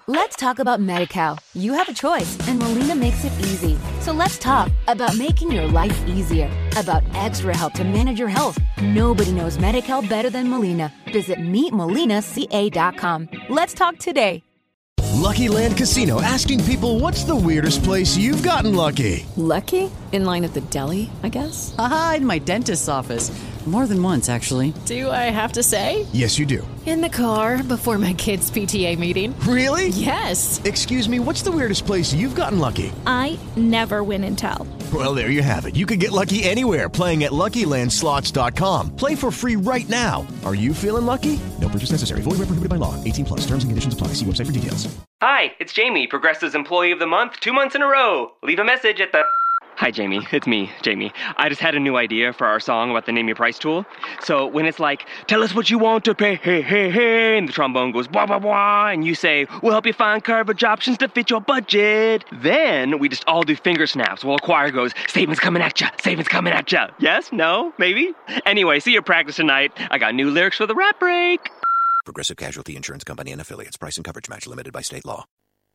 Let's talk about Medi-Cal. You have a choice, and Molina makes it easy. So let's talk about making your life easier, about extra help to manage your health. Nobody knows Medi-Cal better than Molina. Visit meetmolinaca.com. Let's talk today. Lucky Land Casino, asking people, what's the weirdest place you've gotten lucky? Lucky? In line at the deli, I guess? Aha, in my dentist's office. More than once, actually. Do I have to say? Yes, you do. In the car before my kids' PTA meeting. Really? Yes. Excuse me, what's the weirdest place you've gotten lucky? I never win and tell. Well, there you have it. You can get lucky anywhere, playing at LuckyLandSlots.com. Play for free right now. Are you feeling lucky? No purchase necessary. Void where prohibited by law. 18+. Terms and conditions apply. See website for details. Hi, it's Jamie, Progressive's Employee of the Month, 2 months in a row. Leave a message at the... Hi, Jamie. It's me, Jamie. I just had a new idea for our song about the Name Your Price tool. So when it's like, tell us what you want to pay, hey, hey, hey, and the trombone goes, blah, blah, blah, and you say, we'll help you find coverage options to fit your budget. Then we just all do finger snaps while a choir goes, savings coming at ya, savings coming at ya. Yes? No? Maybe? Anyway, see you practice tonight. I got new lyrics for the rap break. Progressive Casualty Insurance Company and Affiliates. Price and coverage match limited by state law.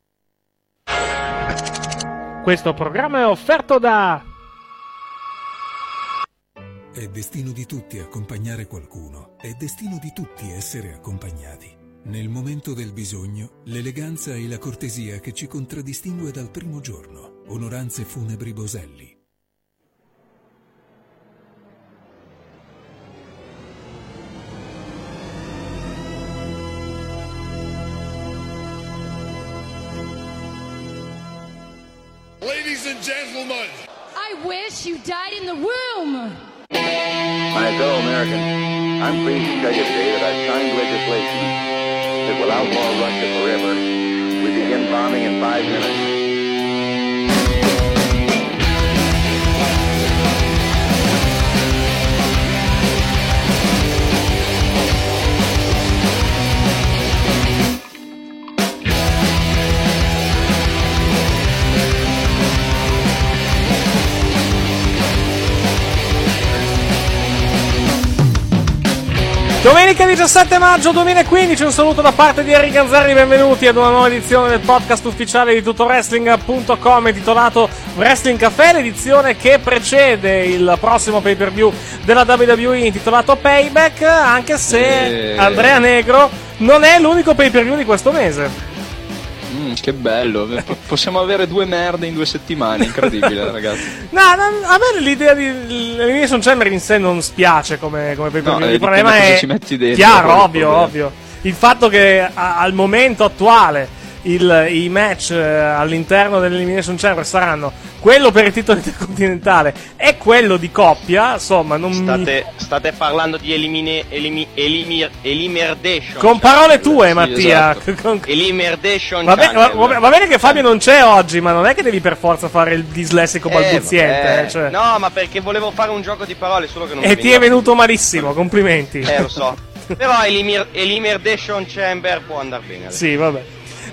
Questo programma è offerto da... È destino di tutti accompagnare qualcuno. È destino di tutti essere accompagnati. Nel momento del bisogno, l'eleganza e la cortesia che ci contraddistingue dal primo giorno. Onoranze Funebri Boselli. Ladies and gentlemen, I wish you died in the womb. My fellow Americans, I'm pleased to tell you today that I've signed legislation that will outlaw Russia forever. We begin bombing in 5 minutes. Domenica 17 maggio 2015, un saluto da parte di Eric Ganzarri, benvenuti ad una nuova edizione del podcast ufficiale di TuttoWrestling.com intitolato Wrestling Café, l'edizione che precede il prossimo pay-per-view della WWE intitolato Payback, anche se Andrea Negro non è l'unico pay-per-view di questo mese. Che bello, possiamo avere 2 merde in 2 settimane, incredibile ragazzi. No, a me l'idea di Elimination Chamber in sé non spiace come pay-per-view, il problema è ci metti dentro, chiaro, ovvio. Il fatto che al momento attuale i match all'interno dell'Elimination Chamber saranno quello per il titolo intercontinentale e quello di coppia, insomma non state parlando di Elimerdation con parole tue, sì, Mattia, esatto. Elimerdation va bene che Fabio non c'è oggi, ma non è che devi per forza fare il dislessico balbuziente, cioè. No, ma perché volevo fare un gioco di parole, solo che non e ti è venuto malissimo, complimenti. Lo so. Però Elimerdation Chamber può andare bene adesso. Sì, vabbè.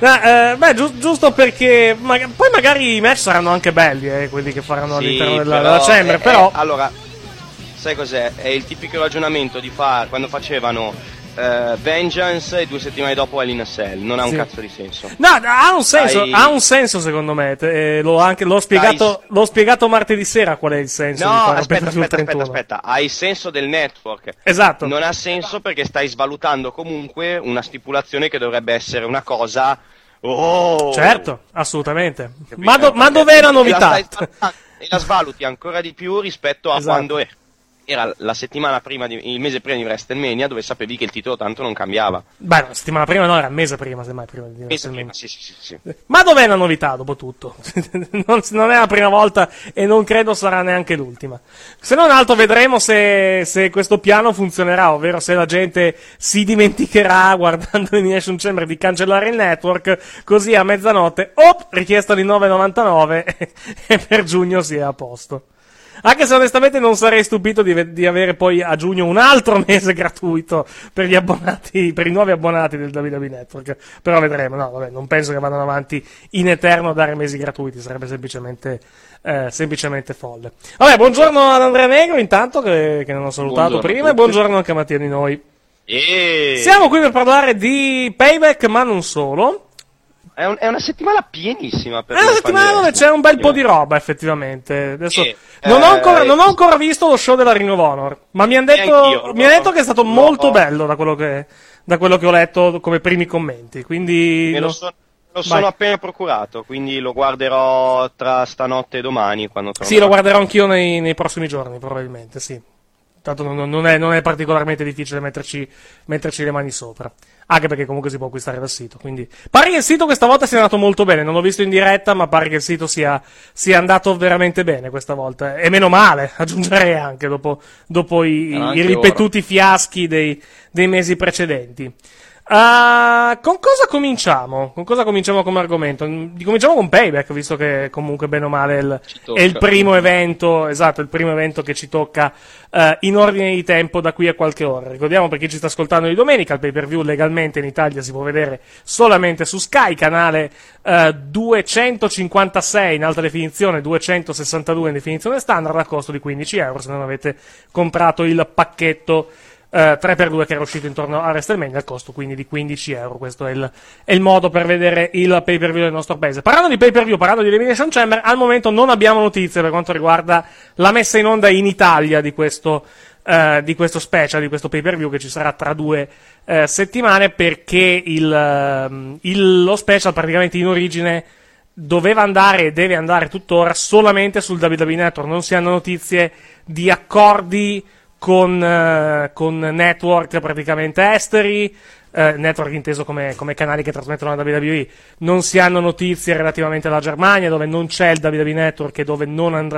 Giusto perché poi magari i match saranno anche belli, quelli che faranno all'interno della Chamber, però allora, sai cos'è? È il tipico ragionamento di fare quando facevano Vengeance e 2 settimane dopo Hell in a Cell. Non ha un cazzo di senso. No, ha un senso secondo me. L'ho spiegato martedì sera qual è il senso. No, aspetta. Ha il senso del network. Esatto. Non ha senso perché stai svalutando comunque una stipulazione che dovrebbe essere una cosa. Oh! Certo, assolutamente. Ma dov'è la novità? E la svaluti ancora di più rispetto a quando era la settimana prima, il mese prima di WrestleMania, dove sapevi che il titolo tanto non cambiava. Beh, la settimana prima no, era il mese prima, semmai prima di WrestleMania. Sì. Ma dov'è la novità, dopo tutto? non è la prima volta e non credo sarà neanche l'ultima. Se non altro vedremo se questo piano funzionerà, ovvero se la gente si dimenticherà, guardando l'Elimination Chamber, di cancellare il network, così a mezzanotte, richiesta di 9,99 e per giugno si è a posto. Anche se onestamente non sarei stupito di avere poi a giugno un altro mese gratuito per gli abbonati, per i nuovi abbonati del WWE Network. Però vedremo, no, vabbè, non penso che vadano avanti in eterno a dare mesi gratuiti, sarebbe semplicemente folle. Vabbè, buongiorno ad Andrea Negro intanto, che non ho salutato prima, e buongiorno anche a Mattia Di Noi. Siamo qui per parlare di Payback, ma non solo. È una settimana pienissima per è una settimana dove c'è un bel po' di roba, effettivamente. Adesso non ho ancora visto lo show della Ring of Honor, ma mi hanno detto che è stato molto bello da quello che ho letto come primi commenti. Quindi lo sono appena procurato, quindi lo guarderò tra stanotte e domani quando tornerò. Sì, lo guarderò anch'io nei prossimi giorni, probabilmente, sì. Tanto non è particolarmente difficile metterci le mani sopra. Anche perché comunque si può acquistare dal sito. Quindi pare che il sito questa volta sia andato molto bene. Non l'ho visto in diretta, ma pare che il sito sia andato veramente bene questa volta. E meno male, aggiungerei anche dopo i ripetuti fiaschi dei mesi precedenti. Con cosa cominciamo? Con cosa cominciamo come argomento? Cominciamo con Payback, visto che comunque bene o male è il primo evento, esatto, il primo evento che ci tocca in ordine di tempo da qui a qualche ora. Ricordiamo, per chi ci sta ascoltando di domenica, il pay-per-view legalmente in Italia si può vedere solamente su Sky, canale 256 in alta definizione, 262 in definizione standard, a costo di €15 se non avete comprato il pacchetto 3x2 che era uscito intorno a WrestleMania, al costo quindi di €15. Questo è il modo per vedere il pay per view del nostro paese. Parlando di pay per view, parlando di Elimination Chamber, al momento non abbiamo notizie per quanto riguarda la messa in onda in Italia di questo special, di questo pay per view che ci sarà tra 2 settimane, perché lo special praticamente in origine doveva andare e deve andare tuttora solamente sul WWE Network. Non si hanno notizie di accordi con network praticamente esteri, network inteso come canali che trasmettono la WWE. Non si hanno notizie relativamente alla Germania, dove non c'è il WWE Network e dove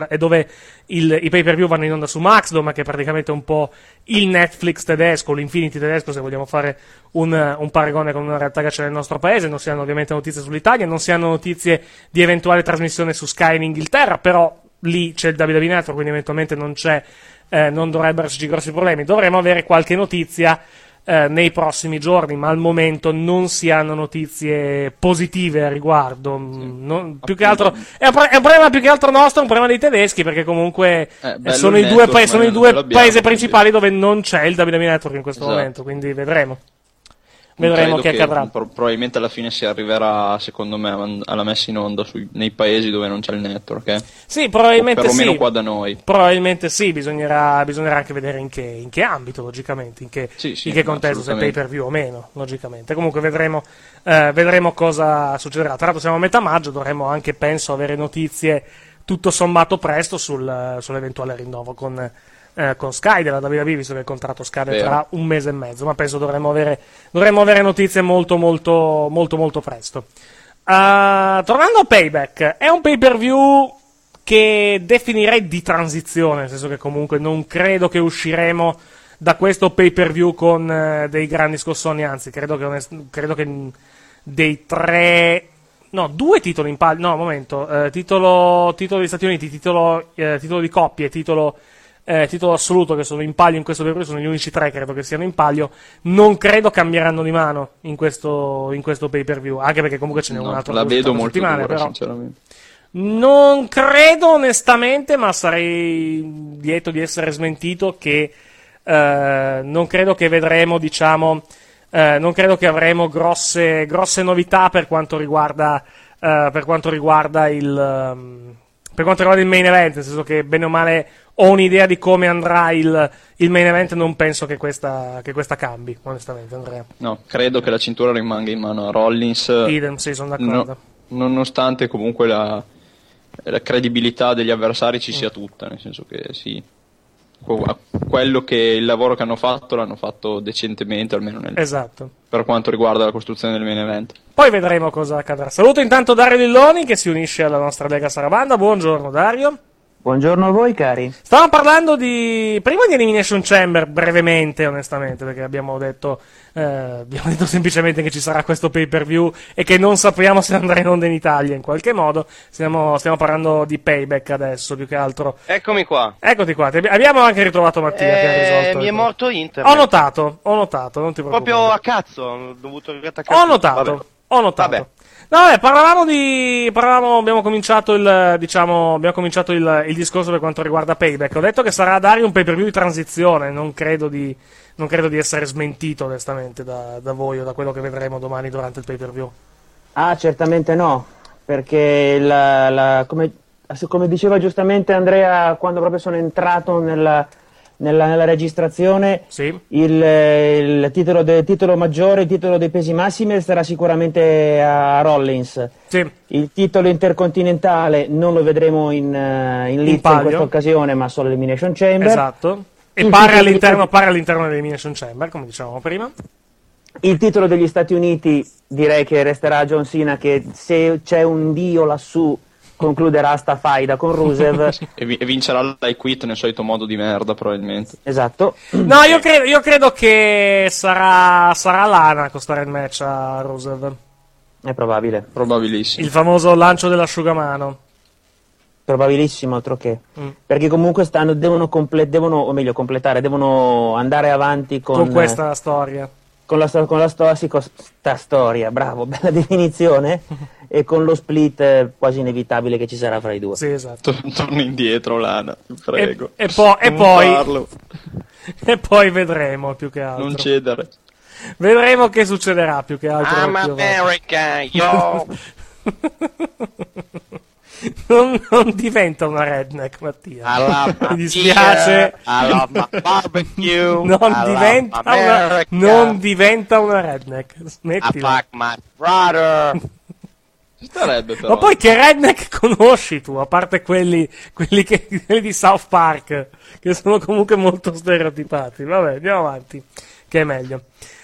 i pay per view vanno in onda su Maxdome, che è praticamente un po' il Netflix tedesco, l'Infinity tedesco, se vogliamo fare un paragone con una realtà che c'è nel nostro paese. Non si hanno ovviamente notizie sull'Italia, non si hanno notizie di eventuale trasmissione su Sky in Inghilterra, però lì c'è il WWE Network, quindi eventualmente non dovrebbero esserci grossi problemi. Dovremo avere qualche notizia nei prossimi giorni, ma al momento non si hanno notizie positive a riguardo. Più che altro è un problema più che altro nostro, è un problema dei tedeschi, perché comunque sono i due paesi principali dove non c'è il WWE Network in questo momento, quindi vedremo che accadrà. Probabilmente alla fine si arriverà, secondo me, alla messa in onda nei paesi dove non c'è il network, Sì, probabilmente o perlomeno qua da noi. Probabilmente sì, bisognerà anche vedere in che ambito, logicamente, in che contesto, se pay per view o meno, logicamente. Comunque vedremo cosa succederà. Tra l'altro siamo a metà maggio, dovremo anche, penso, avere notizie tutto sommato presto sull'eventuale rinnovo con Sky della WWE, visto che il contratto scade tra un mese e mezzo, ma penso dovremmo avere notizie molto molto molto molto presto. Tornando a Payback, è un pay per view che definirei di transizione, nel senso che comunque non credo che usciremo da questo pay per view con dei grandi scossoni, anzi credo che dei 2 titoli in palio, titolo degli Stati Uniti, titolo di coppie, titolo assoluto che sono in palio in questo pay-per-view, sono gli unici 3 credo che siano in palio. Non credo cambieranno di mano in questo pay-per-view, anche perché comunque ce n'è un altro la vedo molto settimane, dura, però sinceramente. non credo onestamente, ma sarei lieto di essere smentito, che non credo che vedremo, non credo che avremo grosse novità per quanto riguarda il main event, nel senso che bene o male ho un'idea di come andrà il main event. Non penso che questa cambi, onestamente, Andrea. No, credo che la cintura rimanga in mano a Rollins. Idem, sì, sono d'accordo. Nonostante comunque la credibilità degli avversari ci sia tutta, nel senso che sì, il lavoro che hanno fatto l'hanno fatto decentemente, almeno per quanto riguarda la costruzione del main event. Poi vedremo cosa accadrà. Saluto intanto Dario Lilloni, che si unisce alla nostra Lega Sarabanda. Buongiorno Dario. Buongiorno a voi, cari. Stavamo parlando prima di Elimination Chamber, brevemente, onestamente, perché abbiamo detto semplicemente che ci sarà questo pay per view e che non sappiamo se andrà in onda in Italia in qualche modo. Stiamo parlando di Payback adesso, più che altro. Eccomi qua. Eccoti qua. Abbiamo anche ritrovato Mattia che ha risolto. Mi è morto internet. Ho notato, non ti preoccupare. Proprio a cazzo, ho dovuto riattaccare. Ho notato. Vabbè. No, abbiamo cominciato il discorso per quanto riguarda Payback. Ho detto che sarà Dario un pay-per-view di transizione, non credo di essere smentito onestamente da voi o da quello che vedremo domani durante il pay-per-view. Ah, certamente no, perché come diceva giustamente Andrea quando proprio sono entrato nella registrazione, sì. il titolo maggiore, il titolo dei pesi massimi sarà sicuramente a Rollins. Sì. Il titolo intercontinentale non lo vedremo in lizza in questa occasione, ma solo Elimination Chamber. Esatto. E pare all'interno dell'Elimination Chamber, come dicevamo prima. Il titolo degli Stati Uniti direi che resterà a John Cena, che se c'è un dio lassù concluderà sta faida con Rusev e vincerà l'I Quit nel solito modo di merda probabilmente. Esatto. No, io credo che sarà Lana a costare il match a Rusev. È probabile. Probabilissimo. Il famoso lancio dell'asciugamano. Probabilissimo, altro che. Perché comunque devono andare avanti con questa storia. Con la storia, bravo, bella definizione, e con lo split quasi inevitabile che ci sarà fra i due. Sì, esatto. Torna indietro, Lana, prego. E poi vedremo più che altro. Non cedere. Vedremo che succederà più che altro. I'm America, yo! Non diventa una redneck, Mattia. Mi dispiace. I love my barbecue. Non diventa una redneck. Smettila. I fuck my brother. Starebbe però. Ma poi che redneck conosci tu? A parte quelli di South Park, che sono comunque molto stereotipati. Vabbè, andiamo avanti, che è meglio.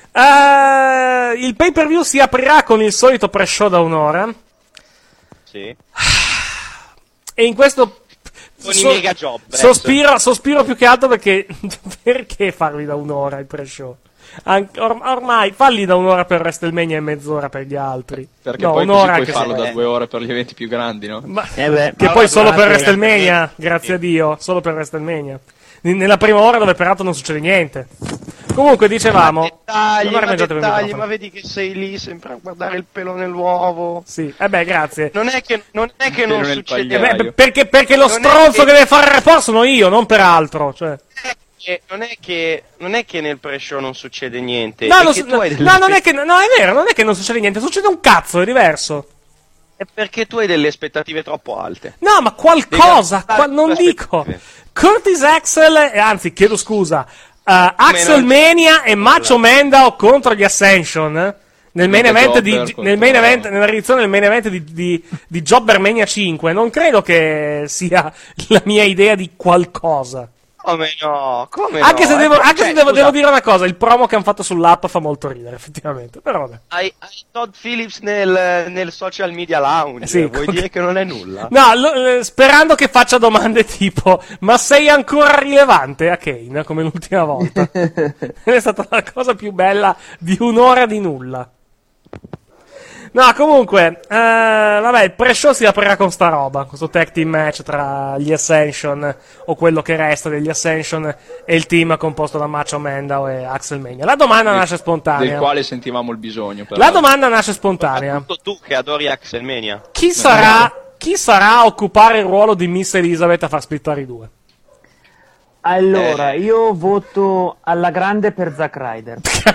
Il pay-per-view si aprirà con il solito pre-show da un'ora. Sì. E in questo con i mega job sospiro più che altro perché farli da un'ora il pre-show? Ormai falli da un'ora per WrestleMania e mezz'ora per gli altri. Perché poi così puoi farlo da 2 ore per gli eventi più grandi, no? Che poi solo per WrestleMania, grazie a Dio, solo per WrestleMania. Nella prima ora dove peraltro non succede niente. Comunque dicevamo ma vedi che sei lì sempre a guardare il pelo nell'uovo. Sì, grazie. Non è che non succede. Perché lo stronzo che deve fare il report sono io, non peraltro, cioè. Non è che nel pre-show non succede niente. No, è vero, non è che non succede niente, succede un cazzo, è diverso. È perché tu hai delle aspettative troppo alte. No, ma qualcosa, non dico. Curtis Axel, anzi, chiedo scusa, Axel Mania e Macho Mendao contro gli Ascension nel main event nella riedizione del main event di Jobber Mania 5. Non credo che sia la mia idea di qualcosa. Come no? Anche se devo dire una cosa, il promo che hanno fatto sull'app fa molto ridere, effettivamente, però vabbè. Hai Todd Phillips nel social media lounge, sì, vuoi dire che non è nulla? No, sperando che faccia domande tipo, ma sei ancora rilevante a Kane, come l'ultima volta? È stata la cosa più bella di un'ora di nulla. No, comunque, vabbè, il pre-show si aprirà con sta roba, questo tag team match tra gli Ascension, o quello che resta degli Ascension, e il team composto da Macho Mendao e Axel Mania. La domanda nasce spontanea. Del quale sentivamo il bisogno. La domanda nasce spontanea. Tu che adori Axel Mania. Chi sarà a occupare il ruolo di Miss Elizabeth a far splittare i due? Allora, io voto alla grande per Zack Ryder.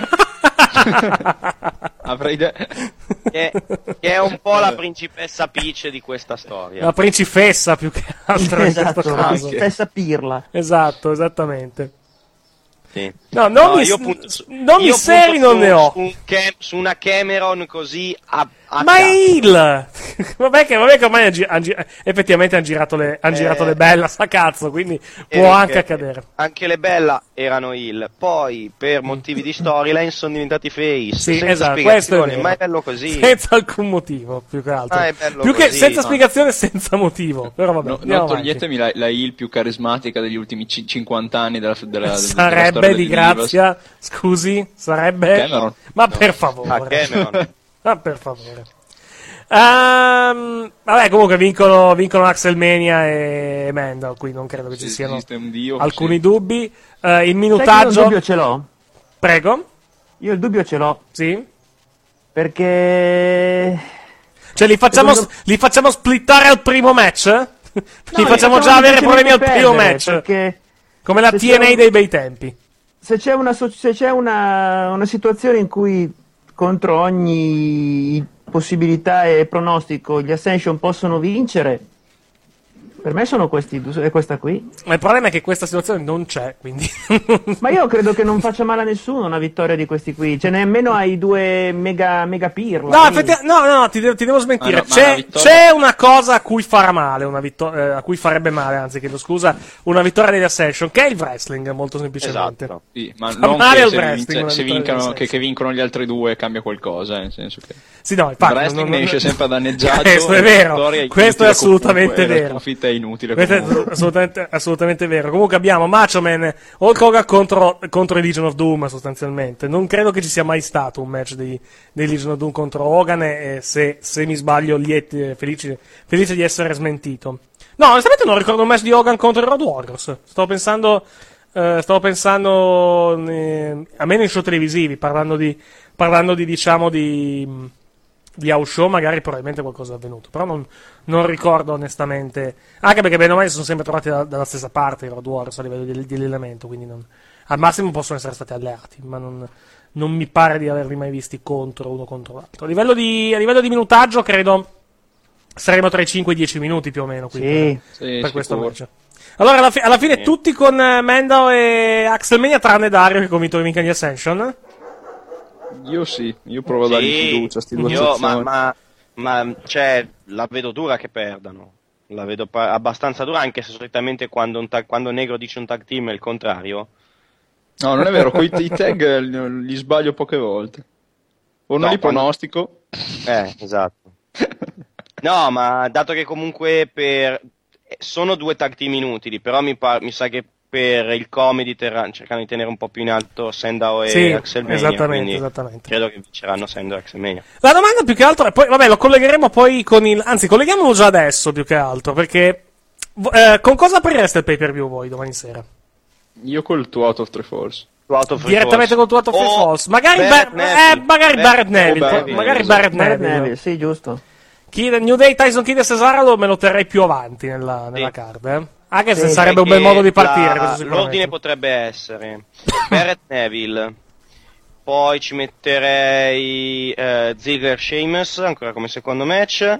Che è un po' la principessa Peach di questa storia. La principessa più che altro in questo caso. La principessa Pirla. Esatto, esattamente. Sì. No, nomi seri non ne ho. Su una Cameron così ma il vabbè che ormai effettivamente hanno girato le Bella, sta cazzo, quindi può anche accadere. Anche le Bella erano il, poi per motivi di storyline sono diventati face. Sì, senza esatto, spiegazione, ma è bello così. Senza alcun motivo, più che altro. È bello più così, che senza spiegazione, senza motivo. Però vabbè. Non toglietemi la heel più carismatica degli ultimi 50 anni della sarebbe di grazia, scusi, sarebbe Cameron. Ma per favore. Cameron. Ma per favore. Vabbè, comunque vincono Axel Mania e Mendao, qui non credo che ci siano alcuni dubbi. Il minutaggio. Io il dubbio ce l'ho. Prego. Io il dubbio ce l'ho. Sì. Perché cioè li facciamo splittare al primo match? Li facciamo già avere problemi al primo match. Come la TNA dei bei tempi. Se c'è una situazione in cui contro ogni possibilità e pronostico gli Ascension possono vincere, per me sono questi due, questa qui. Ma il problema è che questa situazione non c'è, quindi. Ma io credo che non faccia male a nessuno una vittoria di questi qui, cioè nemmeno ai due mega pirla. No, ti devo smentire. C'è una cosa a cui farà male, a cui farebbe male, anzi, chiedo scusa, una vittoria degli Ascension, che è il wrestling, molto semplicemente. Esatto. Sì, ma non che se vincano, che vincono gli altri due cambia qualcosa, nel senso che. Sì, no, infatti, il wrestling ne esce sempre danneggiato. Questo è vero, questo è assolutamente vero. La sconfitta è inutile. Questo è assolutamente vero. Comunque abbiamo Macho Man, Hulk Hogan contro i Legion of Doom, sostanzialmente. Non credo che ci sia mai stato un match dei Legion of Doom contro Hogan, e se mi sbaglio, felice di essere smentito. No, onestamente non ricordo un match di Hogan contro i Road Warriors. Stavo pensando almeno in show televisivi, parlando di house show, magari probabilmente qualcosa è avvenuto, però non ricordo onestamente, anche perché bene o male sono sempre trovati dalla stessa parte i Road Warriors a livello di allenamento, quindi al massimo possono essere stati alleati, ma non mi pare di averli mai visti contro uno contro l'altro. A livello di minutaggio credo saremo tra i 5 e i 10 minuti più o meno qui per questo match. Allora alla fine tutti con Mendo e Axelmania, tranne Dario che è convinto che vinca gli Ascension. Io provo a dargli fiducia a sti due ma cioè, la vedo dura che perdano. La vedo abbastanza dura, anche se solitamente quando Negro dice un tag team è il contrario. No, non è vero, i tag li sbaglio poche volte. O non li pronostico. Esatto. No, ma dato che comunque sono due tag team inutili, però mi sa che per il comedy cercano di tenere un po' più in alto Sandow e Axelmania, esattamente. Credo che vinceranno Sandow e Axelmania. La domanda più che altro è poi, vabbè, lo collegheremo poi colleghiamolo già adesso più che altro, perché con cosa aprireste il pay-per-view voi domani sera? Io col Two Out of Three Falls. Direttamente col Two Out of Three Falls. Magari Barrett Neville. Sì, giusto. New Day, Tyson Kidd e Cesaro me lo terrei più avanti nella card, Anche se sarebbe un bel modo di partire. L'ordine potrebbe essere Barrett Neville, poi ci metterei Ziggler Sheamus ancora come secondo match,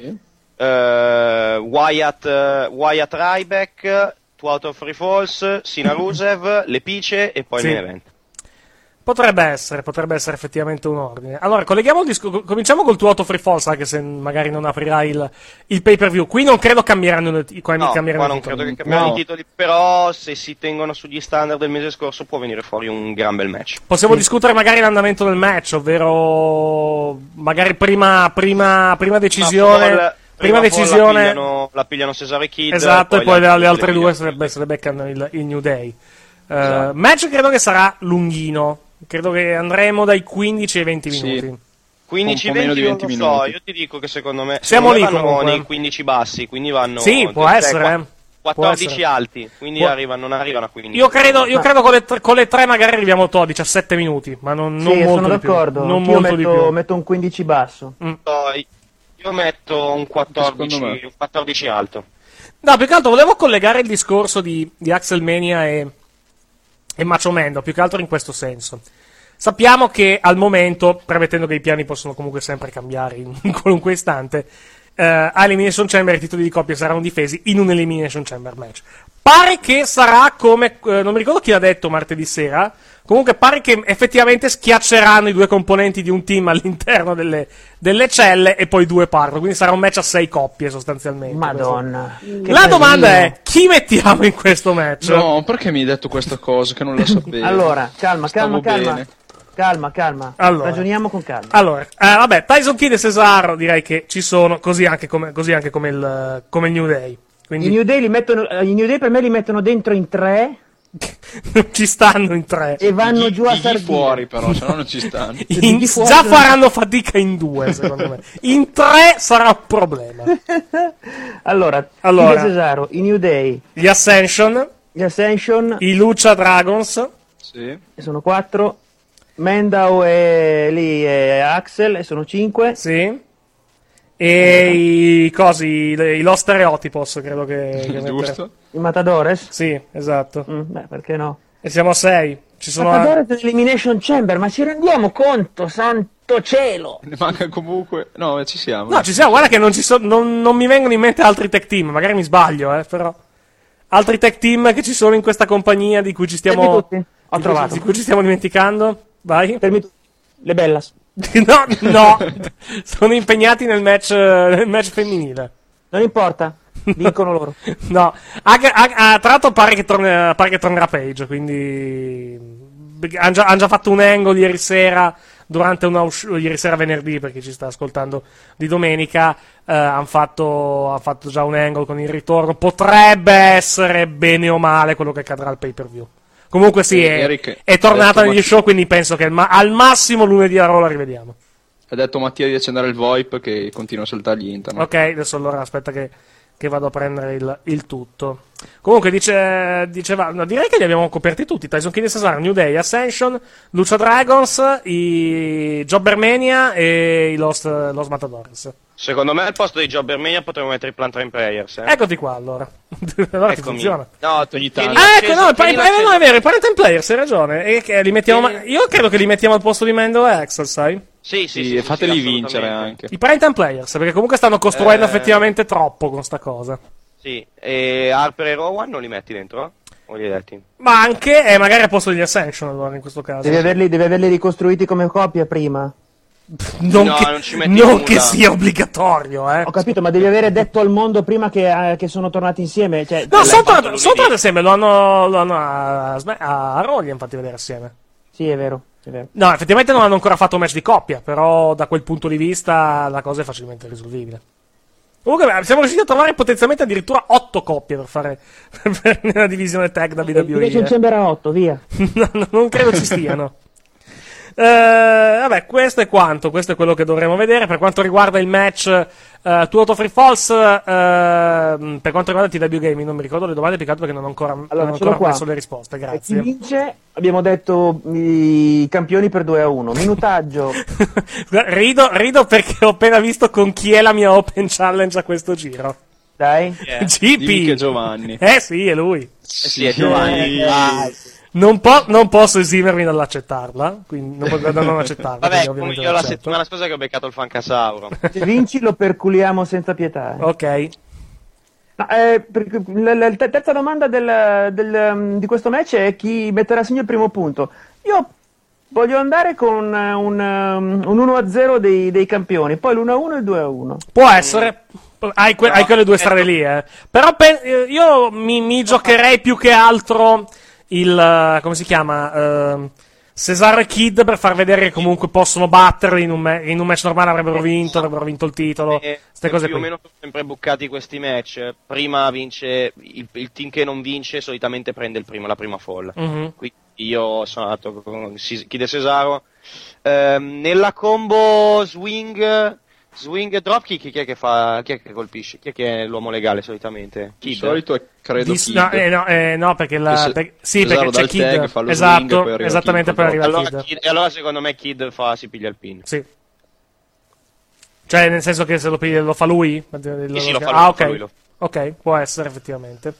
Wyatt Ryback, Two Out of Three Falls, Sina Rusev, Le Pice e poi main event. Potrebbe essere effettivamente un ordine. Allora, colleghiamo il discorso. Cominciamo col Two Out of Three Falls, anche se magari non aprirà il pay-per-view. Qui non credo cambieranno i titoli. Non credo che cambieranno i titoli, però se si tengono sugli standard del mese scorso può venire fuori un gran bel match. Possiamo discutere magari l'andamento del match, ovvero magari prima decisione. Prima decisione la pigliano Cesaro e Kidd. Esatto, e poi le altre due se le beccano il New Day. Esatto. Match credo che sarà lunghino. Credo che andremo dai 15 ai 20 minuti. 15-20 minuti. Io ti dico che secondo me siamo lì vanno nei 15 bassi, quindi vanno. Sì, può essere. 14 alti, quindi non arrivano a 15. Io credo con le 3 magari arriviamo a 17 minuti, ma non molto sono d'accordo. Non molto di più. Metto un 15 basso. Io metto un 14 alto. No, più che altro volevo collegare il discorso di Axelmania e Macho Man, più che altro in questo senso. Sappiamo che al momento, premettendo che i piani possono comunque sempre cambiare in qualunque istante, all'Elimination Chamber i titoli di coppia saranno difesi in un Elimination Chamber match. Pare che sarà come, non mi ricordo chi l'ha detto martedì sera, comunque pare che effettivamente schiacceranno i due componenti di un team all'interno delle celle e poi due partono, quindi sarà un match a 6 coppie sostanzialmente. Madonna. La domanda è, chi mettiamo in questo match? No, perché mi hai detto questa cosa che non la sapevo? Allora, calma. Allora, ragioniamo con calma. Allora, vabbè, Tyson Kidd e Cesaro direi che ci sono, così anche come il New Day. Quindi... I New Day per me li mettono dentro in 3. Non ci stanno in 3. E vanno giù a sardina. Fuori però, se no non ci stanno. Già faranno fatica in 2, secondo me. In 3 sarà un problema. Allora Kidd e Cesaro, i New Day. Gli Ascension. I Lucha Dragons. Sì. E sono 4. Mendau e Axel, e sono 5. Sì. E i Los Stereotipos, credo che giusto. I Matadores? Sì, esatto. Beh, perché no? E siamo a 6. ci sono... Matador dell'Elimination Chamber, ma ci rendiamo conto, santo cielo? Ne manca comunque... No, ci siamo. No, ci siamo, guarda che non mi vengono in mente altri tag team, magari mi sbaglio, però... Altri tag team che ci sono in questa compagnia di cui ci stiamo... Ho trovato. Di cui ci stiamo dimenticando? Vai. Le Bellas. No, sono impegnati nel match femminile. Non importa, vincono loro. No, tra l'altro pare che tornerà Page, quindi hanno già fatto un angle ieri sera durante ieri sera venerdì, per chi ci sta ascoltando di domenica, hanno fatto già un angle con il ritorno. Potrebbe essere bene o male quello che accadrà al pay-per-view. Comunque sì, è tornata negli show, quindi penso che al massimo lunedì a Raw la rivediamo. Ha detto Mattia di accendere il VoIP che continua a saltargli internet. Ok, adesso allora aspetta che vado a prendere il tutto. Comunque diceva, no, direi che li abbiamo coperti tutti: Tyson Kidd e Cesaro, New Day, Ascension, Lucha Dragons, i Jobbermania e i Los Matadores. Secondo me al posto dei Jobbermania potremmo mettere i Plant Train Players. Eccoti qua allora. Allora ti funziona. No, ogni tanto. Ecco, no, è vero, i Plant Train Players, hai ragione. E che li mettiamo, io credo che li mettiamo al posto di Mendo e Axel, sai? Sì, e fateli vincere anche. I Prime Time Players, perché comunque stanno costruendo effettivamente troppo con sta cosa. Sì, e Harper e Rowan non li metti dentro? O li hai detti? Ma anche, magari al posto degli Ascension allora in questo caso. Devi averli ricostruiti come coppia prima. Non che sia obbligatorio, Ho capito, ma devi avere detto al mondo prima che sono tornati insieme. Cioè, no, sono tornati insieme, lo hanno a Raw, li hanno fatti vedere assieme. Sì, è vero. No, effettivamente non hanno ancora fatto un match di coppia, però da quel punto di vista la cosa è facilmente risolvibile. Comunque siamo riusciti a trovare potenzialmente addirittura 8 coppie per fare nella divisione tag da WWE. Invece non sembra 8, via. No, non credo ci stiano. Vabbè, questo è quanto. Questo è quello che dovremo vedere. Per quanto riguarda il match Two Out of Three Falls, per quanto riguarda il TW Gaming, non mi ricordo le domande, peccato perché non ho ancora messo le risposte. Grazie. Chi vince? Abbiamo detto i campioni per 2-1. Minutaggio. rido perché ho appena visto con chi è la mia Open Challenge a questo giro. Dai. GP. Che Giovanni. Sì, è lui. Sì, è Giovanni. Non posso esimermi dall'accettarla, quindi non accettarla. Vabbè, come io la settimana scorsa che ho beccato il Fancasauro. Se vinci lo perculiamo senza pietà. Ok. No, la terza domanda di questo match è chi metterà a segno il primo punto. Io voglio andare con un 1-0 dei campioni, poi l'1-1 e il 2-1. Può essere. Hai quelle due strade lì, Però io mi giocherei più che altro come si chiama? Cesaro e Kidd, per far vedere che comunque possono batterli in un match normale, avrebbero vinto il titolo. Queste cose più o meno sono sempre buccati questi match. Prima vince il team che non vince, solitamente prende la prima fall. Quindi io sono andato con Kidd e Cesaro. Nella combo swing dropkick, chi è che colpisce? Chi è che è l'uomo legale solitamente? Di solito è credo Kidd. No, perché perché c'è Kidd. Tag, fa lo esatto, swing, poi esattamente, per arrivare a Kidd. E allora secondo me Kidd si piglia il pin. Sì. Cioè, nel senso che se lo fa lui? Sì, lo fa lui. Ok, può essere effettivamente.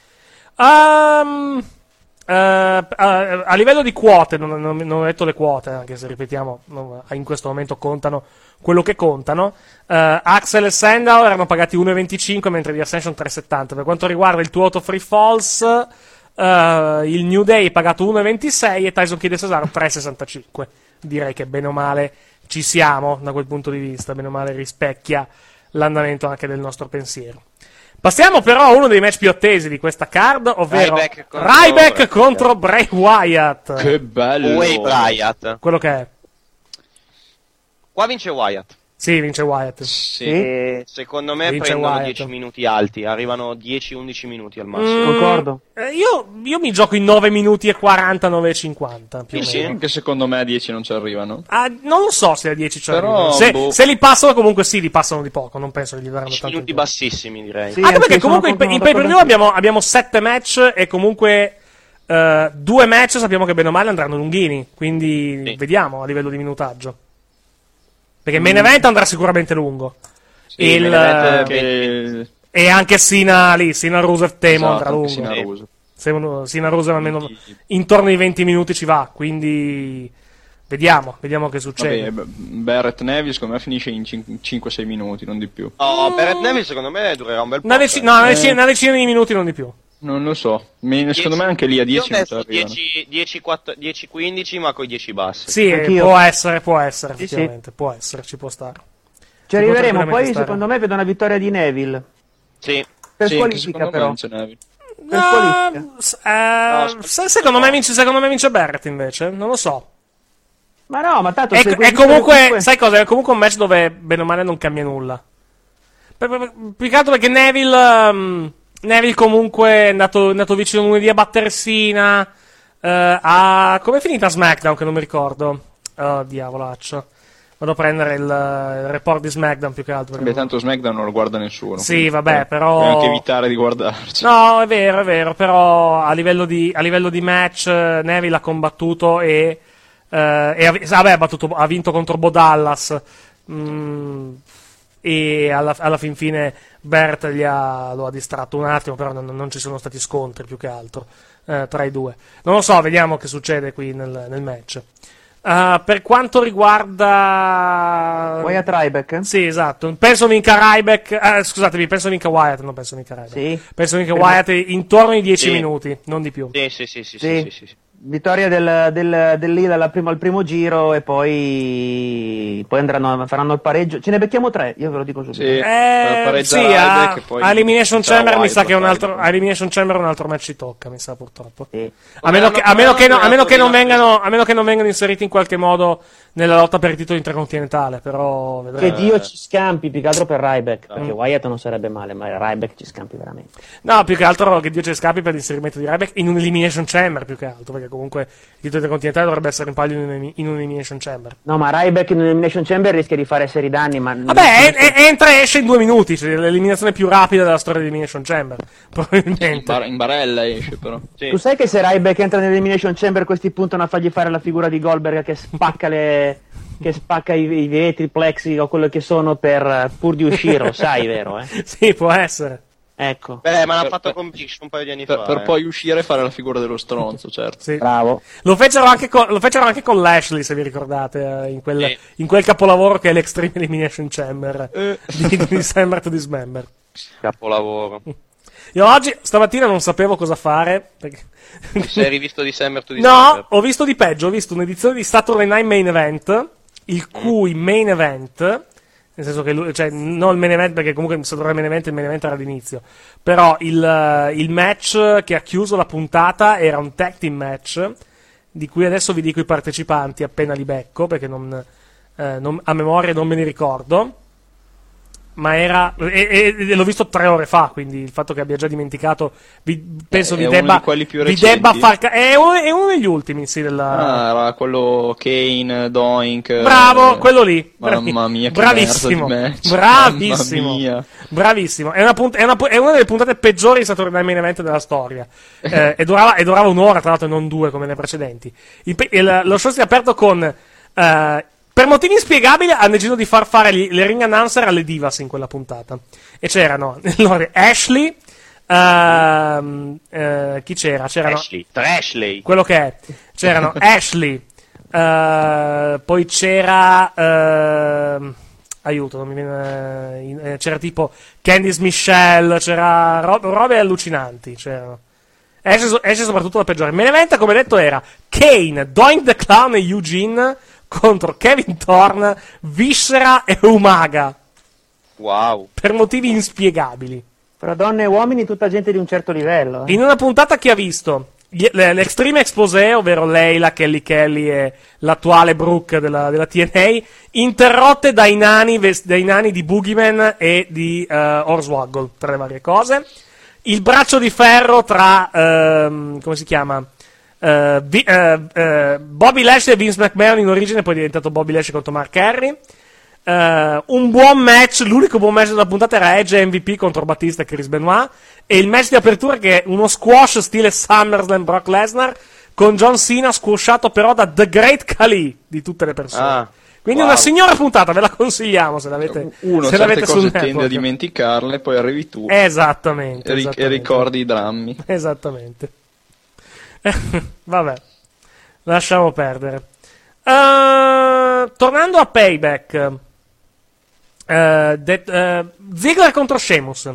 A livello di quote, non ho detto le quote, anche se ripetiamo, in questo momento contano quello che contano. Axel e Sandow erano pagati 1,25, mentre di Ascension 3,70. Per quanto riguarda il Two Out of Three Falls, il New Day è pagato 1,26 e Tyson Kidd e Cesaro 3,65. Direi che bene o male ci siamo da quel punto di vista, bene o male rispecchia l'andamento anche del nostro pensiero. Passiamo però a uno dei match più attesi di questa card, ovvero Ryback contro Bray Wyatt. Che bello! Wyatt. Quello che è. Qua vince Wyatt. Sì, vince Wyatt. Sì. Secondo me vince prendono Wyatt. 10 minuti alti, arrivano 10-11 minuti al massimo. Concordo. Io mi gioco in 9 minuti e 40, 9 e 50. Più o meno. Sì, anche secondo me a 10 non ci arrivano. Non lo so se a 10 ci arrivano. Se li passano, comunque sì, li passano di poco. Non penso che gli daranno tanto. Minuti bassissimi, direi. Sì, anche perché comunque in pay-per-view abbiamo 7 match e comunque 2 match sappiamo che bene o male andranno lunghini. Quindi vediamo a livello di minutaggio. Perché main event andrà sicuramente lungo. Sì, e anche Sina Rusev Temo andrà lungo. Se Cena Rusev almeno intorno ai 20 minuti ci va, quindi vediamo che succede. Vabbè, Barrett Neville secondo me finisce in 5-6 minuti, non di più. No, Barrett Neville secondo me durerà un bel po'. Una decina di minuti, non di più. Non lo so, secondo me anche lì a 10 io non ci 10-15 ma con i 10 bassi. Sì, può essere effettivamente, può essere, ci può stare. Ci arriveremo, poi secondo me vedo una vittoria di Neville. Sì. Per squalifica però. Secondo me vince Barrett invece, non lo so. Ma no, ma tanto è comunque, sai cosa? È comunque un match dove bene o male non cambia nulla. Più che altro perché Neville comunque è andato vicino lunedì a battere Cena. Com'è finita SmackDown che non mi ricordo? Oh, diavolaccio. Vado a prendere il report di SmackDown più che altro. Beh, tanto SmackDown non lo guarda nessuno. Sì, vabbè, però... Puoi anche evitare di guardarci. No, è vero, però a livello di match Neville ha combattuto e ha vinto contro Bo Dallas. E alla fin fine Bert lo ha distratto un attimo, però non ci sono stati scontri più che altro tra i due. Non lo so, vediamo che succede qui nel match. Per quanto riguarda Wyatt Ryback? Sì, esatto. Penso vinca Ryback. Scusatemi, penso vinca Wyatt, non penso vinca Ryback. Sì. Penso vinca Wyatt intorno ai 10 minuti, non di più. Sì. Vittoria dell'Ila al primo giro e poi faranno il pareggio. Ce ne becchiamo 3, io ve lo dico subito. A Elimination Chamber mi sa che a Elimination Chamber un altro match ci tocca, mi sa purtroppo. Sì. A meno che non vengano inseriti in qualche modo nella lotta per il titolo intercontinentale, però vedremo. Che Dio ci scampi più che altro per Ryback, perché Wyatt non sarebbe male, ma Ryback ci scampi veramente. No, più che altro che Dio ci scampi per l'inserimento di Ryback in un Elimination Chamber, più che altro, perché comunque il titolo intercontinentale dovrebbe essere in palio in un Elimination Chamber. No, ma Ryback in un Elimination Chamber rischia di fare seri danni, ma... Vabbè, entra e esce in 2 minuti, cioè l'eliminazione più rapida della storia di Elimination Chamber, probabilmente. In barella esce, però. Sì. Tu sai che se Ryback entra nell'Elimination Chamber questi puntano a fargli fare la figura di Goldberg che spacca che spacca i vetri, plexi o quello che sono pur di uscire, lo sai, vero? Sì, può essere. Ecco. Beh, ma l'ha fatto con Big Show un paio di anni fa. Per poi uscire e fare la figura dello stronzo, certo. Sì. Bravo. Lo fecero anche con Lashley, se vi ricordate, in quel capolavoro che è l'Extreme Elimination Chamber di Dismember to Dismember. Capolavoro. Io oggi, stamattina, non sapevo cosa fare. Perché... Ti sei rivisto Dismember to Dismember? No, ho visto di peggio. Ho visto un'edizione di Saturday Night Main Event, il cui main event, nel senso che non il main event, perché comunque Saturday Night il main event era all'inizio, però il match che ha chiuso la puntata era un tag team match, di cui adesso vi dico i partecipanti appena li becco, perché a memoria non me li ricordo. Ma era e l'ho visto 3 ore fa, quindi il fatto che abbia già dimenticato penso vi debba far è uno degli ultimi, sì, era quello Kane, Doink. Bravo, quello lì. Mamma mia, che bravissimo. Bravissimo. È una delle puntate peggiori di Saturday Night Main Event della storia. E durava un'ora, tra l'altro, e non 2 come le precedenti. Lo show si è aperto con per motivi inspiegabili hanno deciso di far fare le ring announcer alle divas in quella puntata. E Ashley, chi c'era? Trashley. Quello che è. C'erano Ashley, poi c'era aiuto, non mi viene, c'era tipo Candice Michelle, c'era robe allucinanti, c'erano. Esce soprattutto la peggiore. Me ne venta, come detto, era Kane, Doink the Clown e Eugene contro Kevin Thorne, Viscera e Umaga. Wow. Per motivi inspiegabili. Tra donne e uomini, tutta gente di un certo livello. In una puntata che ha visto l'Extreme Exposé, ovvero Leila, Kelly e l'attuale Brooke della TNA, interrotte dai nani di Boogeyman e di Hornswoggle, tra le varie cose. Il braccio di ferro tra come si chiama? Bobby Lashley e Vince McMahon in origine, poi è diventato Bobby Lashley contro Mark Henry. Un buon match, l'unico buon match della puntata era Edge MVP contro Battista e Chris Benoit, e il match di apertura che è uno squash stile SummerSlam Brock Lesnar con John Cena squashato però da The Great Khali di tutte le persone. Quindi una signora puntata, ve la consigliamo se l'avete certe sul cose tende a dimenticarle, poi arrivi tu esattamente. e ricordi i drammi. Esattamente. Vabbè, lasciamo perdere. Tornando a Payback, Ziggler contro Sheamus.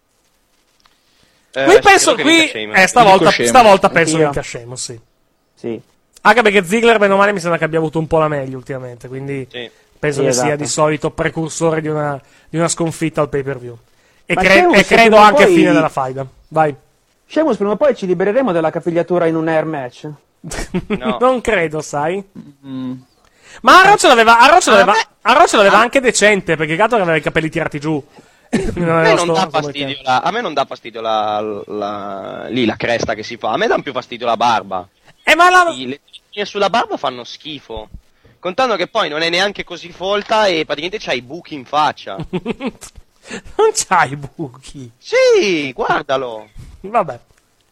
Qui penso, stavolta penso che vinca Sheamus, sì. Anche perché Ziggler, bene o male, mi sembra che abbia avuto un po' la meglio ultimamente, quindi penso che sia di solito precursore di una sconfitta al pay-per-view. E credo anche fine della faida. Vai. Sheamus, prima o poi ci libereremo della capigliatura in un air match? No. Non credo, sai? Ma Arrow ce l'aveva anche decente, perché Gato aveva i capelli tirati giù. A me non dà fastidio la cresta che si fa, a me dà più fastidio la barba. Le linee sulla barba fanno schifo. Contando che poi non è neanche così folta e praticamente c'hai i buchi in faccia. Non c'hai buchi? Sì, guardalo. Vabbè.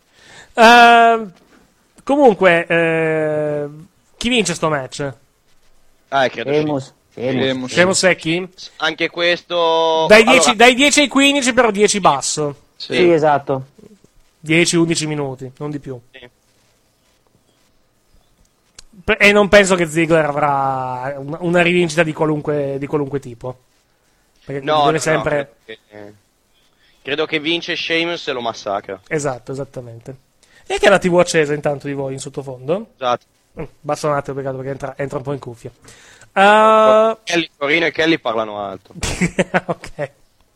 Comunque, chi vince sto match? Credo Sheamus e chi? Anche questo... Dai 10 ai 15, però 10 basso. Sì, esatto. 10-11 minuti, non di più. Sì. E non penso che Ziggler avrà una rivincita di qualunque tipo. Perché deve sempre... Credo che vince Sheamus e lo massacra. Esatto, esattamente. E che è la TV accesa intanto di voi in sottofondo? Esatto. Basta un attimo, peccato, perché entra un po' in cuffia. Corino e Kelly parlano alto. Ok.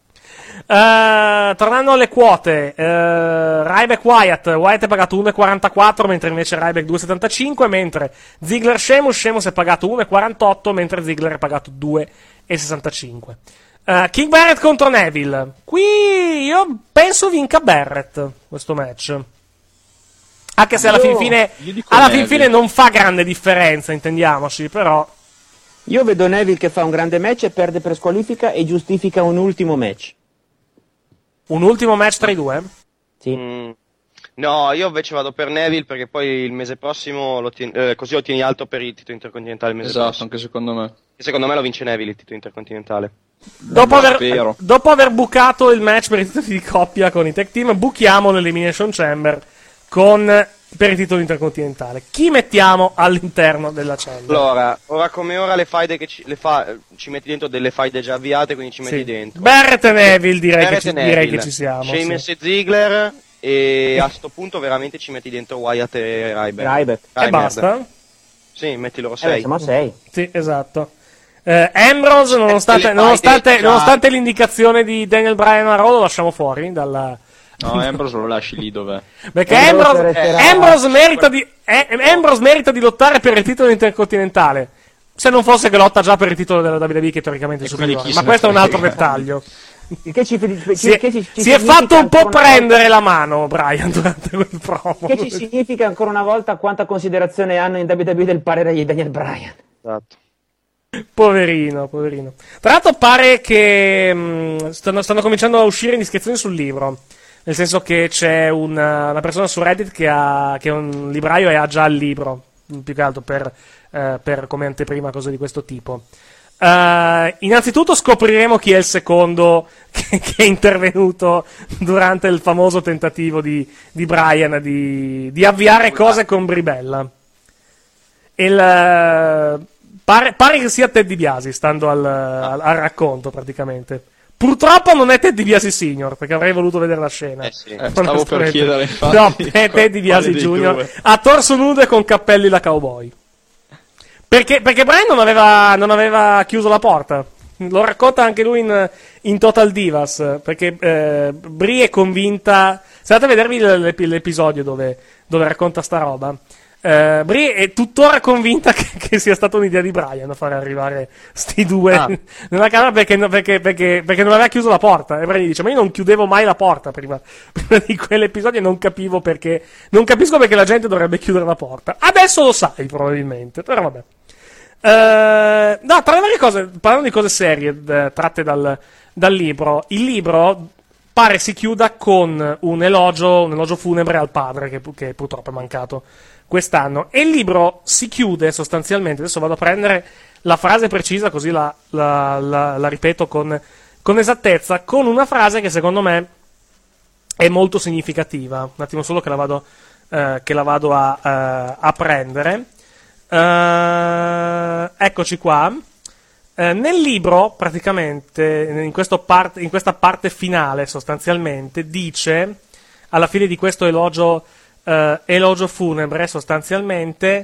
Tornando alle quote, Ryback Wyatt è pagato 1,44 mentre invece Ryback 2,75, mentre Ziggler Sheamus è pagato 1,48 mentre Ziggler è pagato 2,65. King Barrett contro Neville. Qui io penso vinca Barrett questo match, anche se alla fin fine non fa grande differenza, intendiamoci, però io vedo Neville che fa un grande match e perde per squalifica e giustifica un ultimo match. Un ultimo match tra i due? Sì. No, io invece vado per Neville perché poi il mese prossimo così lo tieni alto per il titolo intercontinentale il mese prossimo. Anche secondo me. E secondo me lo vince Neville il titolo intercontinentale. Dopo aver bucato il match per i titoli di coppia con i tag team, buchiamo l'Elimination Chamber per il titolo intercontinentale. Chi mettiamo all'interno della chamber? Allora, ora come ora le faide che ci metti dentro delle faide già avviate, quindi ci metti dentro Barrett e Neville, direi che ci siamo. Sheamus e Ziggler, e a sto punto veramente ci metti dentro Wyatt e Ryback. E basta? Sì, metti loro 6. Siamo 6. Sì, esatto. Ambrose, nonostante l'indicazione di Daniel Bryan a Raw, lo lasciamo fuori dalla... No, Ambrose lo lasci lì dov'è. Perché Ambrose merita di lottare per il titolo intercontinentale. Se non fosse che lotta già per il titolo della WWE, che teoricamente è superiore. Ma questo è un altro dettaglio. Si è fatto un po' prendere la mano Bryan durante quel promo. Che ci significa ancora una volta quanta considerazione hanno in WWE del parere di Daniel Bryan. Esatto. Poverino. Tra l'altro pare che stanno cominciando a uscire indiscrezioni sul libro. Nel senso che c'è una persona su Reddit che è un libraio e ha già il libro, più che altro per come anteprima, cose di questo tipo. Innanzitutto scopriremo chi è il secondo che è intervenuto durante il famoso tentativo di Bryan di avviare cose con Brie Bella. Pare che sia Ted DiBiase, stando al racconto praticamente. Purtroppo non è Ted DiBiase Senior, perché avrei voluto vedere la scena. Stavo per chiedere, infatti. No, è Ted DiBiase Junior a torso nudo e con cappelli da cowboy. Perché Bryan non aveva chiuso la porta. Lo racconta anche lui in Total Divas, perché Brie è convinta. Se andate a vedervi l'episodio dove racconta sta roba, Brie è tuttora convinta che sia stata un'idea di Bryan fare arrivare sti due nella camera perché non aveva chiuso la porta. E Bryan dice: ma io non chiudevo mai la porta prima di quell'episodio e non capisco perché la gente dovrebbe chiudere la porta. Adesso lo sai probabilmente, però vabbè. No, tra le varie cose, parlando di cose serie tratte dal libro, il libro pare si chiuda con un elogio funebre al padre che purtroppo è mancato quest'anno, e il libro si chiude sostanzialmente, adesso vado a prendere la frase precisa così la ripeto con esattezza, con una frase che secondo me è molto significativa. Un attimo solo che la vado che la vado a prendere. Eccoci qua. Nel libro, praticamente, in questa parte finale, sostanzialmente, dice, alla fine di questo elogio funebre, sostanzialmente,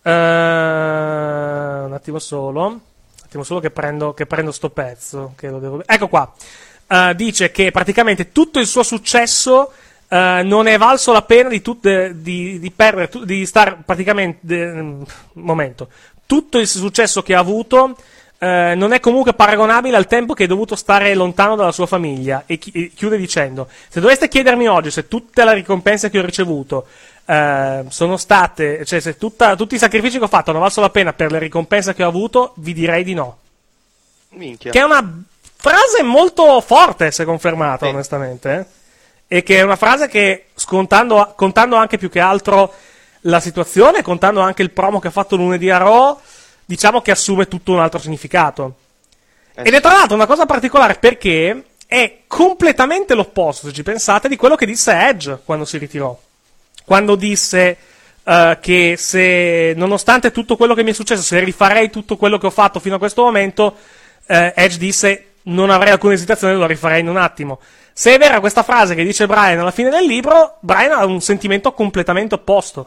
un attimo solo che prendo sto pezzo, che lo devo... Ecco qua. Dice che praticamente tutto il suo successo non è valso la pena di perdere, di stare praticamente... momento. Tutto il successo che ha avuto non è comunque paragonabile al tempo che è dovuto stare lontano dalla sua famiglia. E chiude dicendo: se doveste chiedermi oggi se tutte le ricompense che ho ricevuto sono state, cioè se tutti i sacrifici che ho fatto hanno valso la pena per le ricompense che ho avuto, vi direi di no. Minchia. Che è una frase molto forte, se confermata, onestamente, e che è una frase che, contando anche più che altro la situazione, contando anche il promo che ha fatto lunedì a Raw, diciamo che assume tutto un altro significato. Ed è tra l'altro una cosa particolare perché è completamente l'opposto, se ci pensate, di quello che disse Edge quando si ritirò. Quando disse che se, nonostante tutto quello che mi è successo, se rifarei tutto quello che ho fatto fino a questo momento, Edge disse: non avrei alcuna esitazione, lo rifarei in un attimo. Se è vera questa frase che dice Brian alla fine del libro, Brian ha un sentimento completamente opposto,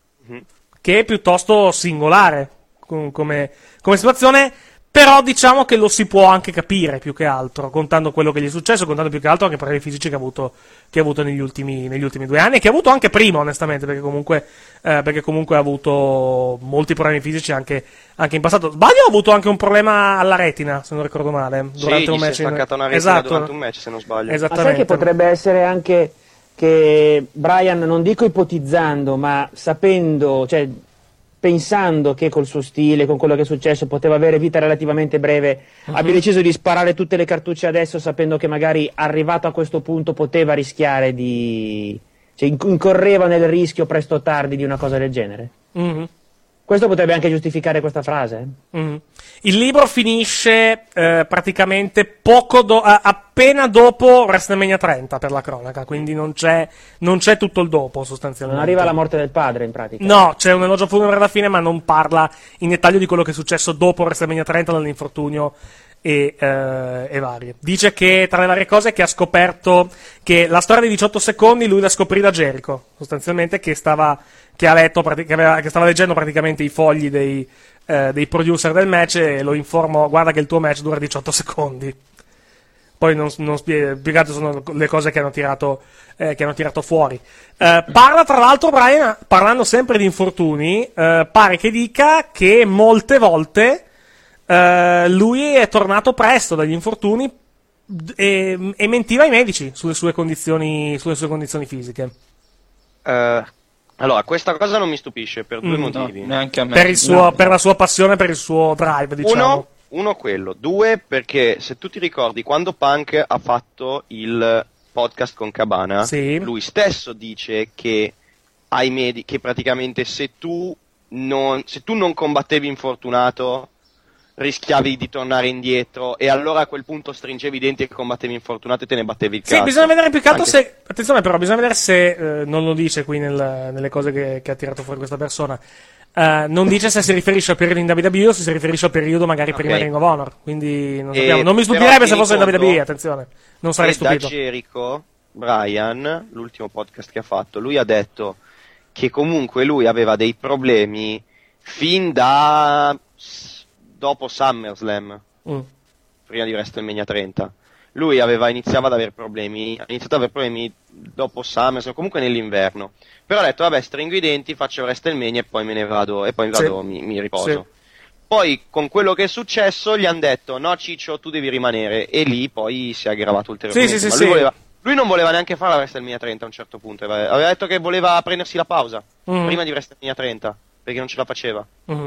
che è piuttosto singolare come situazione, però diciamo che lo si può anche capire più che altro, contando quello che gli è successo, contando più che altro anche i problemi fisici che ha avuto negli ultimi 2 anni, e che ha avuto anche prima, onestamente, perché comunque ha avuto molti problemi fisici anche in passato. Sbaglio, ha avuto anche un problema alla retina, se non ricordo male, durante un match. Si è staccata una retina durante un match, se non sbaglio. Esattamente. Ma sai che potrebbe essere anche che Brian, non dico ipotizzando, ma sapendo, cioè pensando che col suo stile, con quello che è successo, poteva avere vita relativamente breve, abbia deciso di sparare tutte le cartucce adesso, sapendo che magari arrivato a questo punto poteva rischiare cioè incorreva nel rischio presto o tardi di una cosa del genere. Questo potrebbe anche giustificare questa frase. Il libro finisce praticamente appena dopo WrestleMania 30, per la cronaca, quindi non c'è tutto il dopo, sostanzialmente. Non arriva la morte del padre, in pratica. No, c'è un elogio funebre alla fine, ma non parla in dettaglio di quello che è successo dopo WrestleMania 30, dall'infortunio e varie. Dice che tra le varie cose che ha scoperto che la storia dei 18 secondi lui la scoprì da Jericho, sostanzialmente, che stava leggendo praticamente i fogli dei producer del match, e lo informò: guarda che il tuo match dura 18 secondi. Poi non spiega, più che altro sono le cose che hanno tirato fuori. Parla tra l'altro Brian, parlando sempre di infortuni, pare che dica che molte volte lui è tornato presto dagli infortuni e mentiva ai medici sulle sue condizioni fisiche. Allora, questa cosa non mi stupisce per due motivi. No, neanche a me. Per la sua passione, per il suo drive, diciamo. Uno quello. 2, perché se tu ti ricordi, quando Punk ha fatto il podcast con Cabana, lui stesso dice che che praticamente se tu non combattevi infortunato, rischiavi di tornare indietro, e allora a quel punto stringevi i denti e combattevi infortunato e te ne battevi il cazzo. Sì, bisogna vedere più che altro se... Attenzione però, bisogna vedere se... non lo dice qui nelle cose che ha tirato fuori questa persona. Non dice se si riferisce al periodo in WWE o se si riferisce al periodo magari prima di Ring of Honor. Quindi non sappiamo. Non mi stupirebbe se fosse in WWE, attenzione. Non sarei stupito. Da Jericho, Brian, l'ultimo podcast che ha fatto, lui ha detto che comunque lui aveva dei problemi fin da... dopo SummerSlam, prima di WrestleMania 30. Lui iniziato ad avere problemi dopo SummerSlam, comunque nell'inverno. Però ha detto: vabbè, stringo i denti, faccio WrestleMania e poi me ne vado, mi riposo. Sì. Poi con quello che è successo gli hanno detto: no Ciccio, tu devi rimanere, e lì poi si è aggravato ulteriormente. Lui non voleva neanche fare la WrestleMania 30 a un certo punto, aveva detto che voleva prendersi la pausa prima di WrestleMania 30, perché non ce la faceva.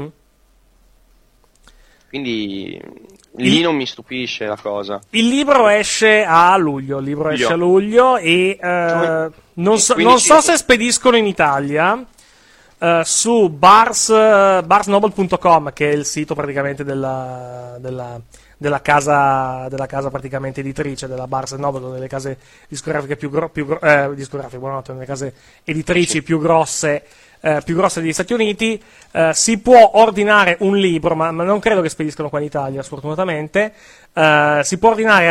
Quindi lì non mi stupisce la cosa. Il libro esce a luglio. E non so se spediscono in Italia. Su barsnoble.com, che è il sito praticamente della della casa praticamente editrice, della Barnes & Noble, delle case discografiche buonanotte, delle case editrici più grosse degli Stati Uniti. Si può ordinare un libro, ma non credo che spediscono qua in Italia, sfortunatamente. Si può ordinare a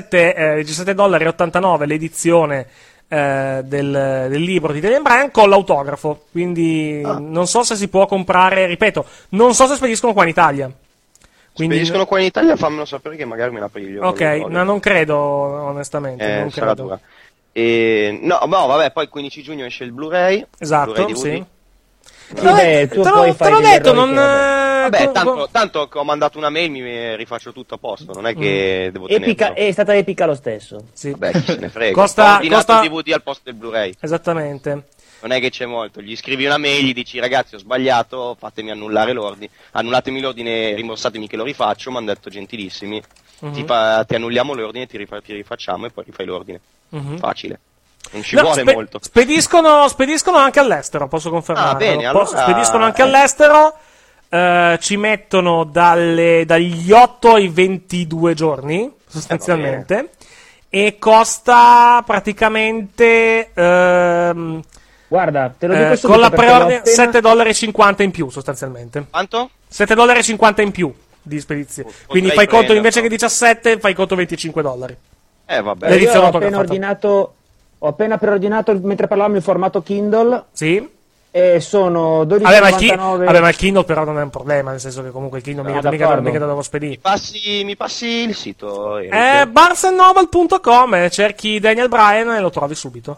$17,89 l'edizione del libro di Daniel Bryan con l'autografo, quindi non so se si può comprare, ripeto, non so se spediscono qua in Italia. Quindi... Spediscono qua in Italia, fammelo sapere che magari me la piglio. Ok, no, non credo, onestamente, non credo. Dura. No, vabbè, poi il 15 giugno esce il Blu-ray. Esatto, Blu-ray sì. Te l'ho detto, non... Vabbè, tanto che ho mandato una mail, mi rifaccio tutto a posto, non è che devo tenerlo. È stata epica lo stesso. Sì. Vabbè, chi se ne frega. Costa il DVD al posto del Blu-ray. Esattamente. Non è che c'è molto, gli scrivi una mail, gli dici ragazzi ho sbagliato, fatemi annullare l'ordine, annullatemi l'ordine, rimborsatemi che lo rifaccio, mi hanno detto gentilissimi, ti annulliamo l'ordine, ti rifacciamo e poi rifai l'ordine. Facile. Non ci vuole molto. Spediscono anche all'estero, posso confermare. Ah, bene, allora... Spediscono anche all'estero, ci mettono dagli 8 ai 22 giorni, sostanzialmente, e costa praticamente... Guarda, te lo dico con la preordine $7,50 in più, sostanzialmente. Quanto? $7,50 in più di spedizione. Quindi fai conto, invece che 17, fai conto $25. Vabbè. Io ho appena preordinato, mentre parlavamo, il formato Kindle. Sì. E sono $12,99. Vabbè, ma il Kindle però non è un problema, nel senso che comunque il Kindle mica devo spedire. Mi passi il sito? BarnesandNoble.com, cerchi Daniel Bryan e lo trovi subito.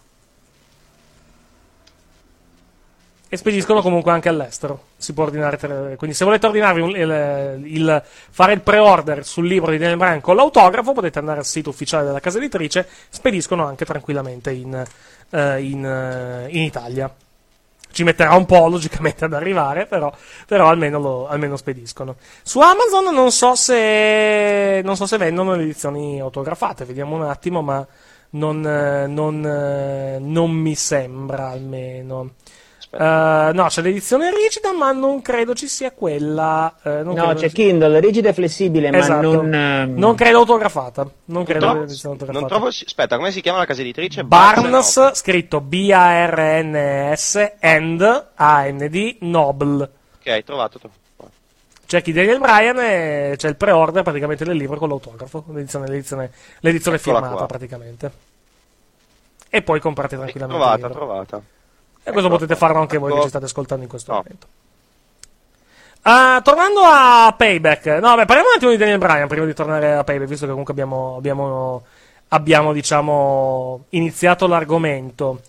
E spediscono comunque anche all'estero. Si può ordinare, quindi se volete ordinarvi fare il pre-order sul libro di Daniel Bryan con l'autografo, potete andare al sito ufficiale della casa editrice. Spediscono anche tranquillamente in Italia. Ci metterà un po' logicamente ad arrivare, però almeno spediscono. Su Amazon non so se vendono le edizioni autografate, vediamo un attimo, ma non mi sembra, almeno. No, c'è l'edizione rigida, ma non credo ci sia quella. C'è Kindle, rigida e flessibile, esatto. Ma non credo autografata. Non credo l'edizione autografata. Non trovo. Aspetta, come si chiama la casa editrice? Barnes, scritto BARNS AND Noble. Ok, trovato. C'è chi Daniel Bryan e c'è il pre-order praticamente del libro con l'autografo, l'edizione firmata qua. Praticamente. E poi comprate tranquillamente. Trovata. E questo potete farlo anche voi che ci state ascoltando in questo momento. Tornando a Payback, parliamo un attimo di Daniel Bryan prima di tornare a Payback, visto che comunque abbiamo diciamo iniziato l'argomento.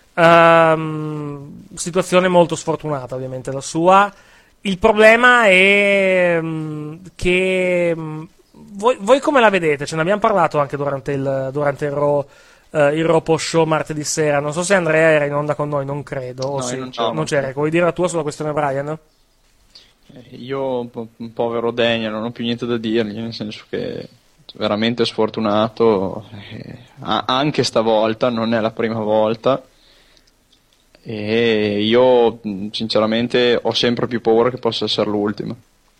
Situazione molto sfortunata, ovviamente, la sua. Il problema è che voi come la vedete? Ce ne abbiamo parlato anche durante il Raw. Il Ropo Show martedì sera. Non so se Andrea era in onda con noi, non credo. Non c'era. Vuoi dire la tua sulla questione Bryan? Io, un povero Daniel, non ho più niente da dirgli, nel senso che veramente sfortunato, anche stavolta, non è la prima volta, e io sinceramente ho sempre più paura che possa essere l'ultima.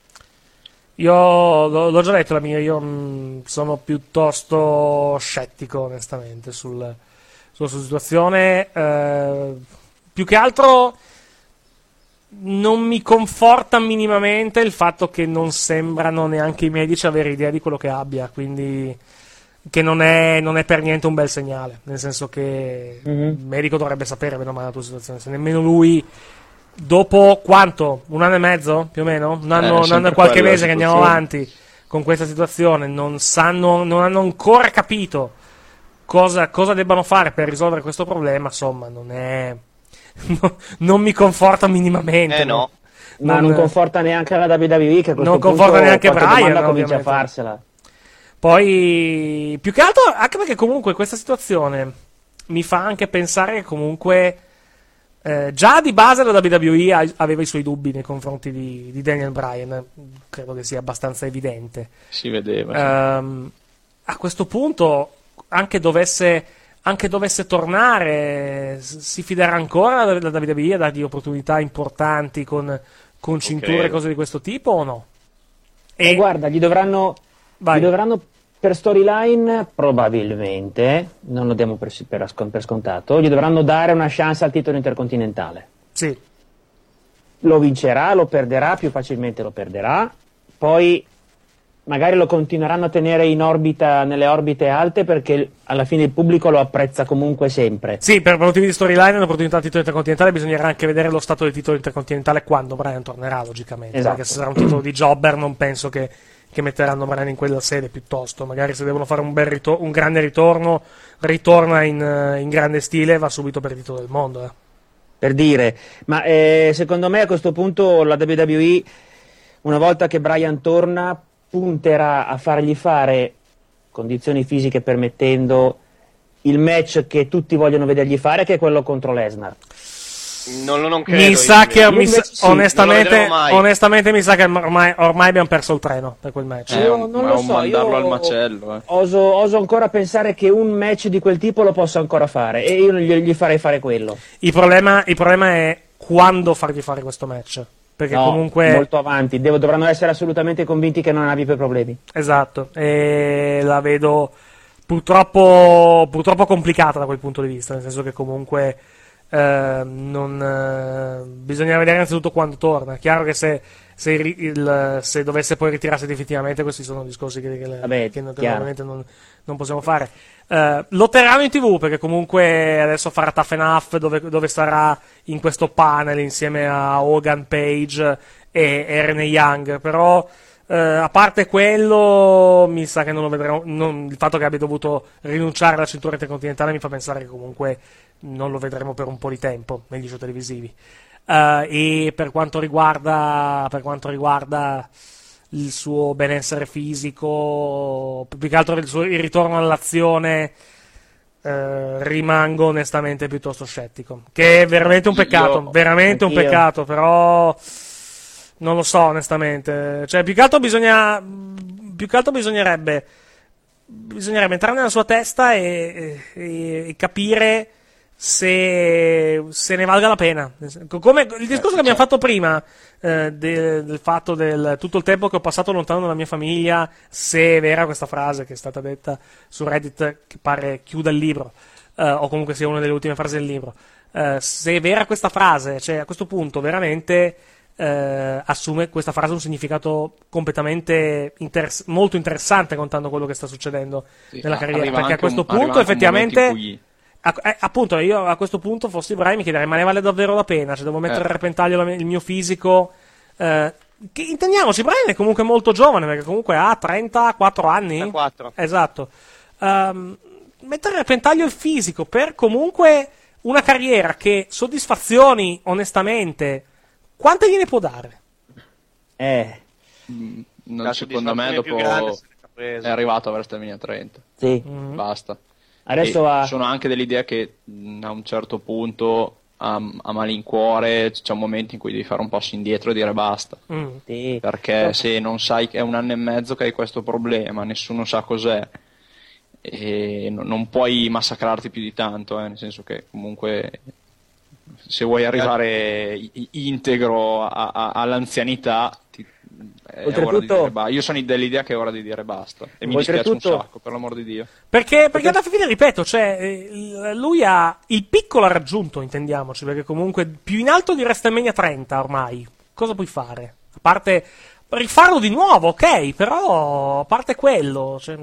Io l'ho già detto la mia, io sono piuttosto scettico onestamente sulla sua situazione, più che altro non mi conforta minimamente il fatto che non sembrano neanche i medici avere idea di quello che abbia, quindi che non è per niente un bel segnale, nel senso che il medico dovrebbe sapere bene o male la tua situazione, se nemmeno lui. Dopo quanto? Un anno e mezzo più o meno? Un anno e qualche mese che andiamo avanti con questa situazione, non hanno ancora capito cosa debbano fare per risolvere questo problema. Insomma, non mi conforta minimamente. No. Ma non conforta neanche la WWE, che a questo non punto conforta neanche Bryan, comincia a farsela. Poi, più che altro, anche perché comunque questa situazione mi fa anche pensare che comunque già di base la WWE aveva i suoi dubbi nei confronti di Daniel Bryan, credo che sia abbastanza evidente. Si vedeva. A questo punto, anche dovesse tornare, si fiderà ancora la WWE a dargli opportunità importanti con cinture e cose di questo tipo o no? E guarda, gli dovranno per storyline, probabilmente, non lo diamo per scontato, gli dovranno dare una chance al titolo intercontinentale. Sì. Lo vincerà, lo perderà, più facilmente lo perderà, poi magari lo continueranno a tenere in orbita, nelle orbite alte, perché alla fine il pubblico lo apprezza comunque sempre. Sì, per motivi di storyline, l'opportunità del titolo intercontinentale bisognerà anche vedere lo stato del titolo intercontinentale quando Bryan tornerà, logicamente. Esatto. Perché se sarà un titolo di jobber non penso che metteranno Bryan in quella sede, piuttosto. Magari se devono fare un grande ritorno, ritorna in grande stile e va subito per il titolo del mondo. Per dire, ma secondo me a questo punto la WWE, una volta che Bryan torna, punterà a fargli fare, condizioni fisiche permettendo, il match che tutti vogliono vedergli fare, che è quello contro Lesnar. Non credo. Mi sa che onestamente mi sa che ormai abbiamo perso il treno per quel match. Non lo so, mandarlo al macello. Oso ancora pensare che un match di quel tipo lo possa ancora fare, e io gli farei fare quello. Il problema è quando fargli fare questo match. Perché comunque molto avanti, dovranno essere assolutamente convinti che non abbia più problemi. Esatto, e la vedo purtroppo complicata da quel punto di vista, nel senso che comunque bisogna vedere innanzitutto quando torna. È chiaro che se dovesse poi ritirarsi definitivamente, questi sono discorsi che naturalmente non possiamo fare. Lotteranno in TV, perché comunque adesso farà Tough Enough, dove sarà in questo panel insieme a Hogan, Page e Renee Young, però a parte quello mi sa che non lo vedremo. Il fatto che abbia dovuto rinunciare alla cintura intercontinentale mi fa pensare che comunque non lo vedremo per un po' di tempo negli show televisivi. E per quanto riguarda il suo benessere fisico, più che altro il ritorno all'azione, rimango onestamente piuttosto scettico, che è veramente un peccato, un peccato, però non lo so onestamente, cioè più che altro bisognerebbe entrare nella sua testa e capire se ne valga la pena, come il discorso che abbiamo fatto prima, del fatto del tutto il tempo che ho passato lontano dalla mia famiglia, se è vera questa frase che è stata detta su Reddit, che pare chiuda il libro, o comunque sia una delle ultime frasi del libro, se è vera questa frase, cioè a questo punto veramente assume questa frase un significato completamente molto interessante, contando quello che sta succedendo nella carriera, perché a questo punto effettivamente appunto io a questo punto fossi Bryan mi chiederei: ma ne vale davvero la pena? Cioè devo mettere a repentaglio il mio fisico, che intendiamoci, Bryan è comunque molto giovane, perché comunque ha 34 anni. 34. Esatto. Mettere a repentaglio il fisico per comunque una carriera che soddisfazioni, onestamente, quante gliene può dare? Secondo me dopo è arrivato a WrestleMania 30. Sì. Basta. Adesso sono anche dell'idea che a un certo punto a malincuore c'è un momento in cui devi fare un passo indietro e dire basta. Sì. Perché se non sai che è un anno e mezzo che hai questo problema, nessuno sa cos'è, e non puoi massacrarti più di tanto, nel senso che comunque se vuoi arrivare integro all'anzianità oltretutto, io sono dell'idea che è ora di dire basta, e mi dispiace un sacco, per l'amor di Dio, perché alla fine, ripeto, cioè lui il piccolo ha raggiunto, intendiamoci, perché comunque più in alto di WrestleMania 30 ormai cosa puoi fare? A parte rifarlo di nuovo, ok, però a parte quello, cioè,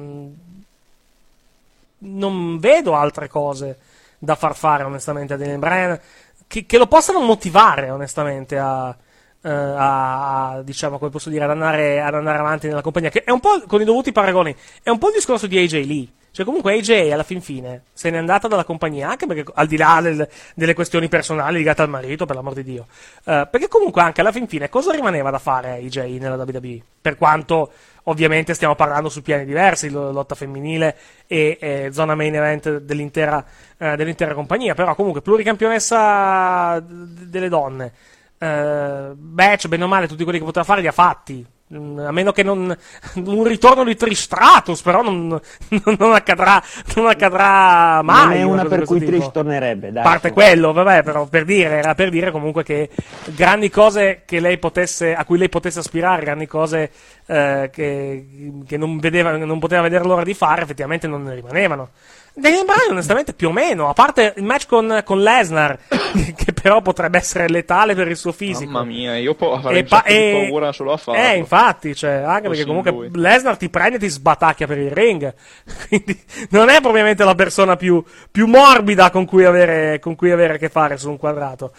non vedo altre cose da far fare onestamente a Daniel Bryan che lo possano motivare onestamente a diciamo, come posso dire, ad andare avanti nella compagnia, che è un po', con i dovuti paragoni, è un po' il discorso di AJ Lee. Cioè comunque AJ alla fine se n'è andata dalla compagnia, anche perché al di là delle questioni personali legate al marito, per l'amor di Dio, perché comunque anche alla fine cosa rimaneva da fare a AJ nella WWE? Per quanto ovviamente stiamo parlando su piani diversi, lotta femminile e zona main event dell'intera compagnia, però comunque pluricampionessa delle donne, match bene o male tutti quelli che poteva fare li ha fatti, a meno che non un ritorno di Trish Stratus, però non accadrà mai. Non è una per cui Trish tornerebbe, dai. A parte quello, vabbè, però era per dire comunque che grandi cose a cui lei potesse aspirare, grandi cose che non poteva vedere l'ora di fare, effettivamente non ne rimanevano. Daniel Bryan onestamente più o meno, a parte il match con Lesnar che però potrebbe essere letale per il suo fisico. Mamma mia, io avrei un sacco di paura solo a farlo. Infatti, cioè, anche perché comunque Lesnar ti prende e ti sbatacchia per il ring, quindi non è propriamente la persona più morbida con cui avere a che fare su un quadrato.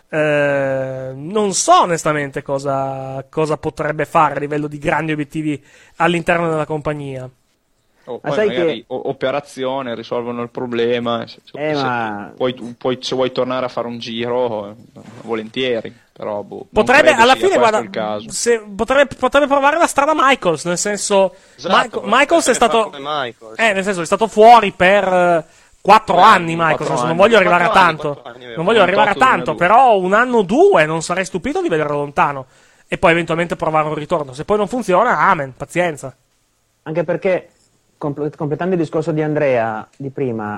Non so onestamente cosa potrebbe fare a livello di grandi obiettivi all'interno della compagnia. Poi magari operazione, risolvono il problema, poi se vuoi tornare a fare un giro volentieri, però potrebbe alla fine potrebbe provare la strada Michaels, nel senso Michaels è stato nel senso è stato fuori per 4 anni Michaels, non voglio arrivare a tanto, però 1 anno o 2 non sarei stupito di vederlo lontano e poi eventualmente provare un ritorno. Se poi non funziona, amen, pazienza. Anche perché completando il discorso di Andrea di prima,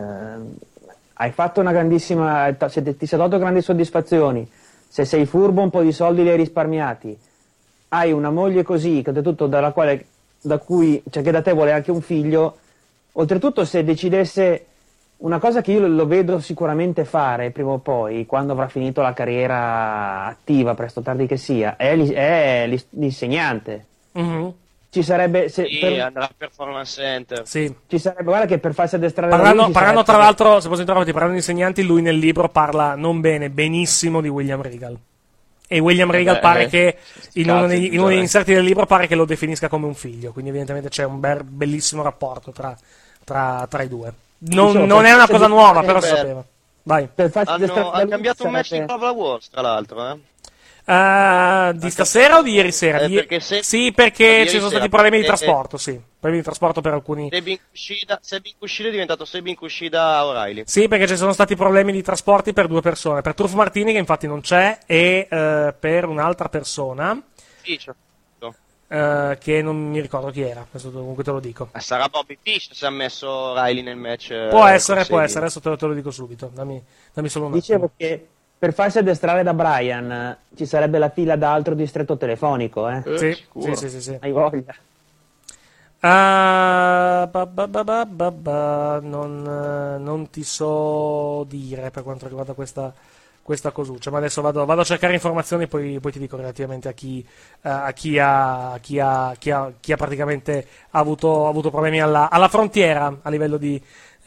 hai fatto una grandissima, ti sei dato grandi soddisfazioni, se sei furbo un po' di soldi li hai risparmiati, hai una moglie così, che oltretutto che da te vuole anche un figlio, oltretutto se decidesse una cosa che io lo vedo sicuramente fare prima o poi, quando avrà finito la carriera attiva, presto o tardi che sia, è l'insegnante. Mm-hmm. Ci sarebbe andrà al Performance Center. Sì. Ci sarebbe, guarda che per farsi addestrare parlando tra l'altro, se posso interrompere, parlando di insegnanti, lui nel libro parla non bene, benissimo di William Regal. E William Regal pare che in uno degli inserti del libro pare che lo definisca come un figlio, quindi evidentemente c'è un bellissimo rapporto tra i due. Non è una cosa nuova, però si sapeva. Vai. Ha cambiato un match di Global Wars, tra l'altro, di stasera o di ieri sera? Perché ci sono stati problemi di trasporto, problemi di trasporto per alcuni. Sabin Kushida è diventato Sabin Kushida O'Reilly. Sì, perché ci sono stati problemi di trasporti per 2 persone, per Truff Martini che infatti non c'è e per un'altra persona che non mi ricordo chi era, questo comunque te lo dico. Sarà Bobby Fish se ha messo O'Reilly nel match. Può essere, adesso te lo dico subito, dammi solo un attimo. Dicevo che per farsi addestrare da Bryan ci sarebbe la fila da altro distretto telefonico, Sì. Hai voglia. Non ti so dire per quanto riguarda questa cosuccia, ma adesso vado a cercare informazioni e poi ti dico relativamente a chi ha praticamente avuto problemi alla frontiera a livello di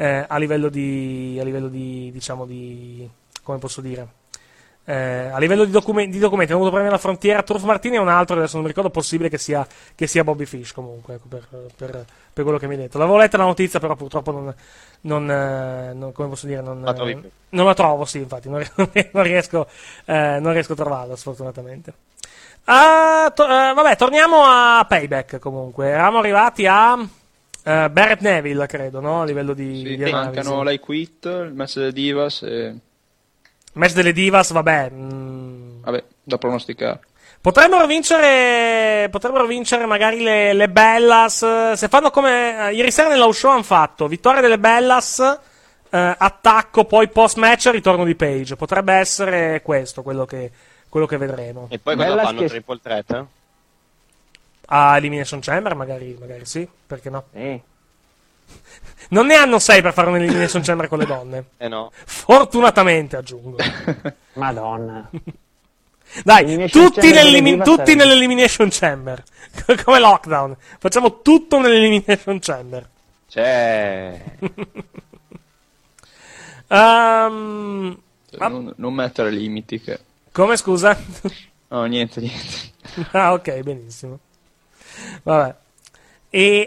diciamo di come posso dire. A livello di documenti hanno avuto problemi alla frontiera. Truff Martini è un altro, adesso non mi ricordo, possibile che sia Bobby Fish comunque, per quello che mi hai detto. L'avevo letta la notizia, però purtroppo non come posso dire, non la trovo, sì, infatti non riesco a trovarla, sfortunatamente. Vabbè, torniamo a Payback comunque. Eravamo arrivati a Barrett Neville, credo, no? A livello di mancano l'I Quit, il match delle Divas e... Match delle Divas, vabbè, da pronosticare. Potrebbero vincere magari le Bellas, se fanno come ieri sera nell'house show hanno fatto, vittoria delle Bellas, attacco, poi post match ritorno di Page. Potrebbe essere questo quello che vedremo. E poi cosa fanno? Triple threat? A Elimination Chamber magari sì, perché no? Non ne hanno 6 per fare un Elimination Chamber con le donne. No. Fortunatamente, aggiungo. Madonna. Dai, tutti nell'Elimination Chamber. Come Lockdown. Facciamo tutto nell'Elimination Chamber. Non mettere limiti che... Come, scusa? No, niente. Ah, ok, benissimo. Vabbè. E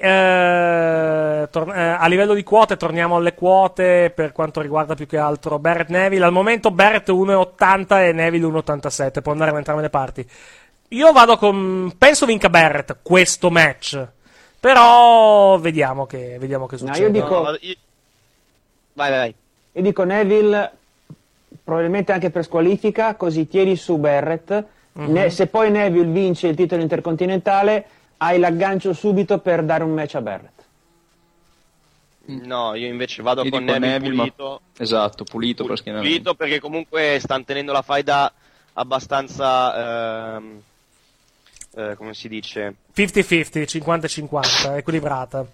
a livello di quote, torniamo alle quote per quanto riguarda più che altro Barrett Neville. Al momento Barrett 1,80 e Neville 1,87, può andare da entrambe le parti. Io penso vinca Barrett questo match, però vediamo che succede. No, io dico vai. Io dico Neville probabilmente anche per squalifica, così tieni su Barrett. Se poi Neville vince il titolo intercontinentale, hai l'aggancio subito per dare un match a Barrett. No, io invece vado con Neville pulito. Esatto, pulito per schienamento. Pulito perché comunque stanno tenendo la faida abbastanza come si dice? 50-50, 50-50, equilibrata.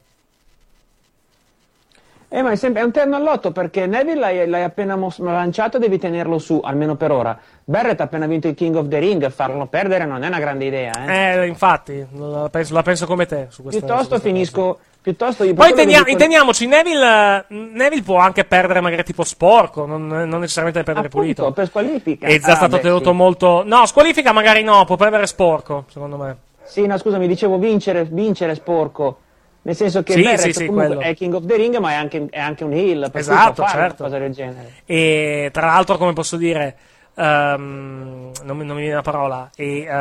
Ma è un terno all'otto, perché Neville l'hai appena lanciato, devi tenerlo su, almeno per ora. Barrett ha appena vinto il King of the Ring, farlo perdere non è una grande idea. Infatti, la penso come te su questa. Piuttosto finisco... Poi intendiamoci, Neville può anche perdere magari tipo sporco, non necessariamente perdere pulito. Per squalifica. È già stato tenuto molto... No, squalifica magari no, può perdere sporco, secondo me. Sì, no, scusa, mi dicevo vincere sporco. Nel senso che Barrett comunque è King of the Ring, ma è anche un heel, per esatto, cui può fare certo. una cosa del genere. E tra l'altro, come posso dire, non mi viene la parola,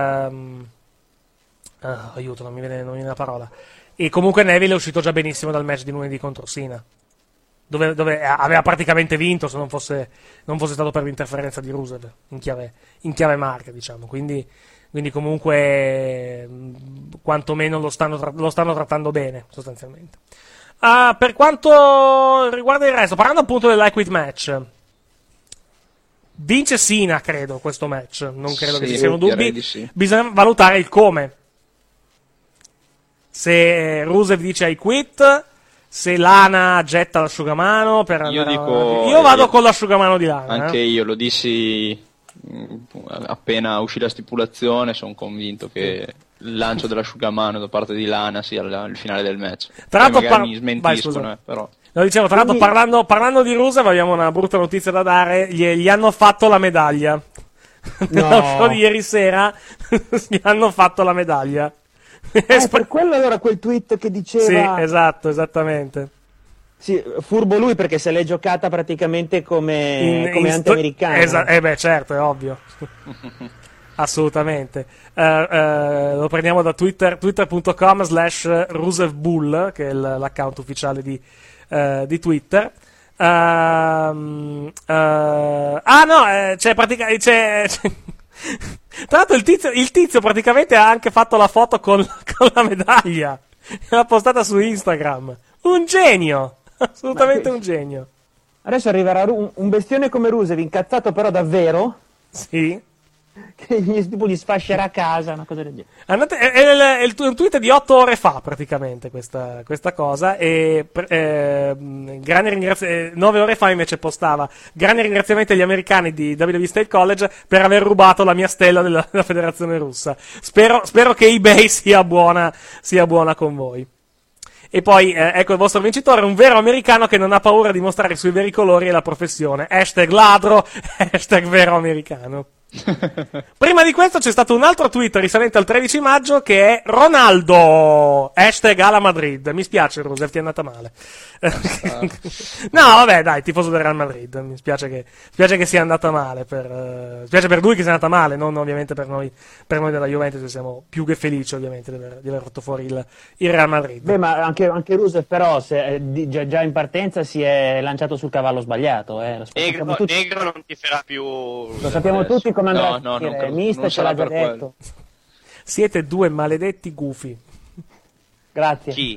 aiuto, non mi viene la parola. E comunque Neville è uscito già benissimo dal match di lunedì contro Cena, dove aveva praticamente vinto se non fosse stato per l'interferenza di Rusev in chiave marca, diciamo. Quindi comunque quantomeno lo stanno trattando bene, sostanzialmente. Per quanto riguarda il resto, parlando appunto del Liquid Match, vince Cena, credo, questo match, non credo che ci siano dubbi. Sì. Bisogna valutare il come. Se Rusev dice I quit, se Lana getta l'asciugamano per io vado con l'asciugamano di Lana. Anche io lo dissi appena uscì la stipulazione, sono convinto che il lancio dell'asciugamano da parte di Lana sia il finale del match. Tra l'altro mi smentiscono, però. No, dicevo, tra l'altro parlando di Rusev abbiamo una brutta notizia da dare, gli hanno fatto la medaglia. Nello show di ieri sera gli hanno fatto la medaglia. Per quello allora quel tweet che diceva... Sì, esattamente. Sì, furbo lui, perché se l'è giocata praticamente come anti-americano. Certo, è ovvio. Assolutamente. Lo prendiamo da twitter.com/RusevBull, che è l'account ufficiale di Twitter. C'è tra l'altro il tizio praticamente ha anche fatto la foto con la medaglia e l'ha postata su Instagram. Un genio, assolutamente un genio. Adesso arriverà un bestione come Rusev, incazzato però davvero. Sì. Che gli sfascerà a casa, una cosa del genere. È un tweet di 8 ore fa praticamente questa cosa, e grande 9 ore fa invece postava grandi ringraziamenti agli americani di WWE State College per aver rubato la mia stella della federazione russa. Spero che eBay sia buona con voi. E poi ecco il vostro vincitore, un vero americano che non ha paura di mostrare i suoi veri colori e la professione. #ladro, #vero americano. Prima di questo c'è stato un altro tweet risalente al 13 maggio che è Ronaldo #alla Madrid. Mi spiace Rusev, ti è andata male. No vabbè dai, tifoso del Real Madrid, mi spiace che sia andata male, spiace per lui che sia andata male, non ovviamente per noi della Juventus, siamo più che felici ovviamente di aver fatto fuori il Real Madrid. Beh, ma anche Rusev però già in partenza si è lanciato sul cavallo sbagliato, Negro non ti farà più. Lo sappiamo tutti come andrà a finire. Mist ce l'ha già detto. Siete due maledetti gufi. Grazie. Chi?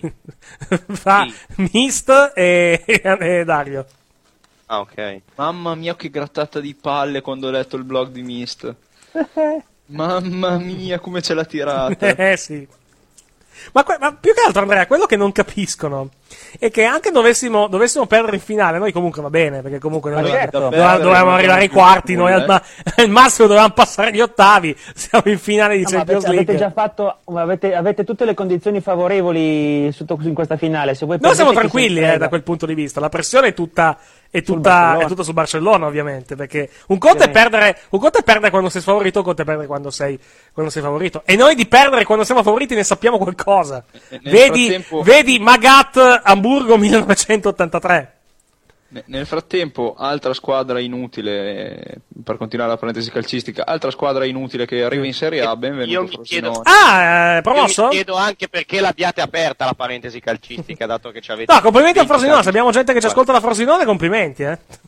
Mist e Dario. Ah, ok. Mamma mia, che grattata di palle quando ho letto il blog di Mist. Mamma mia, come ce l'ha tirata. Sì. Ma più che altro, Andrea, quello che non capiscono è che anche dovessimo perdere in finale, noi comunque va bene, perché comunque noi dovevamo arrivare ai quarti, noi al massimo dovevamo passare gli ottavi, siamo in finale di Champions League. Avete già fatto, avete tutte le condizioni favorevoli in questa finale. Se voi noi siamo tranquilli da quel punto di vista, la pressione è tutta sul Barcellona, ovviamente, perché un conto è perdere quando sei sfavorito, un conto è perdere quando sei favorito, e noi di perdere quando siamo favoriti ne sappiamo qualcosa. Vedi Magat Hamburgo 1983. Nel frattempo, altra squadra inutile, per continuare la parentesi calcistica, altra squadra inutile che arriva in Serie A, benvenuto Frosinone. Promosso? Io mi chiedo anche perché l'abbiate aperta la parentesi calcistica, dato che ci avete... No, complimenti a Frosinone, se abbiamo gente che ci ascolta da Frosinone, complimenti,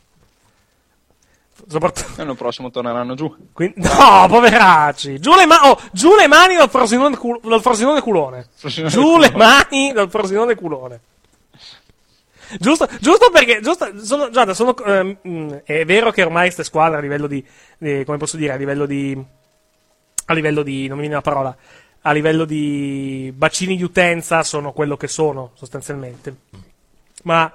L'anno prossimo torneranno giù. No, poveracci. Giù le mani dal Frosinone culone. Giù le mani dal Frosinone culone. Giusto perché è vero che ormai queste squadre a livello di come posso dire, a livello di non mi viene la parola, a livello di bacini di utenza sono quello che sono, sostanzialmente. Ma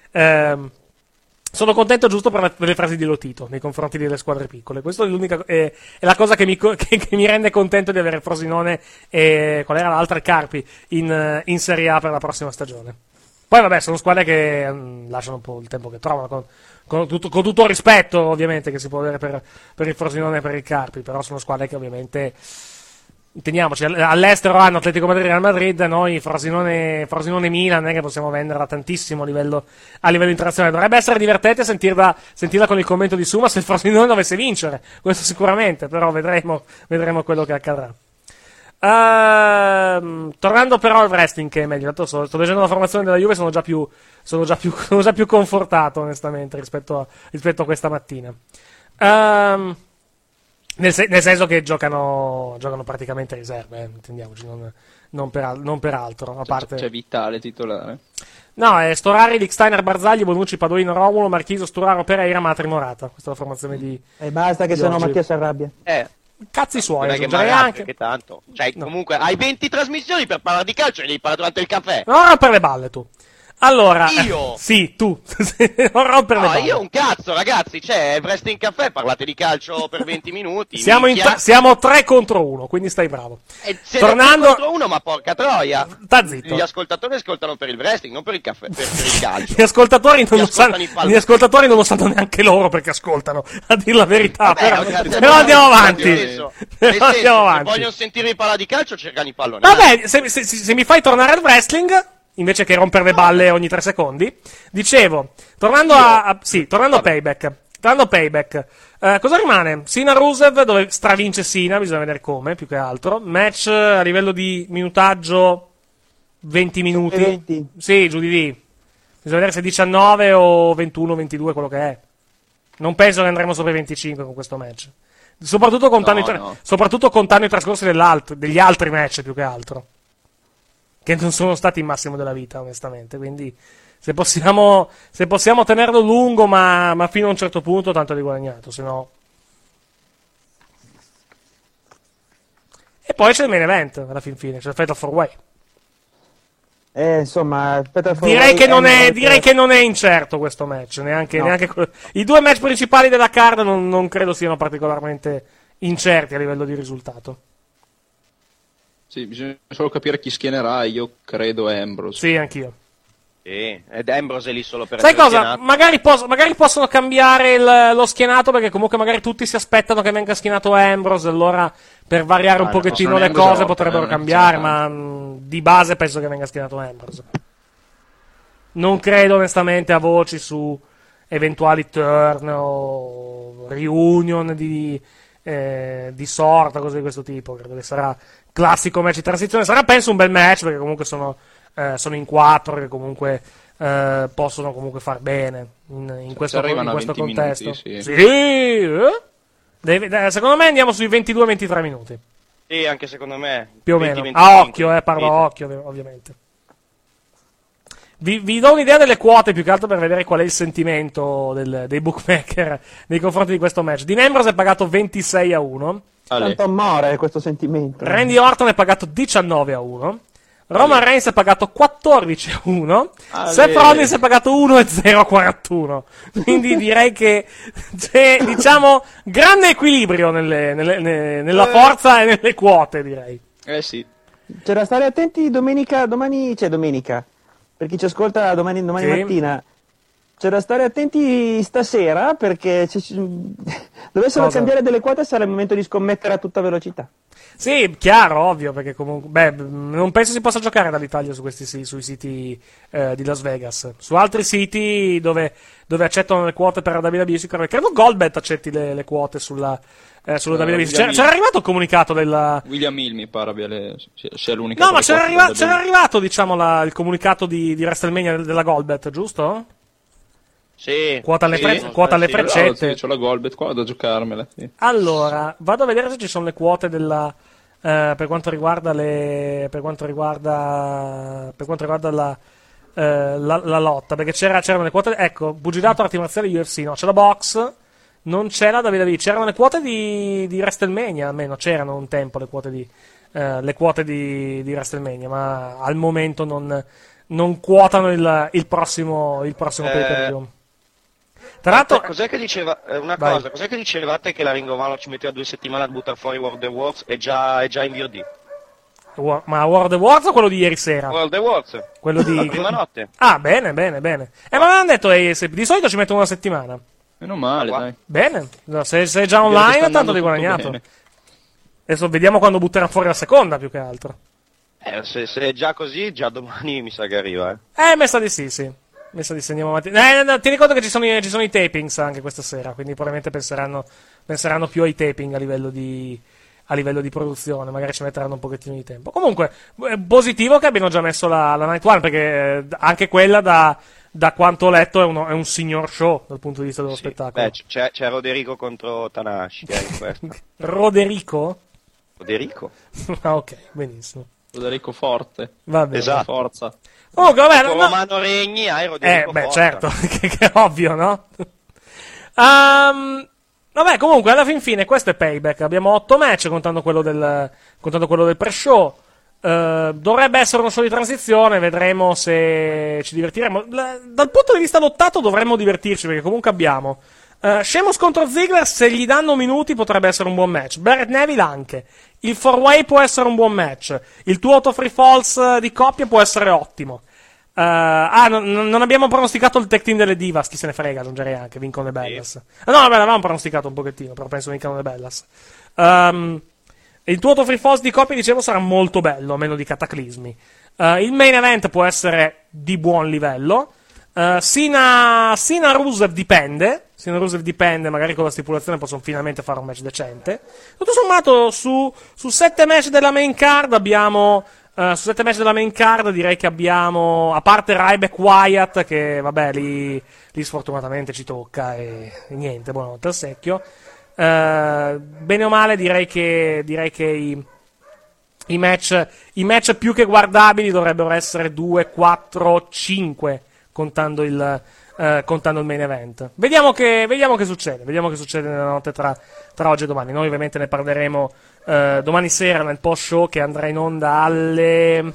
sono contento giusto per le frasi di Lotito nei confronti delle squadre piccole. Questa è la cosa che mi rende contento di avere Frosinone e qual era l'altra, il Carpi, in Serie A per la prossima stagione. Poi vabbè, sono squadre che lasciano un po' il tempo che trovano, con tutto il rispetto ovviamente che si può avere per il Frosinone e per il Carpi, però sono squadre che ovviamente, intendiamoci, all'estero hanno Atletico Madrid e Real Madrid, noi Frosinone Milan non è che possiamo venderla tantissimo a livello internazionale. Dovrebbe essere divertente sentirla con il commento di Suma se il Frosinone dovesse vincere, questo sicuramente, però vedremo quello che accadrà. Tornando però al wrestling, che è meglio, sto leggendo la formazione della Juve, sono già più confortato onestamente rispetto a questa mattina. Nel senso che giocano praticamente riserve, intendiamoci, non per altro. A parte... C'è Vitale titolare. No, è Storari, Licksteiner, Barzagli, Bonucci, Padolino, Romulo, Marchiso, Sturaro, Pereira, Matri, Morata. Questa è la formazione di... E basta che sennò Mattia si arrabbia. Cazzi suoi, non è che anche. Che tanto. Cioè, comunque, hai 20 trasmissioni per parlare di calcio e devi parlare durante il caffè. Non rompere le balle, tu. Allora, io? Sì, tu. Non rompere le balle. Io un cazzo, ragazzi. C'è Wrestling Caffè, parlate di calcio per 20 minuti. Siamo 3 contro 1, quindi stai bravo. Tornando 3 contro 1, ma porca troia. Sta zitto. Gli ascoltatori ascoltano per il wrestling, non per il caffè, per il calcio. Gli ascoltatori non lo sanno neanche loro perché ascoltano, a dire la verità. Vabbè, però andiamo avanti. Se vogliono sentirmi parlare di calcio, cercano i palloni. Vabbè, se mi fai tornare al wrestling, invece che rompere le balle ogni 3 secondi, dicevo, tornando a Payback. Cosa rimane? Sina Rusev, dove stravince Sina, bisogna vedere come, più che altro. Match a livello di minutaggio 20 minuti. 20. Sì, giù di lì. Bisogna vedere se 19 o 21, 22 quello che è. Non penso che andremo sopra i 25 con questo match. Soprattutto contando i trascorsi degli altri match, più che altro. Che non sono stati il massimo della vita, onestamente. Quindi, se possiamo tenerlo lungo, ma fino a un certo punto, tanto di guadagnato, se no. E poi c'è il main event, alla fin fine, c'è il Fatal 4-Way. Insomma, direi che non è incerto questo match, neanche i 2 match principali della card non credo siano particolarmente incerti a livello di risultato. Sì, bisogna solo capire chi schienerà, io credo Ambrose. Sì, anch'io. Ed Ambrose è lì solo per sai cosa? Magari possono cambiare lo schienato, perché comunque magari tutti si aspettano che venga schienato Ambrose, allora per variare un pochettino le cose potrebbero cambiare, ma di base penso che venga schienato Ambrose. Non credo onestamente a voci su eventuali turn o reunion di sorta, cose di questo tipo. Credo che sarà classico match di transizione, sarà penso un bel match, perché comunque sono in 4 che comunque possono comunque far bene in questo contesto. Minuti, sì. Secondo me andiamo sui 22-23 minuti. Sì, anche secondo me. Più o meno. A occhio, parlo a occhio, ovviamente. Vi do un'idea delle quote, più che altro per vedere qual è il sentimento dei bookmaker nei confronti di questo match. Dean Ambrose è pagato 26-1. Tanto amore questo sentimento. Randy Orton è pagato 19-1. Roman Reigns è pagato 14-1. Seth Rollins è pagato 1-0-41. Quindi direi che c'è, diciamo, grande equilibrio nella forza e nelle quote, direi. Sì. C'è da stare attenti domani c'è domenica. Per chi ci ascolta domani sì. Mattina. C'è da stare attenti stasera, perché dovessero cambiare delle quote sarà il momento di scommettere a tutta velocità. Sì, chiaro, ovvio, perché comunque non penso si possa giocare dall'Italia sui siti di Las Vegas. Su altri siti dove accettano le quote per la WWE, sicuramente. Credo Goldbet accetti le quote sulla WWE. C'era arrivato il comunicato della William Hill, mi pare sia l'unica. No, ma c'era arrivato, diciamo, il comunicato di WrestleMania della Goldbet, giusto? Sì. Quota alle freccette. C'ho la Goldbet qua da giocarmela. Sì. Allora, vado a vedere se ci sono le quote della per quanto riguarda la lotta, perché c'erano le quote, ecco, pugilato, arti marziali, UFC, no, c'è la box, non c'è la WWE, c'erano le quote di WrestleMania, almeno c'erano un tempo le quote di le quote di WrestleMania, ma al momento non quotano il prossimo pay-per-view. Tra l'altro, cos'è che diceva cos'è che dicevate che la Ring of Honor ci metteva 2 settimane a buttare fuori World of Wars? È già in VOD. Ma World of Wars o quello di ieri sera? World of Wars. Quello di la prima notte. Ah, bene. Ma mi hanno detto di solito ci mettono una settimana. Meno male, dai. Bene, no, se è già online tanto di guadagnato. Bene. Adesso vediamo quando butterà fuori la seconda, più che altro. Se è già così, già domani mi sa che arriva, Mi sa di sì. Mi sa di sì, andiamo avanti. No, ti ricordo che ci sono i tapings anche questa sera, quindi probabilmente penseranno più ai taping a livello di produzione, magari ci metteranno un pochettino di tempo. Comunque, è positivo che abbiano già messo la Night One, perché anche quella, da quanto ho letto, è un signor show dal punto di vista dello spettacolo. Beh, c'è Roderico contro Tanahashi, che è in questo. Roderico? Ah, ok, benissimo. Roderico Forte. Va bene. Esatto. Forza. Comunque, vabbè, Romano Regni, hai Roderico Forza. Certo, che è ovvio, no? Vabbè, comunque, alla fine questo è Payback. Abbiamo 8 match, contando quello del pre-show. Dovrebbe essere uno show di transizione, vedremo se ci divertiremo. Dal punto di vista lottato dovremmo divertirci, perché comunque abbiamo Sheamus contro Ziggler, se gli danno minuti potrebbe essere un buon match. Barrett Neville anche. Il 4-way può essere un buon match. Il 2 out of 3 falls di coppia può essere ottimo. Non abbiamo pronosticato il tag team delle Divas, chi se ne frega, aggiungerei anche, vincono le Bellas. No, vabbè, l'avevamo pronosticato un pochettino, però penso vincano le Bellas. Il 2 out of 3 falls di coppia, dicevo, sarà molto bello, meno di cataclismi. Il main event può essere di buon livello. Sina Rusev dipende, magari con la stipulazione possono finalmente fare un match decente. Tutto sommato su 7 match della main card direi che abbiamo, a parte Ryback Wyatt, che vabbè lì sfortunatamente ci tocca e niente, buonanotte al secchio. Bene o male direi che i match più che guardabili dovrebbero essere 2, 4, 5 contando il main event. Vediamo che succede nella notte tra oggi e domani. Noi ovviamente ne parleremo domani sera nel post show, che andrà in onda alle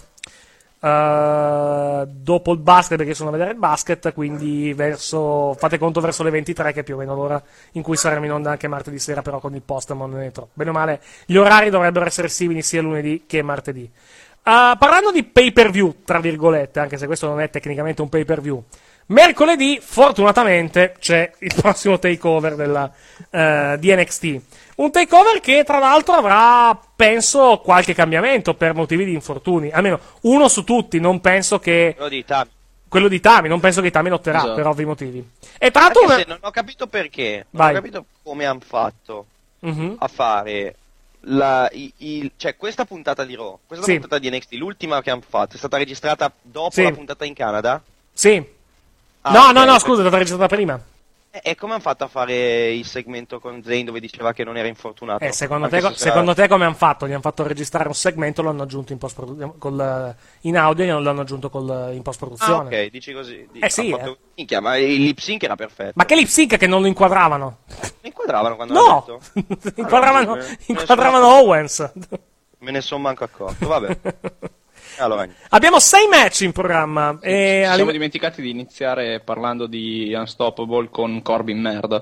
dopo il basket, perché sono a vedere il basket, quindi fate conto verso le 23, che è più o meno l'ora in cui saremo in onda anche martedì sera, però con il post Monday Night Raw. Bene o male gli orari dovrebbero essere simili sia lunedì che martedì. Parlando di pay per view, tra virgolette, anche se questo non è tecnicamente un pay per view, mercoledì fortunatamente c'è il prossimo takeover di NXT. Un takeover che tra l'altro avrà, penso, qualche cambiamento per motivi di infortuni, almeno uno su tutti. Non penso che quello di Tami, non penso che Tami lotterà, esatto, per ovvi motivi. E tra l'altro non ho capito perché, non ho capito come hanno fatto a fare cioè questa puntata di Raw, puntata di NXT, l'ultima che hanno fatto, è stata registrata dopo la puntata in Canada? Sì. No, scusa, è stata registrata prima. E come hanno fatto a fare il segmento con Zayn dove diceva che non era infortunato? Secondo te come hanno fatto? Gli hanno fatto registrare un segmento, lo hanno aggiunto in post-produzione in audio e l'hanno aggiunto in post-produzione. Ok, dici così. Sì. Minchia, ma il lip sync era perfetto. Ma che lip sync, che non lo inquadravano? Lo inquadravano quando l'ha detto? inquadravano Owens. Me ne sono manco accorto, vabbè. Allora, abbiamo 6 match in programma. Ci siamo dimenticati di iniziare parlando di Unstoppable con Corbin merda.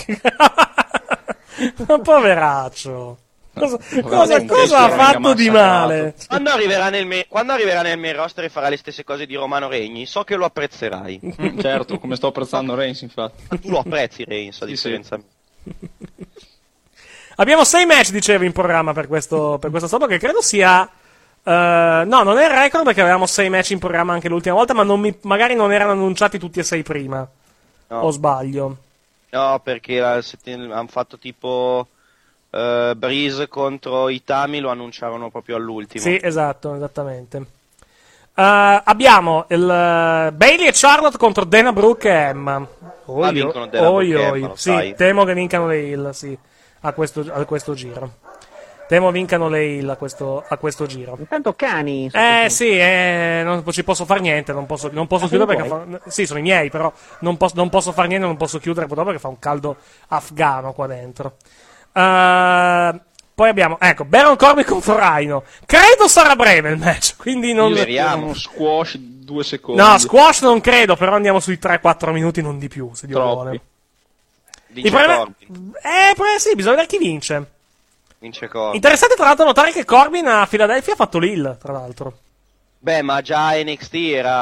Poveraccio. Cosa ha fatto di male? Quando arriverà nel main roster e farà le stesse cose di Romano Regni, so che lo apprezzerai. Certo, come sto apprezzando Reigns, infatti. Ma tu lo apprezzi Reigns, a differenza mia. Abbiamo 6 match, dicevo, in programma per questo stop, che credo sia... no, non è il record, perché avevamo 6 match in programma anche l'ultima volta, ma magari non erano annunciati tutti e 6 prima. No. O sbaglio? No, perché hanno fatto tipo Breeze contro Itami, lo annunciarono proprio all'ultimo. Sì, esattamente. Abbiamo il Bayley e Charlotte contro Dana Brooke e Emma. Vincono Dana Brooke e Emma, sì, temo che vincano le Hill, sì, a questo giro. Temo vincano le Hill a questo giro. Intanto cani. Sì, non ci posso fare niente, non posso chiudere perché sì, sono i miei, però non posso fare niente, non posso chiudere purtroppo perché fa un caldo afgano qua dentro. Poi abbiamo, ecco, Baron Corbin contro Rhino. Credo sarà breve il match, quindi non... Speriamo. Uno squash 2 secondi. No, squash non credo, però andiamo sui 3-4 minuti, non di più, se Dio vuole. Vince Corbin. Sì, bisogna vedere chi vince. Vince Corbin. Interessante tra l'altro notare che Corbin a Philadelphia ha fatto l'Hill, tra l'altro. Beh, ma già NXT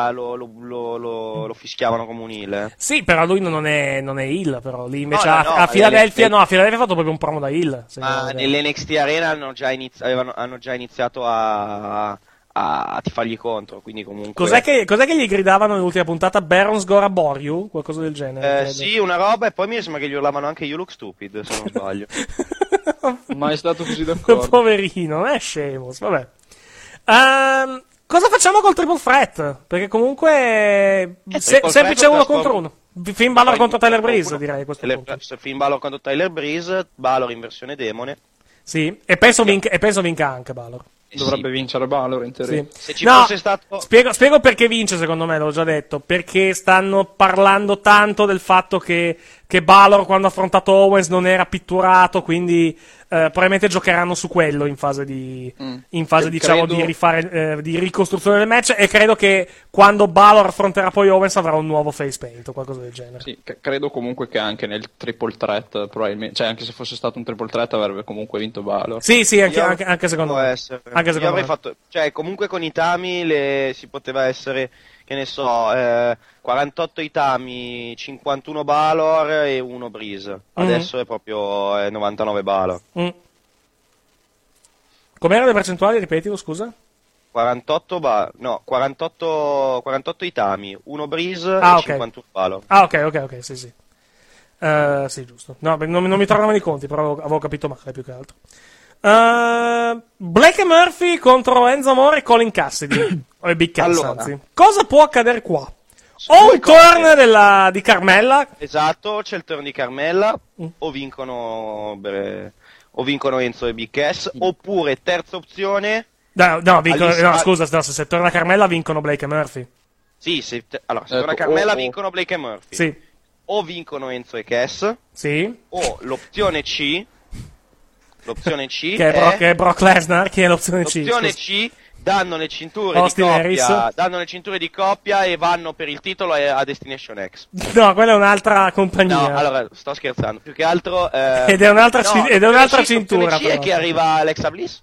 lo fischiavano come un heel. Sì, però lui non è heel, però lì invece No, a Philadelphia, a Philadelphia ha fatto proprio un promo da heel. Ma nell'NXT Arena hanno già iniziato a tifargli contro, quindi comunque... Cos'è che gli gridavano nell'ultima puntata? Barons Gora Boryu? Qualcosa del genere? Sì, una roba, e poi mi sembra che gli urlavano anche You Look Stupid, se non sbaglio. Mai stato così d'accordo. Poverino, non è scemo, vabbè. Cosa facciamo col Triple Threat? Perché comunque semplice uno contro uno. Finn Balor contro Tyler Breeze, direi a questo punto. Finn Balor contro Tyler Breeze, Balor in versione demone. Sì, e penso vinca anche Balor. Dovrebbe vincere Balor in teoria. Sì. Se ci fosse stato... Spiego perché vince, secondo me, l'ho già detto. Perché stanno parlando tanto del fatto che Balor, quando ha affrontato Owens, non era pitturato, quindi probabilmente giocheranno su quello in fase di diciamo di rifare di ricostruzione del match, e credo che quando Balor affronterà poi Owens avrà un nuovo face paint o qualcosa del genere. Sì, credo comunque che anche nel triple threat probabilmente, cioè anche se fosse stato un triple threat avrebbe comunque vinto Balor. Sì, anche secondo me. Anche secondo me. Fatto, cioè comunque con Itami si poteva essere, che ne so, 48 Itami, 51 Balor e 1 Breeze. Adesso è proprio 99 Balor. Com'erano le percentuali? Ripetilo, scusa. 48 Itami, 1 Breeze e 51 Balor. Ah, ok, sì. Sì, giusto. No, non mi tornavano i conti, però avevo capito male più che altro. Blake Murphy contro Enzo Amore e Colin Cassidy. O Big Cass, anzi. Cosa può accadere qua? O un turn di Carmella. Esatto, c'è il turn di Carmella. O vincono Enzo e Big Cass. Oppure, terza opzione. Se torna Carmella vincono Blake e Murphy. Sì, se torna Carmella vincono Blake e Murphy. Sì. O vincono Enzo e Cass. Sì. O l'opzione C. L'opzione C che è Brock Lesnar, che è l'opzione C. L'opzione C, danno le cinture di coppia e vanno per il titolo a Destination X. No, quella è un'altra compagnia. No, allora sto scherzando, più che altro ed è un'altra cintura. L'opzione C è che arriva Alexa Bliss.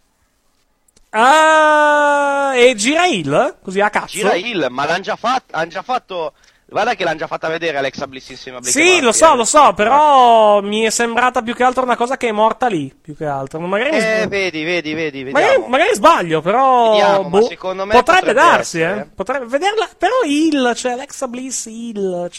E gira Hill? Così a cazzo? Gira Hill, ma hanno già fatto. Guarda che l'hanno già fatta vedere Alexa Bliss insieme a Blake. Sì, lo so, però mi è sembrata più che altro una cosa che è morta lì, più che altro. Magari vedi. Magari sbaglio, però vediamo, ma secondo me potrebbe darsi, essere. Potrebbe vederla, però Hill, cioè Alexa Bliss Hill,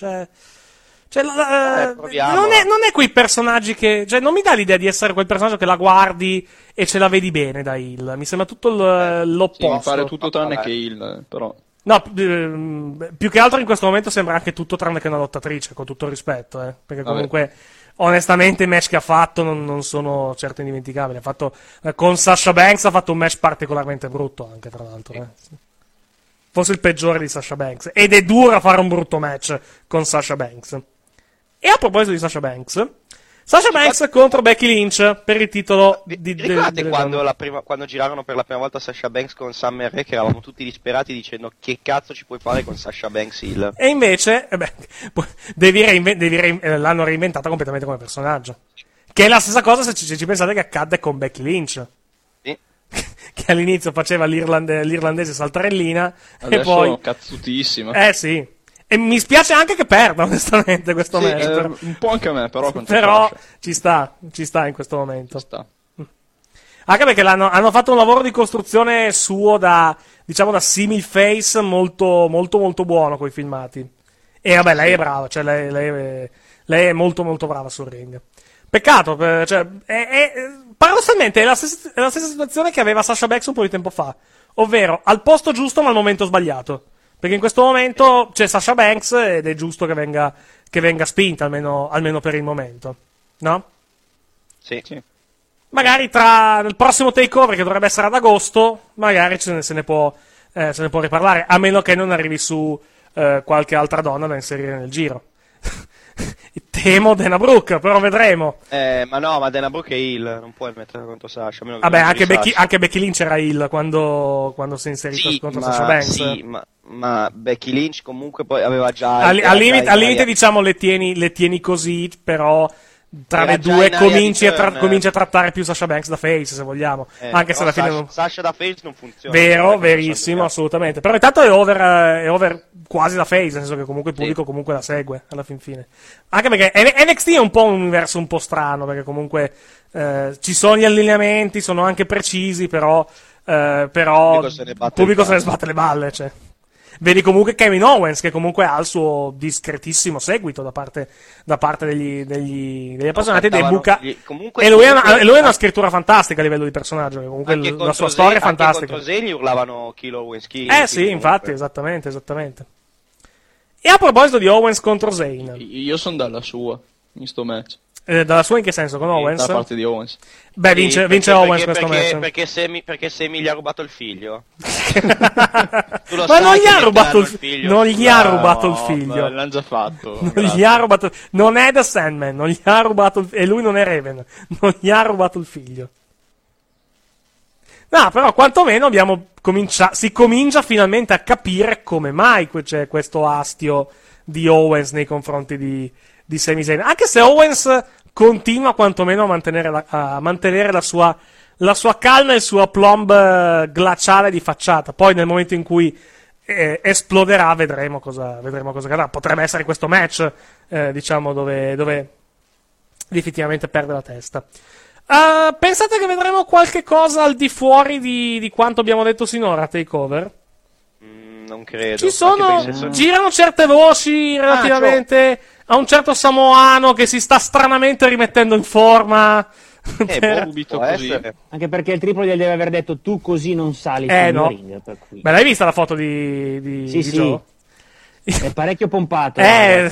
non è quei personaggi che, cioè non mi dà l'idea di essere quel personaggio che la guardi e ce la vedi bene da Hill. Mi sembra tutto l'opposto. Sì, mi pare tutto tranne che Hill, però. No, più che altro in questo momento sembra anche tutto tranne che una lottatrice, con tutto il rispetto, perché comunque onestamente i match che ha fatto non sono certo indimenticabili. Ha fatto con Sasha Banks ha fatto un match particolarmente brutto anche, tra l'altro. Forse il peggiore di Sasha Banks, ed è duro fare un brutto match con Sasha Banks. E a proposito di Sasha Banks contro Becky Lynch per il titolo ricordate quando girarono per la prima volta Sasha Banks con Summer Rae, che eravamo tutti disperati dicendo che cazzo ci puoi fare con Sasha Banks Hill? E invece l'hanno reinventata completamente come personaggio, che è la stessa cosa se ci pensate che accadde con Becky Lynch, sì. Che all'inizio faceva l'irlandese saltarellina. Adesso e poi cazzutissima. Sì. E mi spiace anche che perda, onestamente, questo match. Un po' anche a me, però. Però ci sta in questo momento. Ci sta. Anche perché hanno fatto un lavoro di costruzione suo da simil face molto, molto, molto buono coi filmati. E vabbè, lei è brava, cioè lei è molto, molto brava sul ring. Peccato, paradossalmente è la stessa situazione che aveva Sasha Banks un po' di tempo fa. Ovvero, al posto giusto ma al momento sbagliato. Perché in questo momento c'è Sasha Banks ed è giusto che venga spinta, almeno per il momento. No? Sì. Magari nel prossimo takeover, che dovrebbe essere ad agosto, magari se ne può riparlare, a meno che non arrivi su qualche altra donna da inserire nel giro. Temo Dana Brooke, però vedremo. Ma Dana Brooke è heel, non puoi metterla contro Sasha. Vabbè, anche Becky Lynch era heel quando si è inserita contro Sasha Banks. Sì, ma Becky Lynch comunque poi aveva già... Al limite diciamo le tieni così, però... Tra le due cominci a trattare più Sasha Banks da face, se vogliamo. Anche se alla fine Sasha da face non funziona. Vero, verissimo, assolutamente. Però intanto è over quasi da face, nel senso che comunque il pubblico comunque la segue alla fin fine. Anche perché NXT è un po' un universo un po' strano, perché comunque ci sono gli allineamenti, sono anche precisi, però il pubblico se ne sbatte le balle, cioè. Vedi comunque Kevin Owens, che comunque ha il suo discretissimo seguito da parte degli appassionati dei Buca. E lui ha una scrittura fantastica a livello di personaggio. Comunque la sua storia è fantastica. Anche contro Zayn urlavano Kill Owens Kill. Sì, infatti, esattamente. E a proposito di Owens contro Zayn, io sono dalla sua in sto match. Dalla sua in che senso? Con Owens? Da parte di Owens. Beh, vince Owens questo match. Perché Semi gli ha rubato il figlio. Ma non gli ha rubato il figlio. Non gli ha rubato il figlio. L'hanno già fatto. Non gli ha rubato. Non è The Sandman. Non gli ha rubato. E lui non è Raven. Non gli ha rubato il figlio. No, però quantomeno si comincia finalmente a capire come mai c'è questo astio di Owens nei confronti di Sami Zayn. Anche se Owens continua quantomeno a mantenere la sua calma e il suo aplomb glaciale di facciata. Poi nel momento in cui esploderà vedremo cosa accadrà. Potrebbe essere questo match, diciamo, dove effettivamente perde la testa. Pensate che vedremo qualche cosa al di fuori di quanto abbiamo detto sinora a TakeOver? Non credo. Girano certe voci relativamente a un certo samoano che si sta stranamente rimettendo in forma. Subito così. Anche perché il triplo gli deve aver detto tu così non sali sul no. ring. Per cui. Beh, l'hai vista la foto di Joe? È parecchio pompato.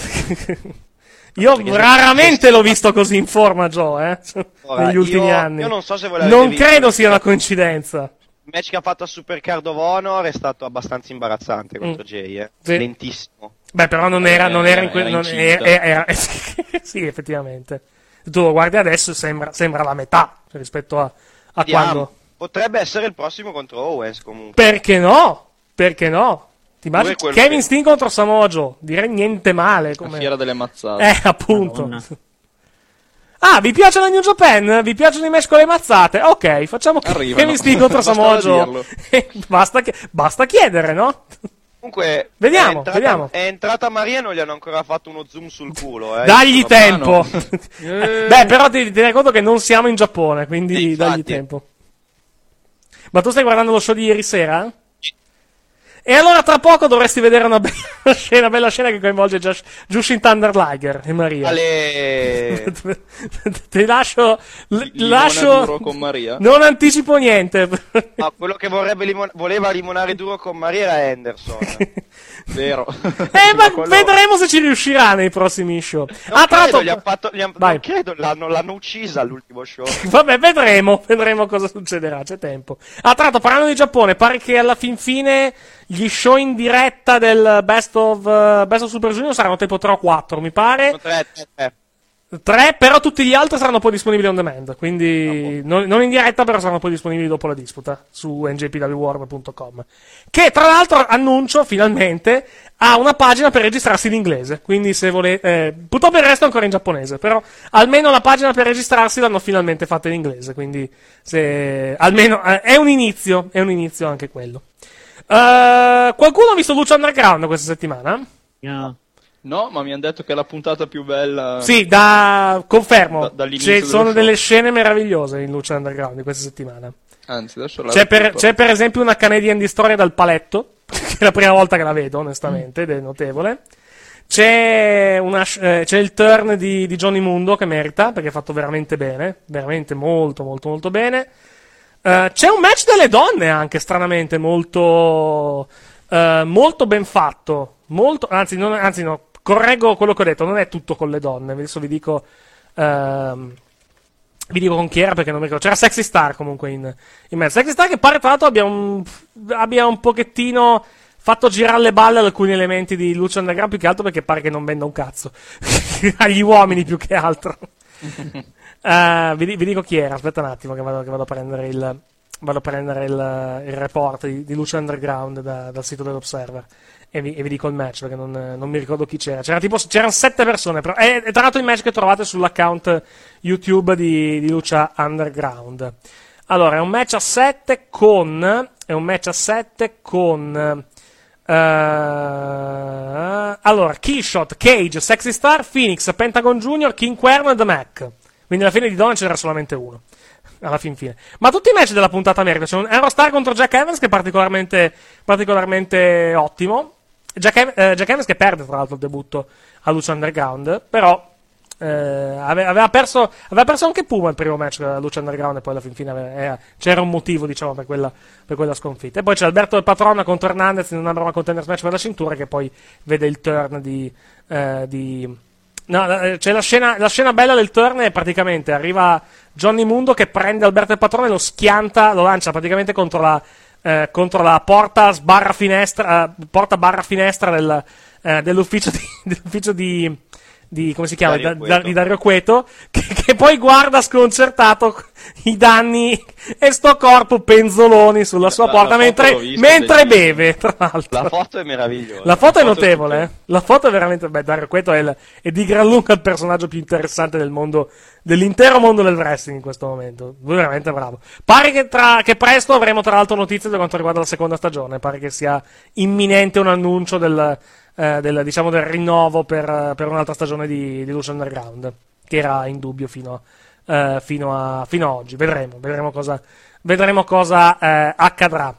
Io raramente l'ho visto così in forma, Joe, negli ultimi anni. Io non so se non credo sia una coincidenza. Il match che ha fatto a Super Card of Honor è stato abbastanza imbarazzante contro Jay, sì. Lentissimo. Beh, però non era in quel sì, effettivamente. Tu lo guardi adesso sembra la metà rispetto a quando. Potrebbe essere il prossimo contro Owens comunque. Perché no? Ti immagini Kevin Steen contro Samoa Joe? Direi niente male. La fiera delle mazzate. Appunto. Madonna. Vi piace la New Japan? Vi piacciono i match con le mazzate? Ok, facciamo Kevin Steen contro Samoa Joe. Basta chiedere, no? Comunque, vediamo. È entrata Maria e non gli hanno ancora fatto uno zoom sul culo. Dagli tempo. Beh, però ti rendi conto che non siamo in Giappone, quindi dagli tempo. Ma tu stai guardando lo show di ieri sera? E allora tra poco dovresti vedere una bella scena che coinvolge Jushin Thunder Liger e Maria. Ti lascio duro con Maria. Non anticipo niente. Quello che voleva limonare duro con Maria era Henderson. Vero. Ma vedremo se ci riuscirà nei prossimi show. Non credo, l'hanno uccisa all'ultimo show. Vabbè, vedremo cosa succederà, c'è tempo. Tra l'altro, parlando di Giappone, pare che alla fin fine gli show in diretta del Best of Super Junior saranno tipo 3 o 4, mi pare. 3, però tutti gli altri saranno poi disponibili on demand, quindi non in diretta, però saranno poi disponibili dopo la disputa su njpwworld.com, che tra l'altro annuncio finalmente ha una pagina per registrarsi in inglese, quindi se volete purtroppo il resto è ancora in giapponese, però almeno la pagina per registrarsi l'hanno finalmente fatta in inglese, quindi almeno è un inizio anche quello. Qualcuno ha visto Lucha Underground questa settimana? No, ma mi hanno detto che è la puntata più bella. Sì, confermo. Ci sono delle scene meravigliose in Lucha Underground di questa settimana. Anzi, adesso c'è per esempio una Canadian Destroyer dal paletto, che è la prima volta che la vedo, onestamente, ed è notevole. C'è il turn di Johnny Mundo che merita, perché è fatto veramente bene, veramente molto molto molto bene. C'è un match delle donne anche, stranamente, molto ben fatto. Anzi no, correggo quello che ho detto, non è tutto con le donne. Adesso vi dico con chi era, perché non mi ricordo. C'era Sexy Star comunque in mezzo. Sexy Star che pare tra l'altro abbia un pochettino fatto girare le balle ad alcuni elementi di Lucha Underground, più che altro perché pare che non venda un cazzo. Agli uomini più che altro. Vi dico chi era, aspetta un attimo che vado a prendere il report di Lucha Underground dal sito dell'Observer e vi dico il match perché non mi ricordo chi c'era. C'erano 7 persone, però è tra l'altro il match che trovate sull'account YouTube di Lucha Underground. Allora, è un match a 7 con allora, Killshot, Cage, Sexy Star, Phoenix, Pentagon Junior, King Cuerno e The Mac. Quindi alla fine di Donna c'era solamente uno. Alla fin fine. Ma tutti i match della puntata merito. C'è un Aerostar contro Jack Evans che è particolarmente ottimo. Jack Evans che perde tra l'altro il debutto a Lucha Underground, però aveva perso anche Puma il primo match a Lucha Underground e poi alla fin fine c'era un motivo, diciamo, per quella sconfitta. E poi c'è Alberto del Patrona contro Hernandez in un number one contenders match per la cintura che poi vede il turn c'è la scena bella del turn e praticamente arriva Johnny Mundo che prende Alberto del Patrone e lo schianta, lo lancia praticamente contro la porta finestra dell'ufficio di come si chiama? Di Dario Cueto, che poi guarda sconcertato i danni e sto corpo penzoloni sulla sua porta mentre beve, tra l'altro. La foto è meravigliosa. La foto è notevole, eh? La foto è veramente... Dario Cueto è di gran lunga il personaggio più interessante dell'intero mondo del wrestling in questo momento. Lui è veramente bravo. Pare che presto avremo tra l'altro notizie per quanto riguarda la seconda stagione. Pare che sia imminente un annuncio del rinnovo per un'altra stagione di Lucha Underground, che era in dubbio fino a oggi. Vedremo cosa accadrà.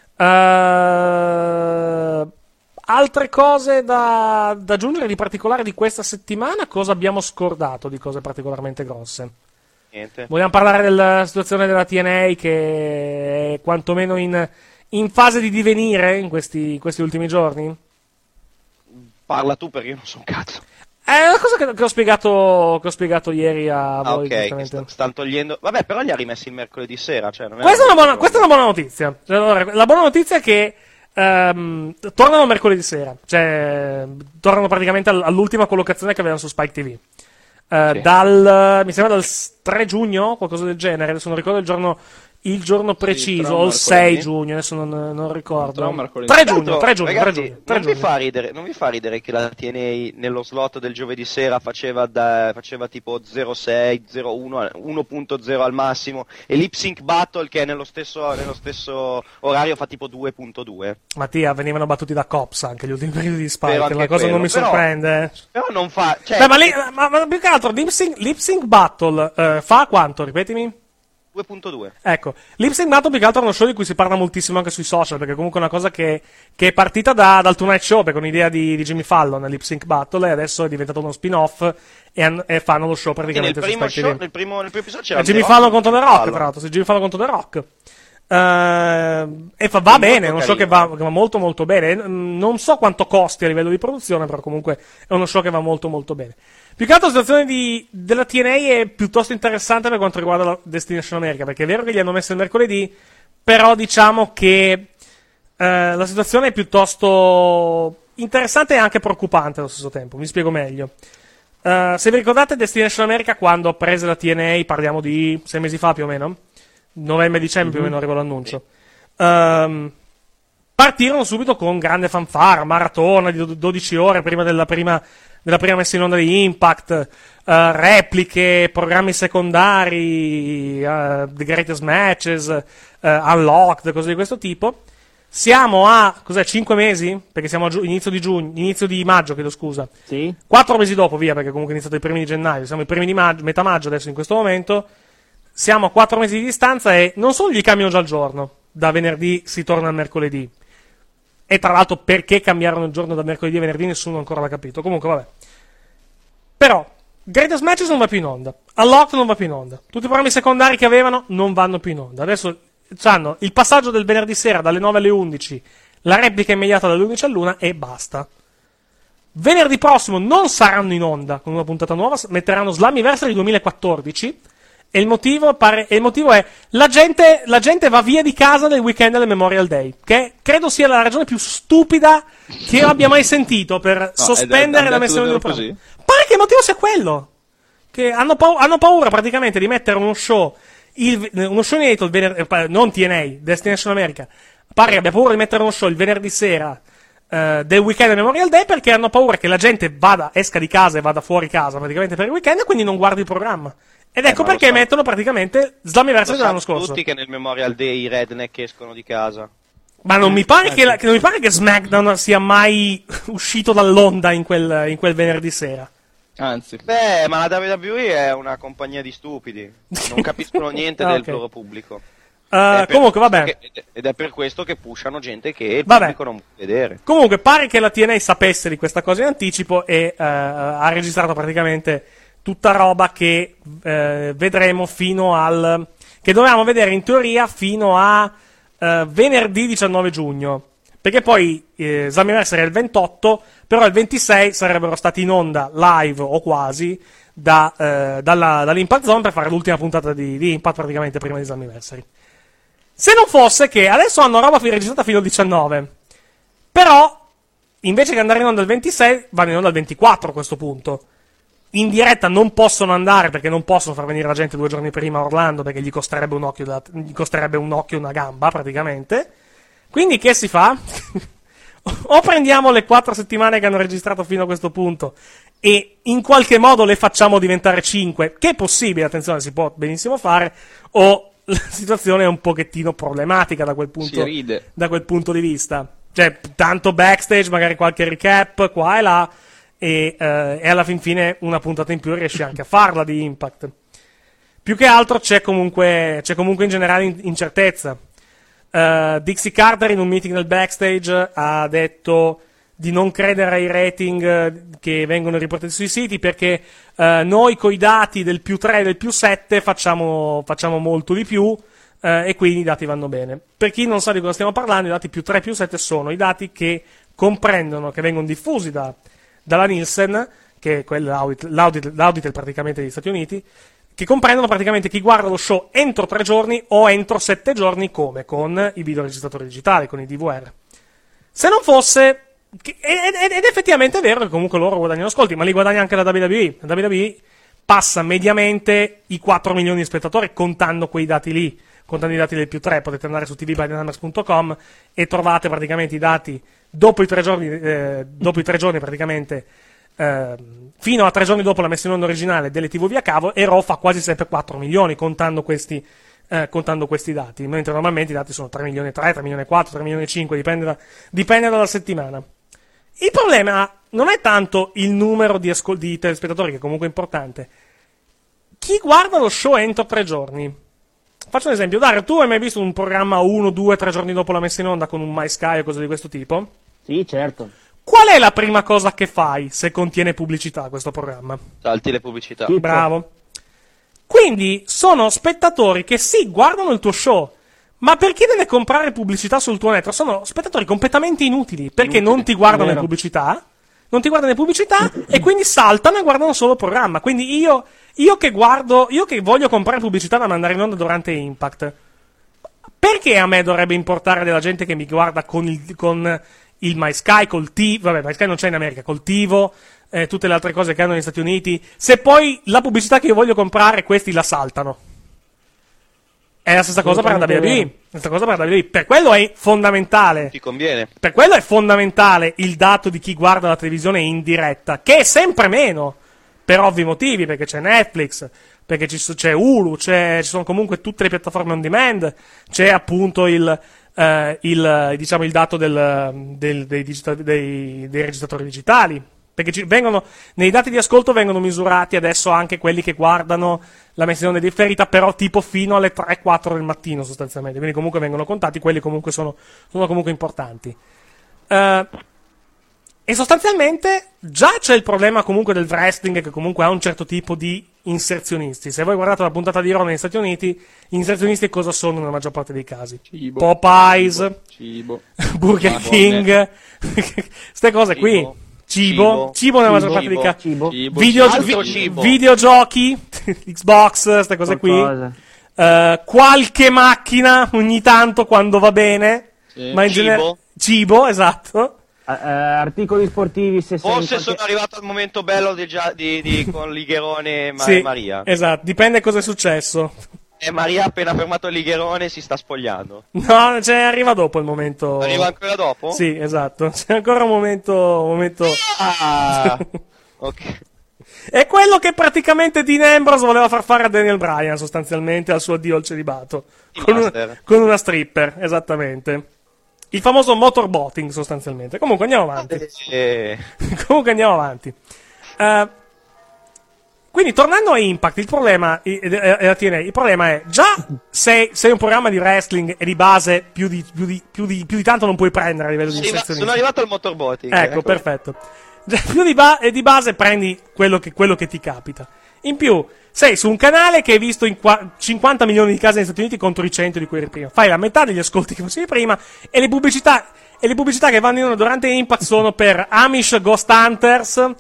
Altre cose da aggiungere di particolare di questa settimana? Cosa abbiamo scordato di cose particolarmente grosse? Niente. Vogliamo parlare della situazione della TNA che è quantomeno in fase di divenire in questi ultimi giorni? Parla tu perché io non so un cazzo. È una cosa che ho spiegato ieri a voi. Ok, stanno togliendo... Vabbè, però li ha rimessi il mercoledì sera. Cioè, non è questa è una buona notizia. Allora, la buona notizia è che tornano mercoledì sera. Cioè, tornano praticamente all'ultima collocazione che avevano su Spike TV. Mi sembra dal 3 giugno, qualcosa del genere. Adesso non ricordo il giorno preciso, o il 6 giugno, adesso non ricordo. 3 giugno. Non vi fa ridere che la TNA nello slot del giovedì sera faceva tipo 06, 01, 1.0 al massimo, e Lip Sync Battle che è nello stesso orario fa tipo 2.2. Mattia, venivano battuti da Cops anche gli ultimi periodi di Spike, la cosa non mi sorprende. Però non fa... Cioè, ma più che altro Lip Sync Battle fa quanto? Ripetimi? 2.2. Ecco, Lip Sync Battle più che altro è uno show di cui si parla moltissimo anche sui social, perché comunque è una cosa che è partita dal Tonight Show, con un'idea di Jimmy Fallon, Lip Sync Battle, e adesso è diventato uno spin-off e fanno lo show praticamente nel primo episodio c'era Jimmy Fallon contro The Rock, tra l'altro, Jimmy Fallon contro The Rock. E va bene, è uno show che va molto molto bene. Non so quanto costi a livello di produzione, però comunque è uno show che va molto molto bene. Più che altro la situazione della TNA è piuttosto interessante per quanto riguarda la Destination America, perché è vero che li hanno messo il mercoledì, però diciamo che la situazione è piuttosto interessante e anche preoccupante allo stesso tempo. Mi spiego meglio. Se vi ricordate Destination America, quando prese la TNA, parliamo di 6 mesi fa più o meno, novembre-dicembre più o meno arrivò l'annuncio, partirono subito con grande fanfara, maratona di 12 ore prima della prima messa in onda di Impact, repliche, programmi secondari, The Greatest Matches, Unlocked, cose di questo tipo. Siamo a 5 mesi? Perché siamo a inizio di maggio, chiedo scusa. Sì. 4 mesi dopo, via, perché comunque è iniziato i primi di gennaio, siamo ai primi di maggio, metà maggio adesso in questo momento. Siamo a 4 mesi di distanza e non solo gli cambiano già il giorno, da venerdì si torna al mercoledì. E tra l'altro perché cambiarono il giorno da mercoledì a venerdì nessuno ancora l'ha capito. Comunque vabbè. Però Greatest Matches non va più in onda, Unlocked non va più in onda, tutti i programmi secondari che avevano non vanno più in onda. Adesso hanno il passaggio del venerdì sera dalle 9 alle 11, la replica immediata dalle 11 all'1 e basta. Venerdì prossimo non saranno in onda con una puntata nuova, metteranno Slammiversary 2014 E il motivo è la gente va via di casa nel weekend del Memorial Day, che credo sia la ragione più stupida che io abbia mai sentito per sospendere la missione del programma. Pare che il motivo sia quello, che hanno paura praticamente di mettere uno show inedito il venerdì, non TNA, Destination America, pare che abbia paura di mettere uno show il venerdì sera del weekend del Memorial Day, perché hanno paura che la gente esca di casa e vada fuori casa praticamente per il weekend e quindi non guardi il programma. Ed ecco perché mettono praticamente Slammiversary dell'anno scorso. Tutti che nel Memorial Day i redneck escono di casa. Ma non mi pare che SmackDown sia mai uscito dall'onda in quel venerdì sera. Anzi. Beh, ma la WWE è una compagnia di stupidi. Non capiscono niente del loro pubblico. Comunque, vabbè. Ed è per questo che pushano gente che il pubblico non può vedere. Comunque, pare che la TNA sapesse di questa cosa in anticipo e ha registrato praticamente tutta roba che vedremo che dovevamo vedere in teoria fino a venerdì 19 giugno. Perché poi Slammiversary è il 28, però il 26 sarebbero stati in onda live o quasi dall'Impact Zone per fare l'ultima puntata di Impact praticamente prima di Slammiversary. Se non fosse che adesso hanno roba registrata fino al 19, però invece che andare in onda il 26 vanno in onda il 24 a questo punto. In diretta non possono andare perché non possono far venire la gente 2 giorni prima a Orlando, perché gli costerebbe un occhio e una gamba praticamente. Quindi che si fa? O prendiamo le 4 settimane che hanno registrato fino a questo punto e in qualche modo le facciamo diventare 5, che è possibile, attenzione, si può benissimo fare, o la situazione è un pochettino problematica da quel punto di vista. Cioè, tanto backstage, magari qualche recap qua e là, e alla fin fine una puntata in più riesci anche a farla di Impact. Più che altro c'è comunque in generale incertezza. Dixie Carter in un meeting nel backstage ha detto di non credere ai rating che vengono riportati sui siti, perché noi coi dati del più 3 e del più 7 facciamo molto di più, e quindi i dati vanno bene. Per chi non sa di cosa stiamo parlando, i dati più 3 e più 7 sono i dati che comprendono, che vengono diffusi dalla Nielsen, che è l'auditor praticamente degli Stati Uniti, che comprendono praticamente chi guarda lo show entro 3 giorni o entro 7 giorni, come con i videoregistratori digitali, con i DVR. Se non fosse, ed effettivamente è vero che comunque loro guadagnano ascolti, ma li guadagna anche la WWE. La WWE passa mediamente i 4 milioni di spettatori contando quei dati lì, contando i dati del più 3. Potete andare su tvbythenumbers.com e trovate praticamente i dati dopo i 3 giorni praticamente, fino a 3 giorni dopo la messa in onda originale delle TV via cavo, e Raw fa quasi sempre 4 milioni contando questi dati, mentre normalmente i dati sono 3 milioni e 3, 3 milioni e 4, 3 milioni e 5, dipende dalla settimana. Il problema non è tanto il numero di telespettatori, che comunque è importante. Chi guarda lo show entro 3 giorni? Faccio un esempio. Dario, tu hai mai visto un programma 1, 2, 3 giorni dopo la messa in onda con un MySky o cose di questo tipo? Sì, certo. Qual è la prima cosa che fai se contiene pubblicità questo programma? Salti le pubblicità. Bravo. Quindi sono spettatori che sì, guardano il tuo show, ma perché deve comprare pubblicità sul tuo network? Sono spettatori completamente inutili, perché non ti guardano le pubblicità, e quindi saltano e guardano solo il programma. Quindi io che voglio comprare pubblicità da mandare in onda durante Impact, perché a me dovrebbe importare della gente che mi guarda con il MySky, col TiVo, vabbè, MySky non c'è in America, col TiVo, tutte le altre cose che hanno negli Stati Uniti, se poi la pubblicità che io voglio comprare questi la saltano? È la stessa cosa per la WWE. Per quello è fondamentale. Ti conviene. Per quello è fondamentale il dato di chi guarda la televisione in diretta, che è sempre meno, per ovvi motivi, perché c'è Netflix, perché c'è Hulu, ci sono comunque tutte le piattaforme on demand, c'è appunto il dato dei registratori digitali, perché nei dati di ascolto vengono misurati adesso anche quelli che guardano la messa in onda differita, però tipo fino alle 3-4 del mattino sostanzialmente, quindi comunque vengono contati, quelli comunque sono comunque importanti. E sostanzialmente già c'è il problema comunque del wrestling, che comunque ha un certo tipo di inserzionisti. Se voi guardate la puntata di Raw negli Stati Uniti, gli inserzionisti cosa sono nella maggior parte dei casi? Cibo. Popeyes, Cibo. Burger King, queste cose qui. Cibo nella maggior parte dei casi. Videogiochi, Xbox, queste cose Qualcosa. qui. Qualche macchina ogni tanto quando va bene. Sì. Ma in genere. Cibo, esatto. Articoli sportivi, se sei Forse in sono qualche- arrivato al momento bello con Ligherone e Sì, Maria. esatto, dipende cosa è successo. E Maria appena fermato il Ligherone si sta spogliando. No, cioè, arriva dopo il momento. Arriva ancora dopo? Sì, esatto. C'è ancora un momento. Ah, ok. È quello che praticamente Dean Ambrose voleva far fare a Daniel Bryan, sostanzialmente, al suo addio al celibato. Con una stripper, esattamente. Il famoso motorboating, sostanzialmente. Comunque andiamo avanti. Quindi, tornando a Impact, il problema il problema è, già sei un programma di wrestling e di base più di tanto non puoi prendere a livello di inserzioni. Sono arrivato al motorboating. Ecco, perfetto. Già, più di base prendi quello che ti capita. In più, sei su un canale che hai visto in 50 milioni di case negli Stati Uniti contro i 100 di cui eri prima. Fai la metà degli ascolti che facevi prima e le pubblicità che vanno in onda durante Impact sono per Amish Ghost Hunters.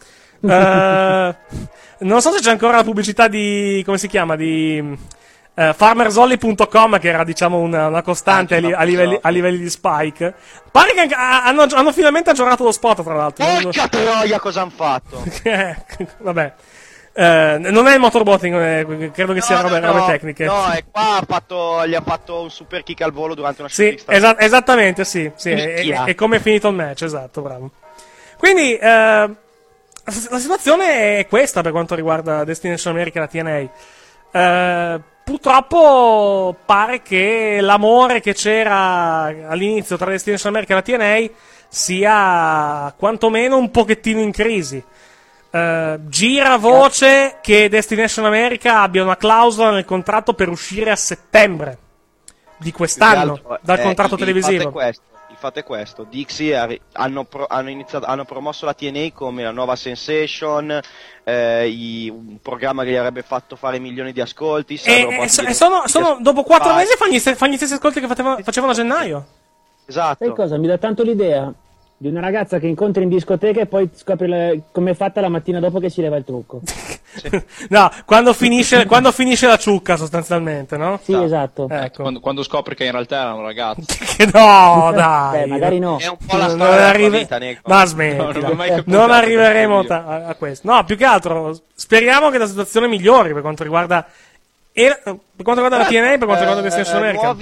Non so se c'è ancora la pubblicità di, come si chiama, di farmerzolli.com, che era, diciamo, una costante a livelli di Spike. Pare che hanno finalmente aggiornato lo spot, tra l'altro. Porca troia, cosa hanno fatto? Vabbè. Non è il motorboating, credo che sia robe tecniche. No, è qua gli ha fatto un super kick al volo durante una Sì, esattamente, sì. È come è finito il match, esatto, bravo. Quindi, la situazione è questa per quanto riguarda Destination America e la TNA. Purtroppo pare che l'amore che c'era all'inizio tra Destination America e la TNA sia quantomeno un pochettino in crisi. Gira voce che Destination America abbia una clausola nel contratto per uscire a settembre di quest'anno dal contratto televisivo. Il fatto è questo: Dixie hanno promosso la TNA come la nuova sensation, un programma che gli avrebbe fatto fare milioni di ascolti. Dopo 4 mesi fanno gli stessi ascolti che facevano a gennaio. Esatto. Sai cosa? Mi dà tanto l'idea di una ragazza che incontri in discoteca e poi scopri come è fatta la mattina dopo che si leva il trucco. No, quando finisce la ciucca, sostanzialmente, no? Sì, esatto. Ecco. Quando scopri che in realtà era un ragazzo. No, dai. Magari no. È un po' la storia della vita, Nico. Ma smettila. Non arriveremo a questo. No, più che altro speriamo che la situazione migliori per quanto riguarda la TNA e per quanto riguarda Destination America.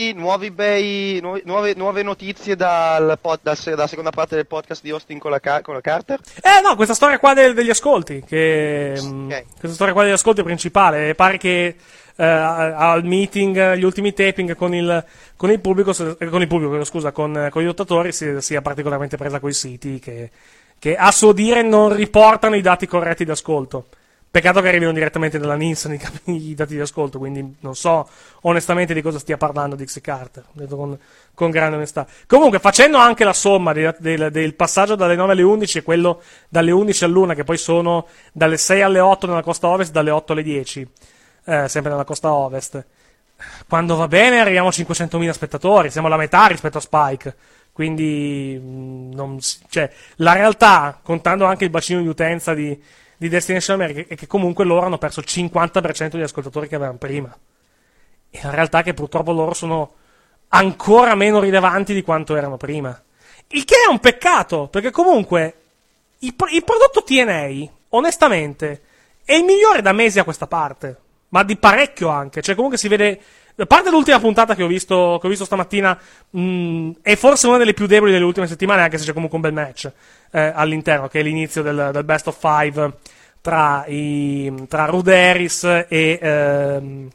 Nuove notizie dalla seconda parte del podcast di Austin con la Carter? No, questa storia qua degli ascolti, questa storia qua degli ascolti è principale. Pare che al meeting, gli ultimi taping con il pubblico, con i lottatori sia particolarmente presa coi siti che a suo dire non riportano i dati corretti di ascolto. Peccato che arrivino direttamente dalla Nielsen i dati di ascolto, quindi non so onestamente di cosa stia parlando Dixie Carter, detto con grande onestà. Comunque, facendo anche la somma del passaggio dalle 9 alle 11 e quello dalle 11 all'1, che poi sono dalle 6 alle 8 nella costa ovest, dalle 8 alle 10, sempre nella costa ovest. Quando va bene arriviamo a 500.000 spettatori, siamo la metà rispetto a Spike. Quindi, la realtà, contando anche il bacino di utenza di Destination America, è che comunque loro hanno perso il 50% degli ascoltatori che avevano prima. E la realtà è che purtroppo loro sono ancora meno rilevanti di quanto erano prima. Il che è un peccato, perché comunque il prodotto TNA, onestamente, è il migliore da mesi a questa parte. Ma di parecchio anche. Cioè, comunque si vede. A parte l'ultima puntata che ho visto stamattina, è forse una delle più deboli delle ultime settimane, anche se c'è comunque un bel match all'interno, che è l'inizio del Best of Five tra Rude Harris e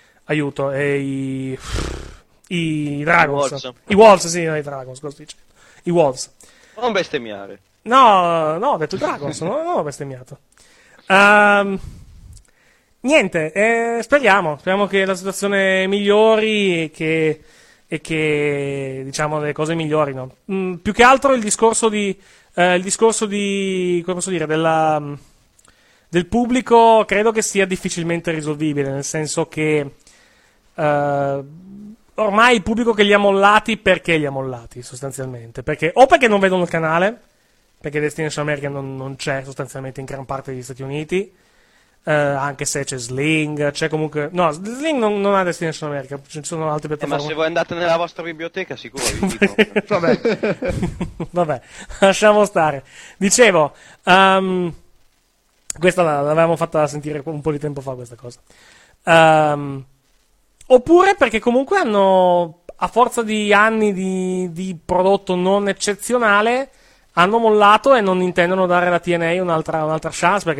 i Dragons. I Wolves, sì, no, i Dragons, cosa sto dicendo? I Wolves. Non bestemmiare. No, ho detto i Dragons, non ho bestemmiato. Niente, speriamo che la situazione migliori e che diciamo le cose migliorino. Più che altro il discorso di come posso dire, del pubblico credo che sia difficilmente risolvibile, nel senso che ormai il pubblico che li ha mollati, perché li ha mollati sostanzialmente? Perché non vedono il canale, perché Destination America non c'è sostanzialmente in gran parte degli Stati Uniti, anche se c'è Sling, c'è comunque... No, Sling non ha Destination America, ci sono altre piattaforme. Ma se voi andate nella vostra biblioteca, sicuro vi dico. Vabbè, lasciamo stare. Dicevo, questa l'avevamo fatta sentire un po' di tempo fa, questa cosa. Oppure perché comunque hanno, a forza di anni di prodotto non eccezionale, hanno mollato e non intendono dare alla TNA un'altra chance, perché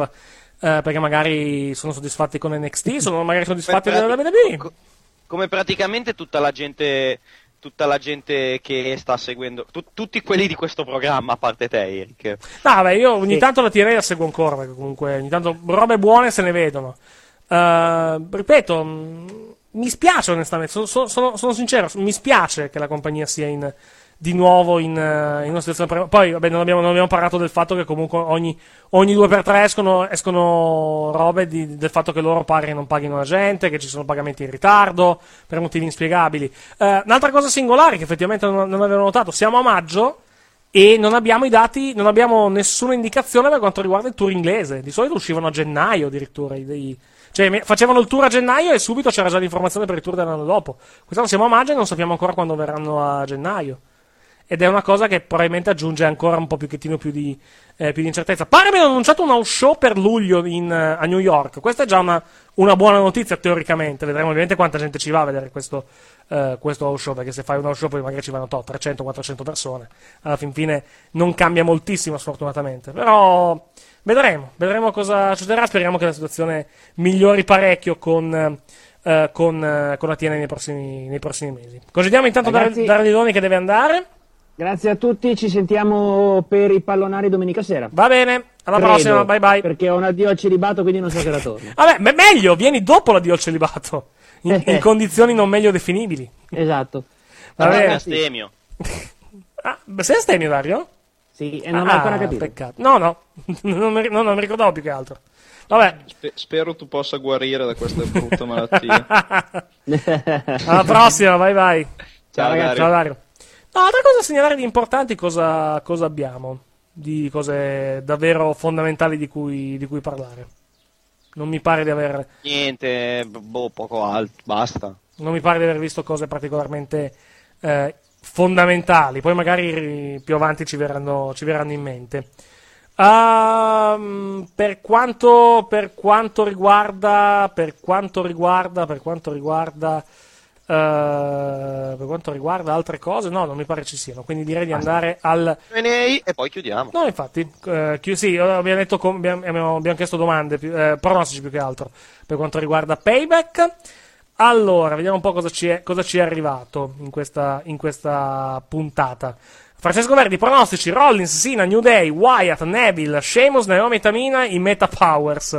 magari sono soddisfatti con NXT, magari soddisfatti della WWE. Come praticamente tutta la gente che sta seguendo, tutti quelli di questo programma, a parte te, Eric. No, vabbè, io ogni tanto la TNA la seguo ancora, perché comunque ogni tanto robe buone se ne vedono. Ripeto, mi spiace onestamente, sono sincero, mi spiace che la compagnia sia di nuovo in una situazione. Poi vabbè, non abbiamo parlato del fatto che comunque ogni 2x3 escono robe del fatto che loro non paghino la gente, che ci sono pagamenti in ritardo per motivi inspiegabili. Un'altra cosa singolare che effettivamente non avevo notato: siamo a maggio e non abbiamo i dati, non abbiamo nessuna indicazione per quanto riguarda il tour inglese. Di solito uscivano a gennaio addirittura cioè facevano il tour a gennaio e subito c'era già l'informazione per il tour dell'anno dopo. Quest'anno siamo a maggio e non sappiamo ancora quando verranno a gennaio. Ed è una cosa che probabilmente aggiunge ancora un po' più di incertezza. Pare abbiano annunciato un house show per luglio a New York. Questa è già una buona notizia teoricamente. Vedremo ovviamente quanta gente ci va a vedere questo house show, perché se fai un house show poi magari ci vanno 300-400 persone. Alla fin fine non cambia moltissimo, sfortunatamente. Però vedremo cosa succederà. Speriamo che la situazione migliori parecchio con la TNA nei prossimi mesi. Concediamo intanto Daridoni che deve andare. Grazie a tutti, ci sentiamo per i pallonari domenica sera. Va bene, alla prossima, bye bye. Perché ho un addio al celibato, quindi non so che la torno. Vabbè, meglio, vieni dopo l'addio al celibato, in condizioni non meglio definibili. Esatto. Va bene. Astemio. Sei astemio, Dario? Sì, e non ho ancora capito. Peccato. No, non mi ricordavo più che altro. Vabbè. Spero tu possa guarire da questa brutta malattia. Alla prossima, bye bye. Ciao Dario. Ciao Dario. No, altra cosa da segnalare di importanti, cosa abbiamo? Di cose davvero fondamentali di cui parlare. Non mi pare di aver... Niente, poco alto, basta. Non mi pare di aver visto cose particolarmente fondamentali. Poi magari più avanti ci verranno in mente. Per quanto riguarda altre cose, no, non mi pare ci siano, quindi direi di andare al Q&A e poi chiudiamo. No, infatti, sì, abbiamo detto abbiamo chiesto domande, pronostici più che altro per quanto riguarda Payback. Allora, vediamo un po' cosa ci è arrivato in questa puntata. Francesco Verdi, pronostici: Rollins, Cena, New Day, Wyatt, Neville, Sheamus, Naomi, Tamina, i Meta Powers.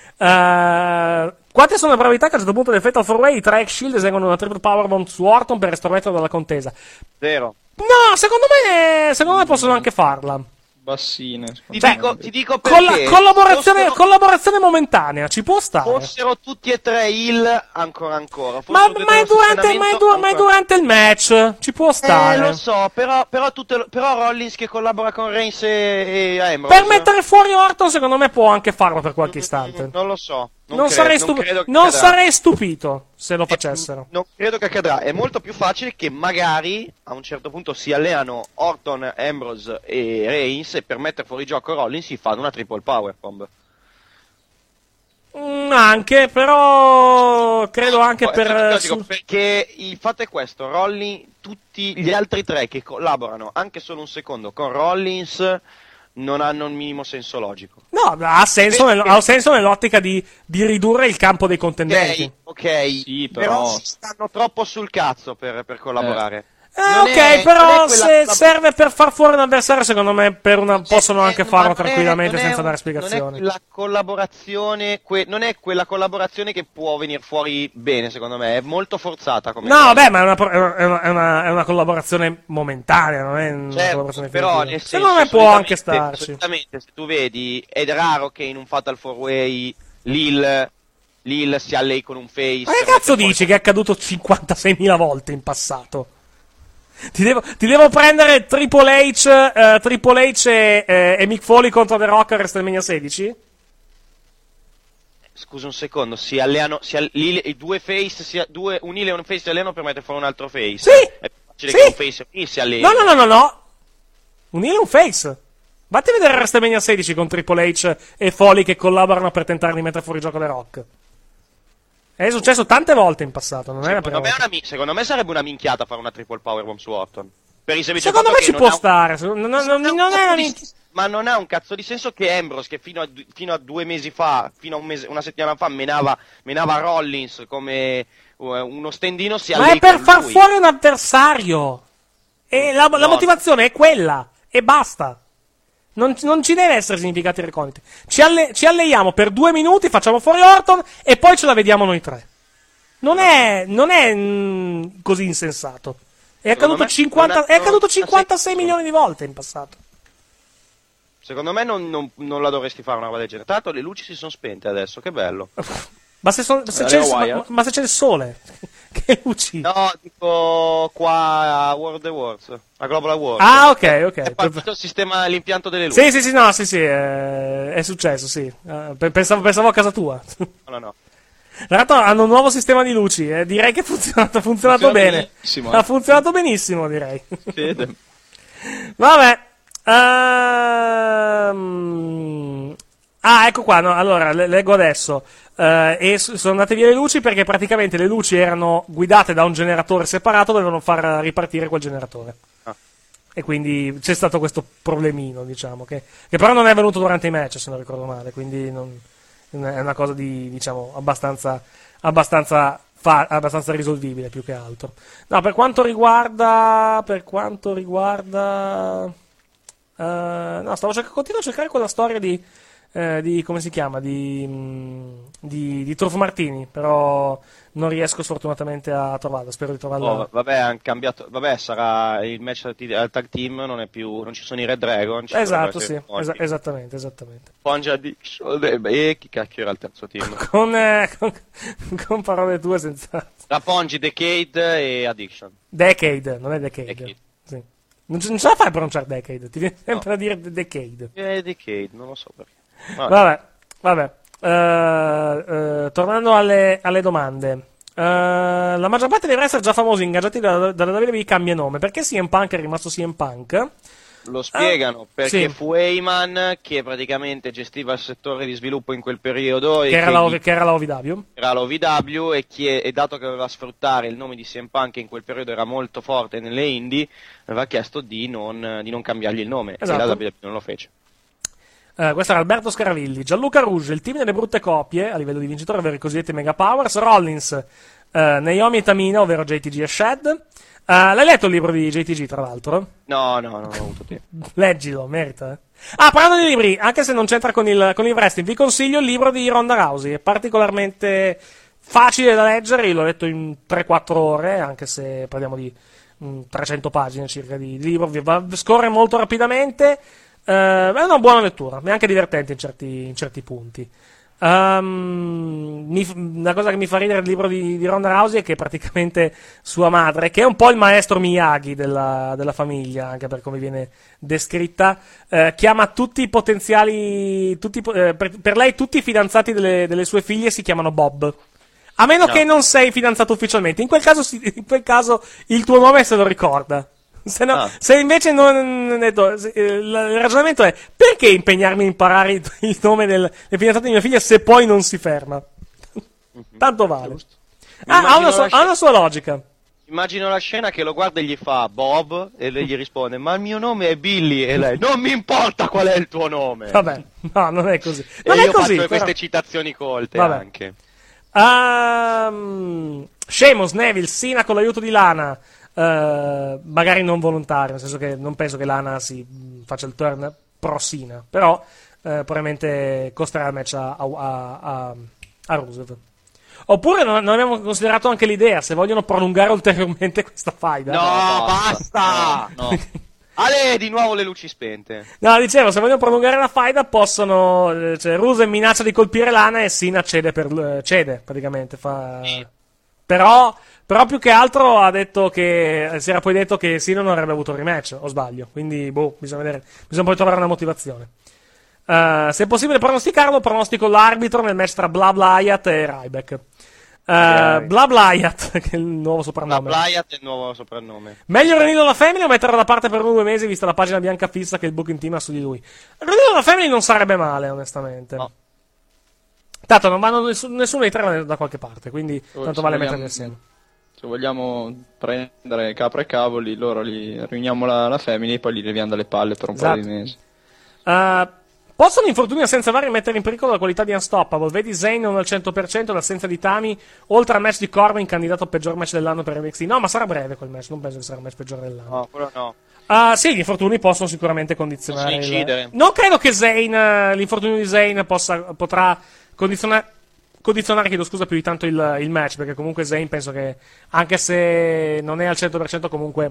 Quante sono le probabilità che a un certo punto del Fatal 4-Way i 3 Shield eseguono una triple powerbomb su Orton per estrometterlo dalla contesa? 0. No, secondo me possono anche farla. Bassine. Ti dico perché. Collaborazione momentanea, ci può stare. Fossero tutti e tre heel ancora. Ma è durante il match, ci può stare. Lo so, però Rollins che collabora con Reigns e Ambrose. Per mettere fuori Orton, secondo me può anche farlo per qualche istante. Non lo so. Non sarei stupito se lo facessero. Non credo che accadrà. È molto più facile che magari a un certo punto si alleano Orton, Ambrose e Reigns e per mettere fuori gioco Rollins si fanno una triple powerbomb. Anche, però credo anche perché il fatto è questo: Rollins, tutti gli altri tre che collaborano anche solo un secondo con Rollins non hanno un minimo senso logico. No, ha senso nell'ottica di ridurre il campo dei contendenti. Ok, sì, però stanno troppo sul cazzo per collaborare. Però se serve per far fuori un avversario, secondo me possono anche farlo tranquillamente senza dare spiegazioni. Non è quella collaborazione che può venire fuori bene, secondo me, è molto forzata come cosa. Vabbè, ma è una collaborazione momentanea, non è una collaborazione però nel senso, secondo me può anche starci. Solitamente, se tu vedi, è raro che in un Fatal 4-Way Lil si allei con un face. Ma che cazzo dici che è accaduto 56.000 volte in passato? Ti devo prendere Triple H e Mick Foley contro The Rock a WrestleMania 16? Scusa un secondo, i due face, un heel e un face si allenano per mettere fuori un altro face? Sì! È facile che un face e un heel si allenano. No. Un heel e un face. Vatti a vedere WrestleMania 16 con Triple H e Foley che collaborano per tentare di mettere fuori gioco The Rock. È successo tante volte in passato, non è la prima volta. Secondo me sarebbe una minchiata fare una triple powerbomb su Orton. Per il semplice Secondo me fatto ci che può stare. Non è una minchiata. Ma non ha un cazzo di senso che Ambrose, che fino a 2 mesi fa, fino a una settimana fa, menava Rollins come uno stendino, si Ma è per far fuori un avversario. E la motivazione è quella. E basta. Non ci deve essere significati reconditi. Ci alleiamo per 2 minuti, facciamo fuori Orton e poi ce la vediamo noi tre. Non è così insensato. È accaduto 56 milioni di volte in passato. Secondo me non la dovresti fare una roba del genere. Tanto le luci si sono spente adesso, che bello. Ma se c'è il sole, che luci? No, tipo qua a World of the Worlds, a Global Awards. Ah, ok. È partito l'impianto delle luci. Sì, è successo, sì. Pensavo a casa tua. No. Tra l'altro hanno un nuovo sistema di luci, direi che ha funzionato bene. Ha funzionato benissimo, direi. Fede. Vabbè. Ecco qua, no, allora, leggo adesso. E sono andate via le luci perché praticamente le luci erano guidate da un generatore separato, dovevano far ripartire quel generatore. E quindi c'è stato questo problemino, diciamo, che però non è venuto durante i match, se non ricordo male, quindi è una cosa di, diciamo, abbastanza risolvibile più che altro. No, per quanto riguarda no, continuo a cercare quella storia di come si chiama, di Turf Martini, però non riesco sfortunatamente a trovarla, spero di trovarla. Vabbè, hanno cambiato, sarà il match al tag team, non ci sono i Red Dragon. Esatto, sì, esattamente. Ponge Addiction, chi cacchio era il terzo team? con parole tue senza... Rapongi, Decade e Addiction. Decade, non è Decade. Sì. Non ce la fai a pronunciare Decade, ti viene sempre a dire Decade. Decade, non lo so perché. Vabbè. Tornando alle domande. La maggior parte dei wrestler già famosi ingaggiati dalla WWE cambia nome. Perché CM Punk è rimasto CM Punk? Lo spiegano perché sì. Fu Heyman che praticamente gestiva il settore di sviluppo in quel periodo che era la OVW. Era la OVW e dato che doveva sfruttare il nome di CM Punk che in quel periodo era molto forte nelle indie, aveva chiesto di non cambiargli il nome. Esatto. E la WWE non lo fece. Questo era Alberto Scaravilli. Gianluca Rouge, il team delle brutte coppie a livello di vincitore, ovvero i cosiddetti Mega Powers. Rollins, Naomi e Tamina, ovvero JTG e Shad. L'hai letto il libro di JTG, tra l'altro? No, non ho avuto tempo. Leggilo, merita. Parlando di libri, anche se non c'entra con il wrestling, vi consiglio il libro di Ronda Rousey. È particolarmente facile da leggere, io l'ho letto in 3-4 ore, anche se parliamo di 300 pagine circa di libro. Scorre molto rapidamente. È una buona lettura, è anche divertente in certi punti. Una cosa che mi fa ridere del libro di Ronda Rousey è che praticamente sua madre, che è un po' il maestro Miyagi della famiglia, anche per come viene descritta, chiama tutti i potenziali, per lei tutti i fidanzati delle sue figlie si chiamano Bob. A meno che non sei fidanzato ufficialmente. In quel caso il tuo nome se lo ricorda. Se invece il ragionamento è: perché impegnarmi a imparare il nome del fidanzato di mia figlia se poi non si ferma? Tanto vale. Ha una sua logica. Immagino la scena che lo guarda e gli fa Bob e lei gli risponde: ma il mio nome è Billy, e lei: non mi importa qual è il tuo nome. Vabbè, no, non è così. Non è così, faccio queste citazioni colte. Vabbè. Anche Sheamus, Neville, Cena con l'aiuto di Lana. Magari non volontario, nel senso che non penso che Lana si faccia il turn pro Cena, però probabilmente costerà il match a Rusev. Oppure non abbiamo considerato anche l'idea, se vogliono prolungare ulteriormente questa faida. No, basta! No. Ale, di nuovo le luci spente. No, dicevo, se vogliono prolungare la faida possono, Rusev minaccia di colpire Lana e Cena cede praticamente, Però più che altro si era poi detto che Cena non avrebbe avuto il rematch, o sbaglio, quindi bisogna vedere, bisogna poi trovare una motivazione. Se è possibile pronosticarlo, pronostico l'arbitro nel match tra Blab Wyatt e Ryback. Blab Wyatt, che è il nuovo soprannome. Blab Wyatt è il nuovo soprannome. Meglio Renilo la Family o metterlo da parte per 2 mesi, vista la pagina bianca fissa che il booking team ha su di lui? Renilo la Family non sarebbe male, onestamente. No. Tanto non vanno nessuno dei tre da qualche parte, quindi tanto vale metterli assieme. Se vogliamo prendere capra e cavoli, loro li riuniamo la Family e poi li leviamo dalle palle per un paio di mesi. Possono infortuni senza vari mettere in pericolo la qualità di Unstoppable? Vedi Zayn non al 100%, l'assenza di Tami, oltre al match di Corbin, candidato al peggior match dell'anno per NXT. No, ma sarà breve quel match, non penso che sarà il match peggiore dell'anno. No, quello no. Sì, gli infortuni possono sicuramente condizionare. Possono incidere. Non credo che Zayn, l'infortunio di Zayn potrà condizionare, chiedo scusa, più di tanto il match, perché comunque Zayn penso che, anche se non è al 100%, comunque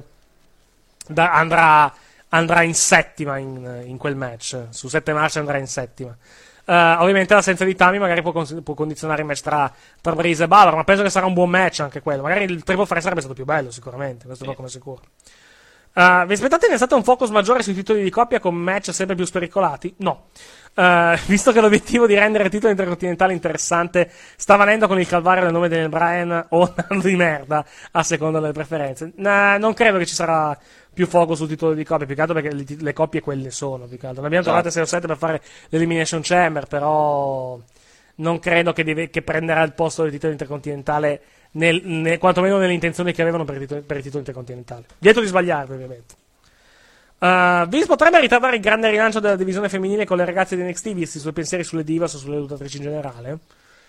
andrà in settima in quel match. Su 7 match andrà in settima. Ovviamente l'assenza di Tami magari può condizionare il match tra Breeze e Balor, ma penso che sarà un buon match anche quello. Magari il Triple Threat sarebbe stato più bello, sicuramente, questo è poco ma sicuro. Vi aspettate ne state un focus maggiore sui titoli di coppia con match sempre più spericolati? No. Visto che l'obiettivo di rendere il titolo intercontinentale interessante sta venendo con il calvario del nome di Bryan o Nando di merda, a seconda delle preferenze. Non credo che ci sarà più focus sul titolo di coppia, più che altro perché le coppie quelle sono, più che altro. Ne abbiamo trovate 6 o 7 per fare l'Elimination Chamber, però non credo che prenderà il posto del titolo intercontinentale, quantomeno nelle intenzioni che avevano per il titolo intercontinentale. Vieto di sbagliarvi, ovviamente. Vince potrebbe ritardare il grande rilancio della divisione femminile con le ragazze di NXT, visti i suoi pensieri sulle divas o sulle lottatrici in generale?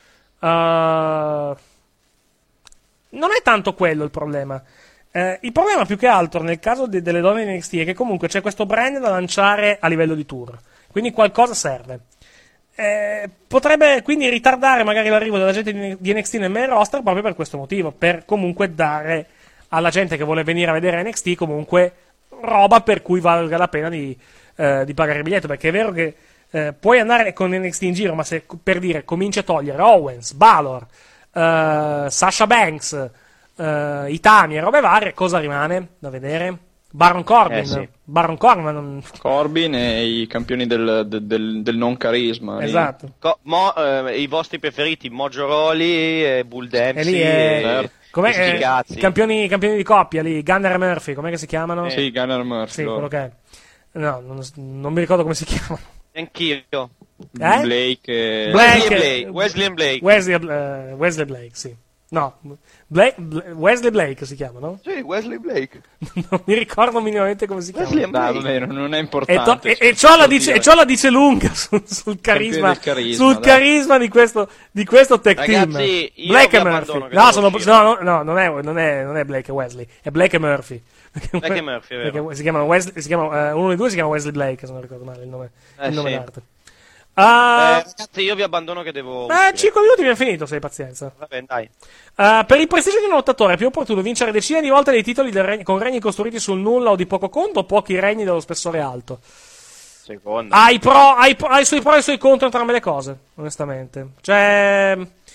Non è tanto quello il problema. Il problema più che altro nel caso delle donne di NXT è che comunque c'è questo brand da lanciare a livello di tour, quindi qualcosa serve. Potrebbe quindi ritardare magari l'arrivo della gente di NXT nel main roster proprio per questo motivo, per comunque dare alla gente che vuole venire a vedere NXT comunque roba per cui valga la pena di pagare il biglietto, perché è vero che puoi andare con NXT in giro, ma se per dire cominci a togliere Owens, Balor, Sasha Banks, Itami e robe varie, cosa rimane da vedere? Baron Corbin, sì. Baron Corbin non... Corbin e i campioni del non carisma. Esatto. I vostri preferiti, Mojo Rawley, Bull Dempsey, campioni di coppia lì, Gunner e Murphy, com'è che si chiamano? Sì, Gunner e Murphy. Sì, quello che è. No, non mi ricordo come si chiamano. Anch'io. Blake. Wesley and Blake. Wesley Blake, sì. No, Wesley Blake si chiama, no? Sì, Wesley Blake. Non mi ricordo minimamente come si chiama. Vabbè, non è importante. E ciò la dice lunga sul carisma di questo tech team. Blake e Murphy. No, non è Blake e Wesley, è Blake e Murphy. Blake e Murphy, è vero. Perché uno dei due si chiama Wesley Blake, se non ricordo male il nome d'arte. Ragazzi, io vi abbandono che devo... 5 minuti mi è finito, se hai pazienza. Vabbè, dai. Per il prestigio di un lottatore è più opportuno vincere decine di volte dei titoli con regni costruiti sul nulla o di poco conto, o pochi regni dello spessore alto? Secondo. Ha i suoi pro e i suoi contro entrambe le cose, onestamente. Cioè...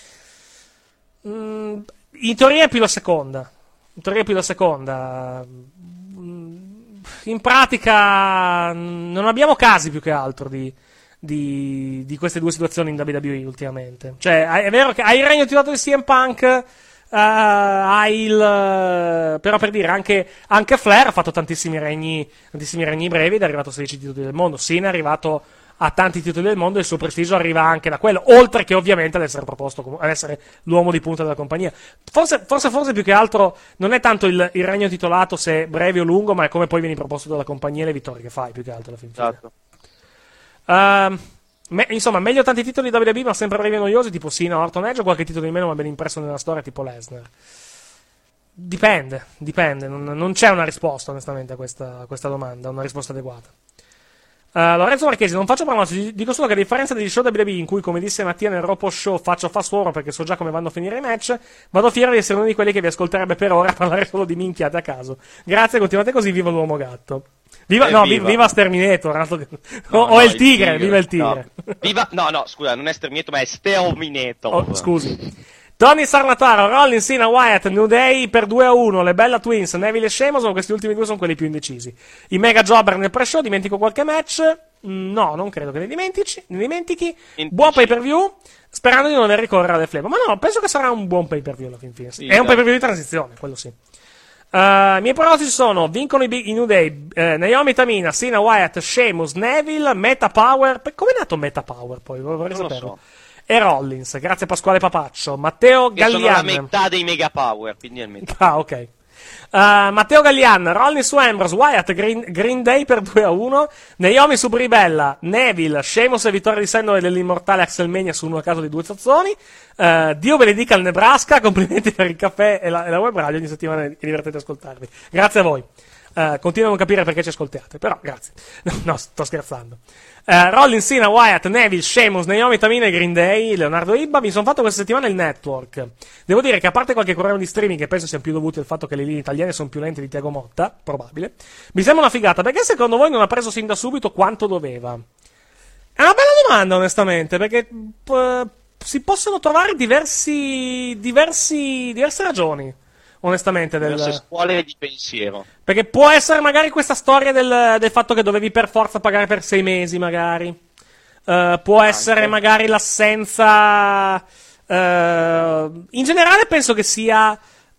in teoria è più la seconda. In pratica non abbiamo casi più che altro di queste due situazioni in WWE ultimamente. Cioè, è vero che hai il regno titolato di CM Punk, però per dire, anche Flair ha fatto tantissimi regni brevi ed è arrivato a 16 titoli del mondo. Cena è arrivato a tanti titoli del mondo e il suo prestigio arriva anche da quello, oltre che ovviamente ad essere proposto, ad essere l'uomo di punta della compagnia. Forse più che altro non è tanto il regno titolato se breve o lungo, ma è come poi vieni proposto dalla compagnia e le vittorie che fai, più che altro alla fine. Esatto. Insomma, meglio tanti titoli da WWE ma sempre brevi e noiosi, tipo Cena, Orton, Edge, o qualche titolo di meno ma ben impresso nella storia, tipo Lesnar? Dipende, non c'è una risposta onestamente a questa domanda, una risposta adeguata. Lorenzo Marchesi, non faccio pronostici, dico solo che a differenza degli show WWE in cui, come disse Mattia nel Ropo Show, faccio fast forward perché so già come vanno a finire i match, vado fiero di essere uno di quelli che vi ascolterebbe per ora parlare solo di minchiate a caso. Grazie, continuate così, viva l'uomo gatto. Viva Sterminator. O è il tigre, viva il tigre. No, scusa, non è Sterminator, ma è Sterminator. Scusi. Tony Sarnataro, Rollins, Cena, Wyatt, New Day per 2-1, le Bella Twins, Neville e Sheamus, questi ultimi due sono quelli più indecisi. I Mega Jobber nel pre-show, dimentico qualche match. No, non credo che ne dimentichi. Buon pay-per-view, sperando di non dover ricorrere alle flemme. Ma no, penso che sarà un buon pay-per-view alla fin fine. Sì, è un pay-per-view di transizione, quello sì. I miei pronostici sono: vincono i New Day, Naomi, Tamina, Cena, Wyatt, Sheamus, Neville, Meta Power. Come è nato Meta Power poi? Vorrei saperlo. E Rollins, grazie Pasquale Papaccio. Matteo Gallian. Sono la metà dei Mega Power, quindi è il metà. Ah, ok. Matteo Gallian, Rollins su Ambrose, Wyatt, Green Day per 2-1, Naomi su Bribella, Neville, Sheamus e vittoria di Sendor dell'immortale Axelmania su uno a caso di 2 tazzoni. Dio benedica il Nebraska, complimenti per il caffè e la web radio, ogni settimana è divertente ascoltarvi. Grazie a voi. Continuo a non capire perché ci ascoltiate, però grazie. No, sto scherzando. Rollins, Cena, Wyatt, Neville, Sheamus, Naomi, Tamina e Green Day, Leonardo Ibba. Mi sono fatto questa settimana il network. Devo dire che a parte qualche problema di streaming che penso siano più dovuti al fatto che le linee italiane sono più lente di Tiago Motta, probabile, mi sembra una figata. Perché secondo voi non ha preso sin da subito quanto doveva? È una bella domanda, onestamente, perché si possono trovare diverse ragioni. Onestamente, diverse scuole di pensiero. Perché può essere magari questa storia del fatto che dovevi per forza pagare per 6 mesi, magari. Può essere magari l'assenza. In generale, penso che sia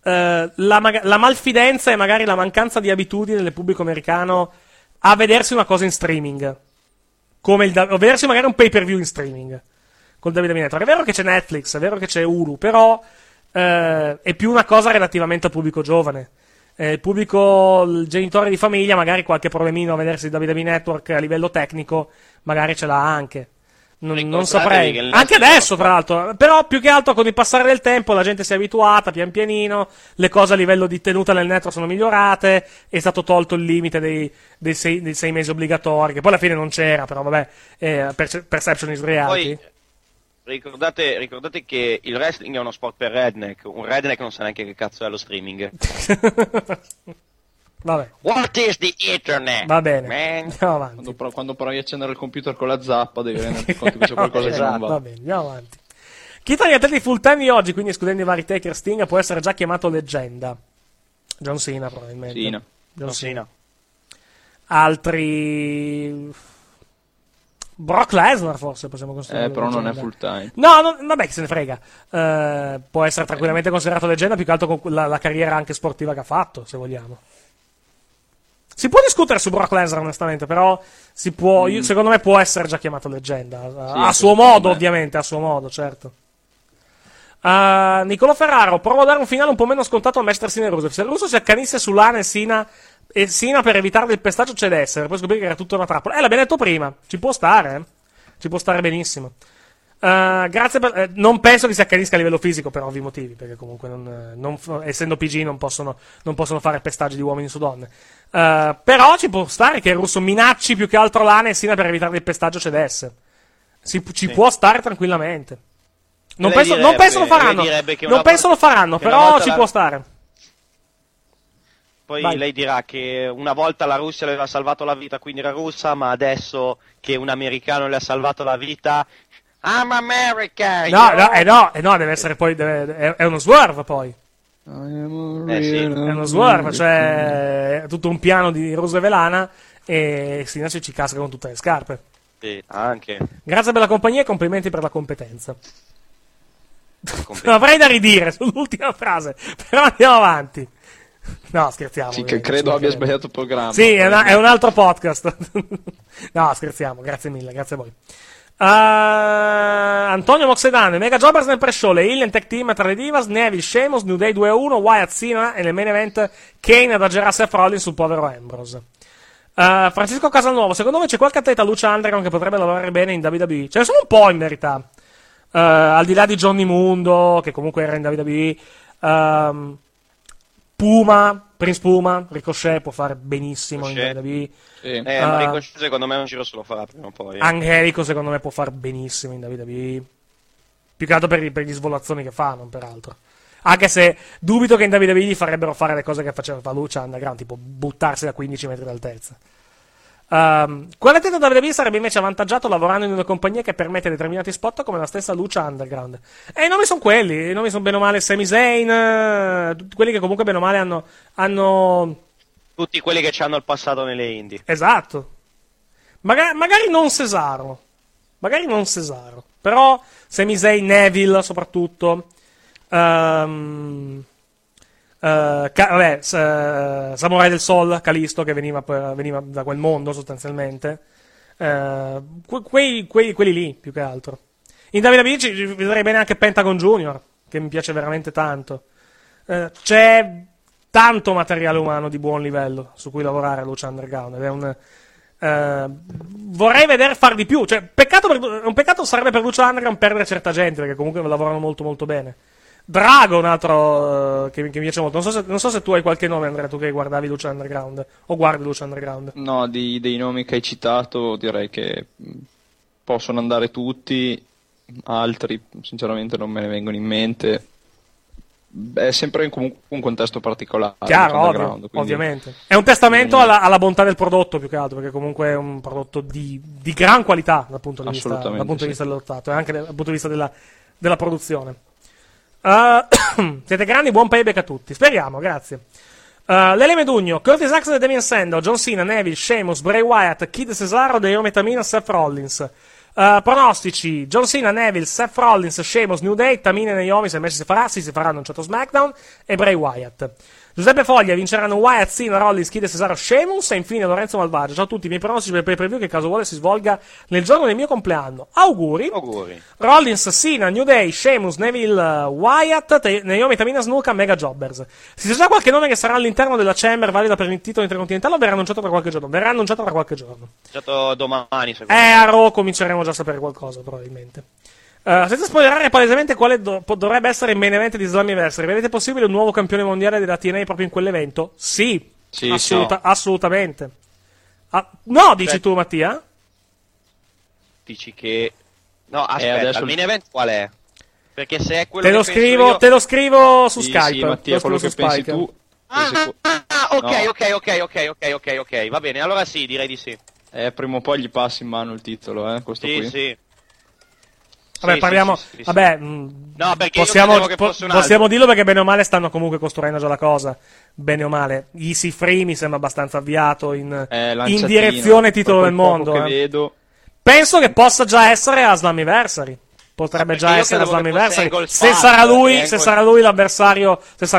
la malfidenza e magari la mancanza di abitudine del pubblico americano a vedersi una cosa in streaming. Come o vedersi magari un pay-per-view in streaming. Col WWE Network. È vero che c'è Netflix, è vero che c'è Hulu, però. È più una cosa relativamente al pubblico giovane. Il genitore di famiglia, magari qualche problemino a vedersi il WWE Network a livello tecnico, magari ce l'ha anche. Non saprei. Anche adesso, tra l'altro. Però più che altro con il passare del tempo la gente si è abituata pian pianino, le cose a livello di tenuta nel network sono migliorate, è stato tolto il limite dei 6 mesi obbligatori, che poi alla fine non c'era, però vabbè, perception is reality. Poi, Ricordate che il wrestling è uno sport per redneck. Un redneck non sa neanche che cazzo è lo streaming. Vabbè. What is the internet? Va bene. Andiamo avanti. Quando provi a accendere il computer con la zappa devi renderti conto che c'è qualcosa che non va. Va bene, andiamo avanti. Chi tra gli atleti full time di oggi, quindi escludendo i vari Taker Sting, può essere già chiamato leggenda? John Cena probabilmente. John Cena. Altri. Brock Lesnar forse possiamo considerare. Però non è full time. No, vabbè, che se ne frega. Può essere tranquillamente considerato leggenda, più che altro con la carriera anche sportiva che ha fatto, se vogliamo. Si può discutere su Brock Lesnar onestamente, però si può, secondo me può essere già chiamato leggenda. A suo modo, ovviamente, a suo modo, certo. Niccolò Ferraro, provo a dare un finale un po' meno scontato a Master Cena e Rusev. Se Russo si accanisse su Lana e Cena per evitare il pestaggio cedesse, per poi scoprire che era tutto una trappola. L'abbiamo detto prima, ci può stare, ci può stare benissimo. Grazie per, non penso che si accanisca a livello fisico per ovvi motivi, perché comunque essendo PG non possono fare pestaggi di uomini su donne. Però ci può stare che il Russo minacci più che altro Lana e Cena per evitare il pestaggio cedesse. Ci può stare tranquillamente. Non penso lo faranno, però ci può stare. Poi Vai. lei dirà che una volta la Russia le aveva salvato la vita, quindi era russa, ma adesso che un americano le ha salvato la vita, I'm American! No, deve essere poi, è uno swerve poi. Sì. È uno swerve, cioè è tutto un piano di Russo e Velana e Cena ci casca con tutte le scarpe. Sì, anche. Grazie per la compagnia e complimenti per la competenza. Avrei da ridire sull'ultima frase, però andiamo avanti. No, scherziamo. Sì, che credo abbia sbagliato il programma. Sì, è un altro podcast. No, scherziamo, grazie mille, grazie a voi. Antonio Moxedano, Mega Jobbers nel pre-show, le Hill Tech Team tra le Divas, Neville, Sheamus, New Day 2-1, Wyatt, Cena e nel main event Kane ad aggerarsi a Rollins sul povero Ambrose. Francisco Casalnuovo, secondo voi c'è qualche atleta Lucha Underground che potrebbe lavorare bene in WWE? Ce ne sono un po' in verità. Al di là di Johnny Mundo, che comunque era in WWE, Prince Puma, Ricochet può fare benissimo in WWE. Sì. Ma Ricochet secondo me un giro se lo farà prima o poi. Angelico secondo me può fare benissimo in WWE. Più che altro per gli svolazzoni che fa, non per altro. Anche se dubito che in WWE gli farebbero fare le cose che faceva Lucha Underground, tipo buttarsi da 15 metri d'altezza. Quale atleta da WWE sarebbe invece avvantaggiato lavorando in una compagnia che permette determinati spot come la stessa Lucha Underground? E i nomi sono quelli, i nomi sono bene o male Sami Zayn, tutti quelli che comunque bene o male hanno tutti quelli che ci hanno il passato nelle indie. Esatto. Magari non Cesaro. Però Sami Zayn, Neville soprattutto. Samurai del Sol, Kalisto, che veniva da quel mondo sostanzialmente. Quelli lì, più che altro. In WWE ci vedrei bene anche Pentagon Junior, che mi piace veramente tanto. C'è tanto materiale umano di buon livello su cui lavorare a Lucha Underground, ed è vorrei vedere far di più. Cioè, un peccato sarebbe per Lucha Underground perdere certa gente, perché comunque lavorano molto molto bene. Drago, un altro che mi piace molto. Non so se tu hai qualche nome, Andrea, tu che guardavi Lucha Underground o guardi Lucha Underground. No, dei nomi che hai citato direi che possono andare tutti, altri sinceramente non me ne vengono in mente. È sempre comunque un contesto particolare. Chiaro, ovviamente. È un testamento alla bontà del prodotto, più che altro, perché comunque è un prodotto di gran qualità dal punto di vista del lottato e anche dal punto di vista della produzione. Siete grandi, buon payback a tutti. Speriamo, grazie. Lele Medugno, Curtis Axel e Damien Sandow, John Cena, Neville, Sheamus, Bray Wyatt, Kid Cesaro, Dario Metamina, Seth Rollins. Pronostici: John Cena, Neville, Seth Rollins, Sheamus, New Day, Tamina e Naomi, se Messi si farà, si farà annunciato SmackDown, e Bray Wyatt. Giuseppe Foglia: vinceranno Wyatt, Cena, Rollins, Kid e Cesaro, Sheamus, e infine Lorenzo Malvagio. Ciao a tutti, i miei pronostici per il pay-per-view, che caso vuole si svolga nel giorno del mio compleanno. Auguri. Rollins, Cena, New Day, Sheamus, Neville, Wyatt, Naomi, Tamina, Snuka, Mega Jobbers. Si sa già qualche nome che sarà all'interno della Chamber valida per il titolo intercontinentale, o verrà annunciato tra qualche giorno? Verrà annunciato tra qualche giorno. Domani, secondo me. A Raw cominceremo già a sapere qualcosa, probabilmente. Senza spoilerare palesemente quale dovrebbe essere il main event di Slammiversary, vedete possibile un nuovo campione mondiale della TNA proprio in quell'evento? Sì, assolutamente. No, dici tu, Mattia? Dici che... No, aspetta, il main event qual è? Perché se è quello te lo scrivo su Skype. Sì, Mattia, quello che pensi tu... Ok, va bene, allora sì, direi di sì. Prima o poi gli passi in mano il titolo, questo qui. Sì. Vabbè, parliamo. Sì. Vabbè, no, perché possiamo dirlo, perché bene o male stanno comunque costruendo già la cosa. Bene o male. Easy Free mi sembra abbastanza avviato in direzione titolo del mondo. Che vedo. Penso che possa già essere a Slammiversary. Potrebbe già essere a Slammiversary. Se sarà lui l'avversario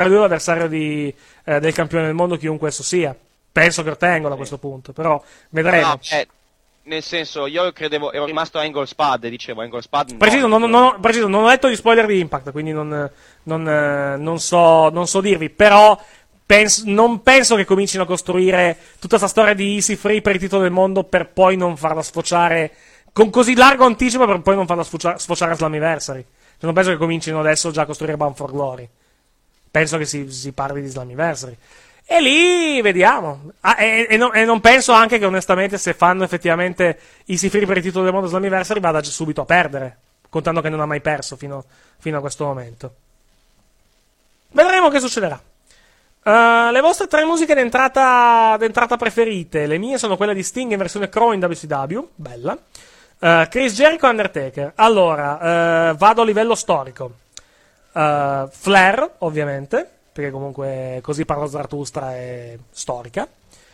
del campione del mondo, chiunque esso sia. Penso che ottengono a questo punto, però vedremo. No, nel senso, io credevo, ero rimasto a Angle Spad e dicevo Angle Spad. Preciso, non ho letto gli spoiler di Impact, quindi non so dirvi, però non penso che comincino a costruire tutta questa storia di Easy Free per il titolo del mondo per poi non farla sfociare con così largo anticipo, per poi non farla sfociare a Slammiversary. Non penso che comincino adesso già a costruire Bound for Glory. Penso che si parli di Slammiversary. E lì vediamo. E non penso anche che, onestamente, se fanno effettivamente Easy Free per il titolo del mondo Slammiversary, vada subito a perdere, contando che non ha mai perso fino a questo momento. Vedremo che succederà. Le vostre 3 musiche d'entrata preferite. Le mie sono quelle di Sting in versione Crow in WCW, bella. Chris Jericho, Undertaker. Allora, vado a livello storico. Flair, ovviamente, perché comunque Così parla Zarathustra è storica.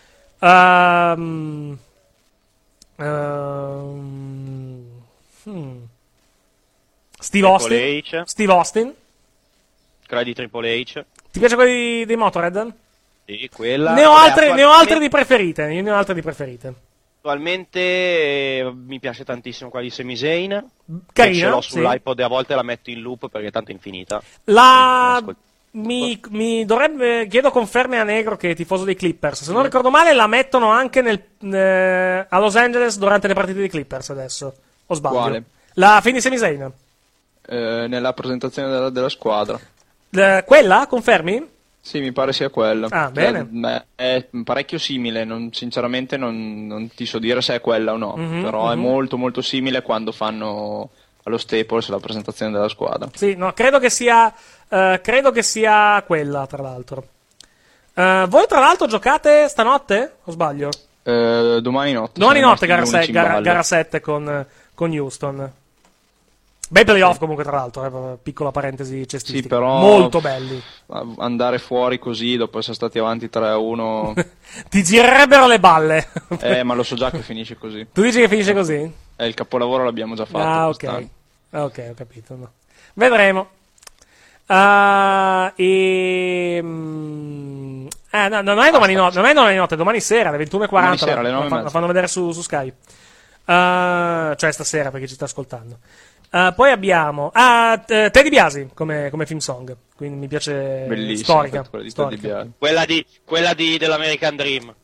Steve Austin. Quella di Triple H. Ti piace quelli dei Motorhead? Sì, quella. Ne ho altre di preferite. Attualmente mi piace tantissimo quella di Sami Zayn. Carina, ce l'ho sull'iPod e a volte la metto in loop perché tanto è infinita. Chiedo conferme a Negro, che è tifoso dei Clippers. Se non ricordo male, la mettono anche a Los Angeles durante le partite dei Clippers adesso. O sbaglio? Quale? La fine di Sami Zayn. Nella presentazione della squadra. Quella? Confermi? Sì, mi pare sia quella. Ah, bene. È parecchio simile, sinceramente non ti so dire se è quella o no, però è molto molto simile quando fanno allo Staples la presentazione della squadra. Sì, no, credo che sia quella, tra l'altro. Voi tra l'altro giocate stanotte? O sbaglio? Domani notte. Domani notte gara 7 con Houston. Bei playoff comunque, tra l'altro, piccola parentesi cestistica. Sì, però molto belli. Andare fuori così dopo essere stati avanti 3-1 ti girerebbero le balle. Ma lo so già che finisce così. Tu dici che finisce così? Il capolavoro l'abbiamo già fatto. Ah, ok, ho capito. No. Vedremo. Non è domani notte, non è domani notte, domani sera alle 21:40. Domani sera, alle 9:30. La fanno vedere su Sky. Cioè stasera, perché ci sta ascoltando. Poi abbiamo Teddy Biasi come film song, quindi mi piace. Bellissima, storica. Quella dell'American Dream.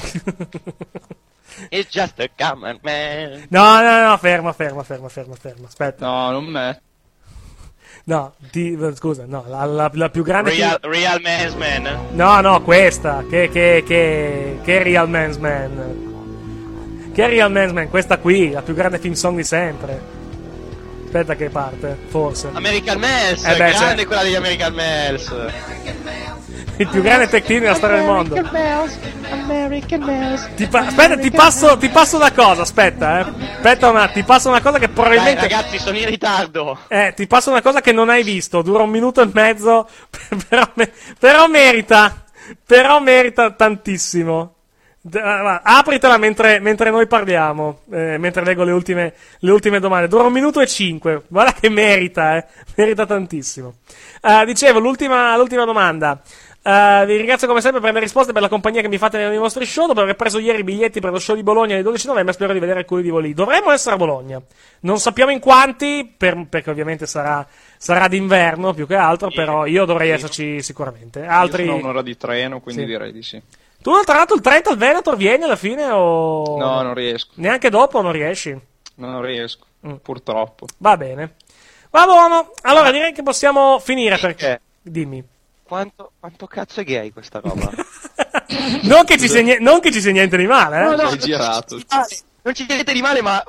It's just a common man. No, ferma. Aspetta. No, non me. No, scusa, no, la più grande. Real Man's Man. No, questa. Che Real Man's Man. Che Real Man's Man, questa qui, la più grande film song di sempre. Aspetta che parte, forse. American Males, grande quella degli American Males. Il più grande tech team della storia del mondo. American Males. Aspetta, ti passo una cosa, aspetta un attimo, ti passo una cosa che probabilmente... Dai, ragazzi, sono in ritardo. Ti passo una cosa che non hai visto, dura 1 minuto e mezzo, però merita tantissimo. Apritela mentre noi parliamo, mentre leggo le ultime domande. Dura 1 minuto e 5. Guarda che merita tantissimo. Dicevo, l'ultima domanda. Vi ringrazio come sempre per le risposte e per la compagnia che mi fate nei vostri show. Dopo aver preso ieri i biglietti per lo show di Bologna il 12 novembre, spero di vedere alcuni di voi lì. Dovremmo essere a Bologna. Non sappiamo in quanti, perché ovviamente sarà d'inverno più che altro, però io dovrei esserci sicuramente. Altri... Io sono 1 ora di treno, quindi direi di sì. Tu tra l'altro il Trento al Veneto vieni alla fine o... No, non riesco. Neanche dopo non riesci? No, non riesco, purtroppo. Va bene. Va buono. Allora direi che possiamo finire perché... Dimmi. Quanto cazzo è gay questa roba? non che ci sia niente di male, No, Hai girato. Non ci niente di male, ma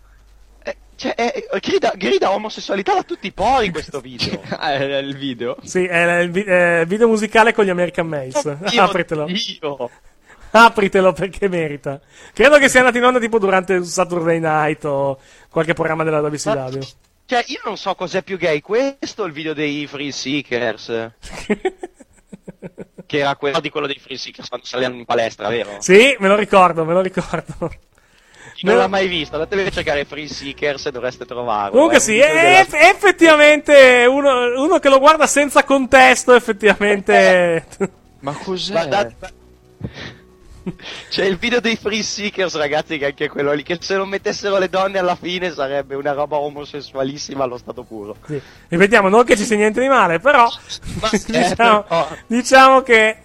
grida omosessualità da tutti i pori questo video. È il video? Sì, è il video musicale con gli American Males. Apritelo. Apritelo perché merita. Credo che sia andato in onda tipo durante Saturday Night o qualche programma della WCW. Cioè, io non so cos'è più gay, questo o il video dei Free Seekers? Che era quello dei Free Seekers quando salivano in palestra, vero? Sì, me lo ricordo. Chi non l'ha mai visto, andatevi a cercare Free Seekers e dovreste trovarlo. Comunque sì, effettivamente uno che lo guarda senza contesto, effettivamente... Ma cos'è? C'è il video dei Free Seekers, ragazzi, che anche quello lì, che se non mettessero le donne alla fine sarebbe una roba omosessualissima allo stato puro. Sì. Ripetiamo, non che ci sia niente di male, però diciamo che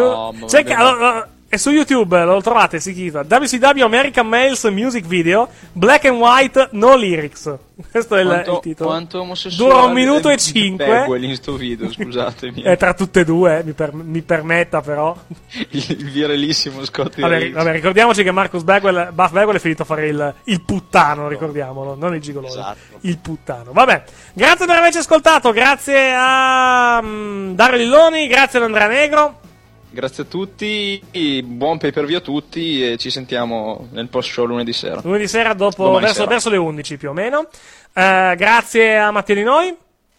è su YouTube, lo trovate, si chiama WCW American Males Music Video, Black and White, No Lyrics. Questo è il titolo. Quanto omosessuale dura 1 minuto e 5. in sto video, scusatemi. Tra tutte e due, mi permetta però. Il viralissimo Scotty vabbè, ricordiamoci che Buff Bagwell è finito a fare il puttano, ricordiamolo, non il gigolone. Esatto. Il puttano. Vabbè, grazie per averci ascoltato, grazie a Dario Lilloni, grazie ad Andrea Negro. Grazie a tutti, buon pay per view a tutti e ci sentiamo nel post show lunedì sera. Lunedì sera verso le 11 più o meno. Grazie a Mattia Di Noi.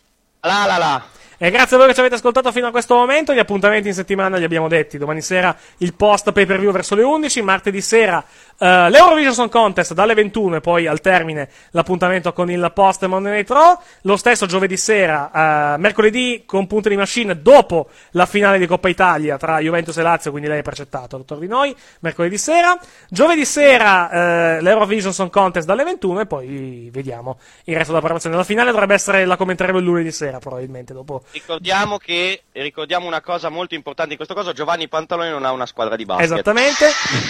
E grazie a voi che ci avete ascoltato fino a questo momento. Gli appuntamenti in settimana li abbiamo detti. Domani sera il post pay per view verso le 11. Martedì sera l'Eurovision Song Contest dalle 21 e poi al termine l'appuntamento con il post Monday Night Raw. Lo stesso giovedì sera, mercoledì con punte di machine dopo la finale di Coppa Italia tra Juventus e Lazio, quindi lei è precettato, dottor Di Noi, mercoledì sera. Giovedì sera l'Eurovision Song Contest dalle 21 e poi vediamo il resto della preparazione. La finale dovrebbe essere, la commenteremo il lunedì sera probabilmente dopo. Ricordiamo una cosa molto importante in questo caso: Giovanni Pantaloni non ha una squadra di basket. Esattamente.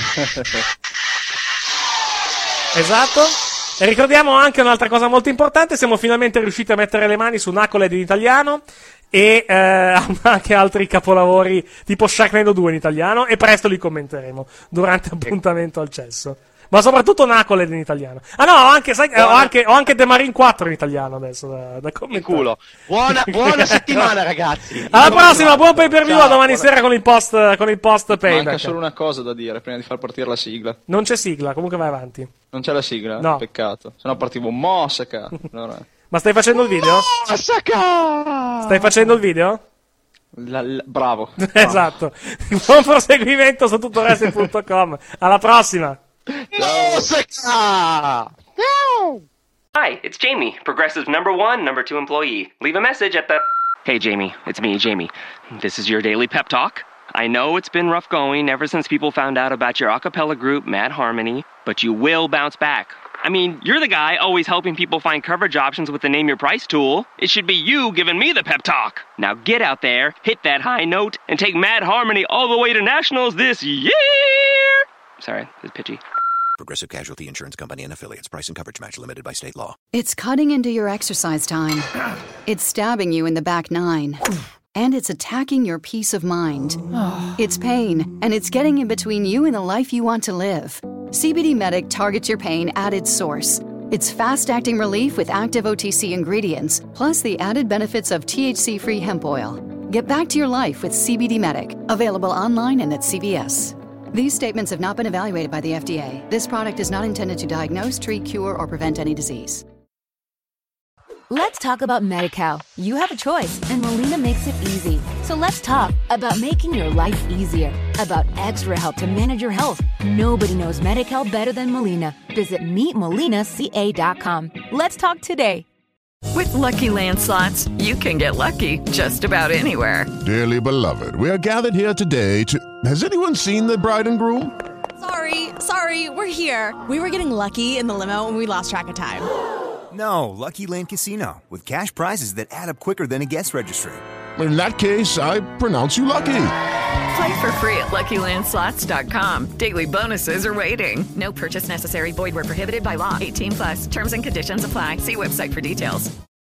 Esatto. E ricordiamo anche un'altra cosa molto importante: siamo finalmente riusciti a mettere le mani su Knucklehead in italiano e anche altri capolavori tipo Sharknado 2 in italiano, e presto li commenteremo durante appuntamento al cesso. Ma soprattutto Knucklehead in italiano. Ah no, ho anche The Marine 4 in italiano adesso da commentare. Culo. Buona settimana, ragazzi. Alla prossima, buon pay per view a domani sera con il post payback. Manca solo una cosa da dire prima di far partire la sigla. Non c'è sigla, comunque vai avanti. Non c'è la sigla? No. Peccato. Se no partivo mossa, cazzo. Allora. Ma stai facendo il video? Stai facendo il video? Bravo. Esatto. Buon proseguimento su tuttoresto.com. Alla prossima. Hi, it's Jamie, Progressive's #1, #2 employee. Leave a message at the... Hey, Jamie, it's me, Jamie. This is your daily pep talk. I know it's been rough going ever since people found out about your a cappella group, Mad Harmony, but you will bounce back. I mean, you're the guy always helping people find coverage options with the Name Your Price tool. It should be you giving me the pep talk. Now get out there, hit that high note, and take Mad Harmony all the way to nationals this year! Sorry, it's pitchy. Progressive Casualty Insurance Company and Affiliates. Price and coverage match limited by state law. It's cutting into your exercise time. It's stabbing you in the back nine. And it's attacking your peace of mind. It's pain, and it's getting in between you and the life you want to live. CBD Medic targets your pain at its source. It's fast-acting relief with active OTC ingredients, plus the added benefits of THC-free hemp oil. Get back to your life with CBD Medic, available online and at CVS. These statements have not been evaluated by the FDA. This product is not intended to diagnose, treat, cure, or prevent any disease. Let's talk about Medi-Cal. You have a choice, and Molina makes it easy. So let's talk about making your life easier, about extra help to manage your health. Nobody knows Medi-Cal better than Molina. Visit meetmolinaca.com. Let's talk today. With Lucky Land Slots, you can get lucky just about anywhere. Dearly beloved, we are gathered here today to... Has anyone seen the bride and groom? Sorry, we're here. We were getting lucky in the limo and we lost track of time. No, Lucky Land Casino, with cash prizes that add up quicker than a guest registry. In that case, I pronounce you lucky. Play for free at LuckyLandSlots.com. Daily bonuses are waiting. No purchase necessary. Void where prohibited by law. 18+. Terms and conditions apply. See website for details.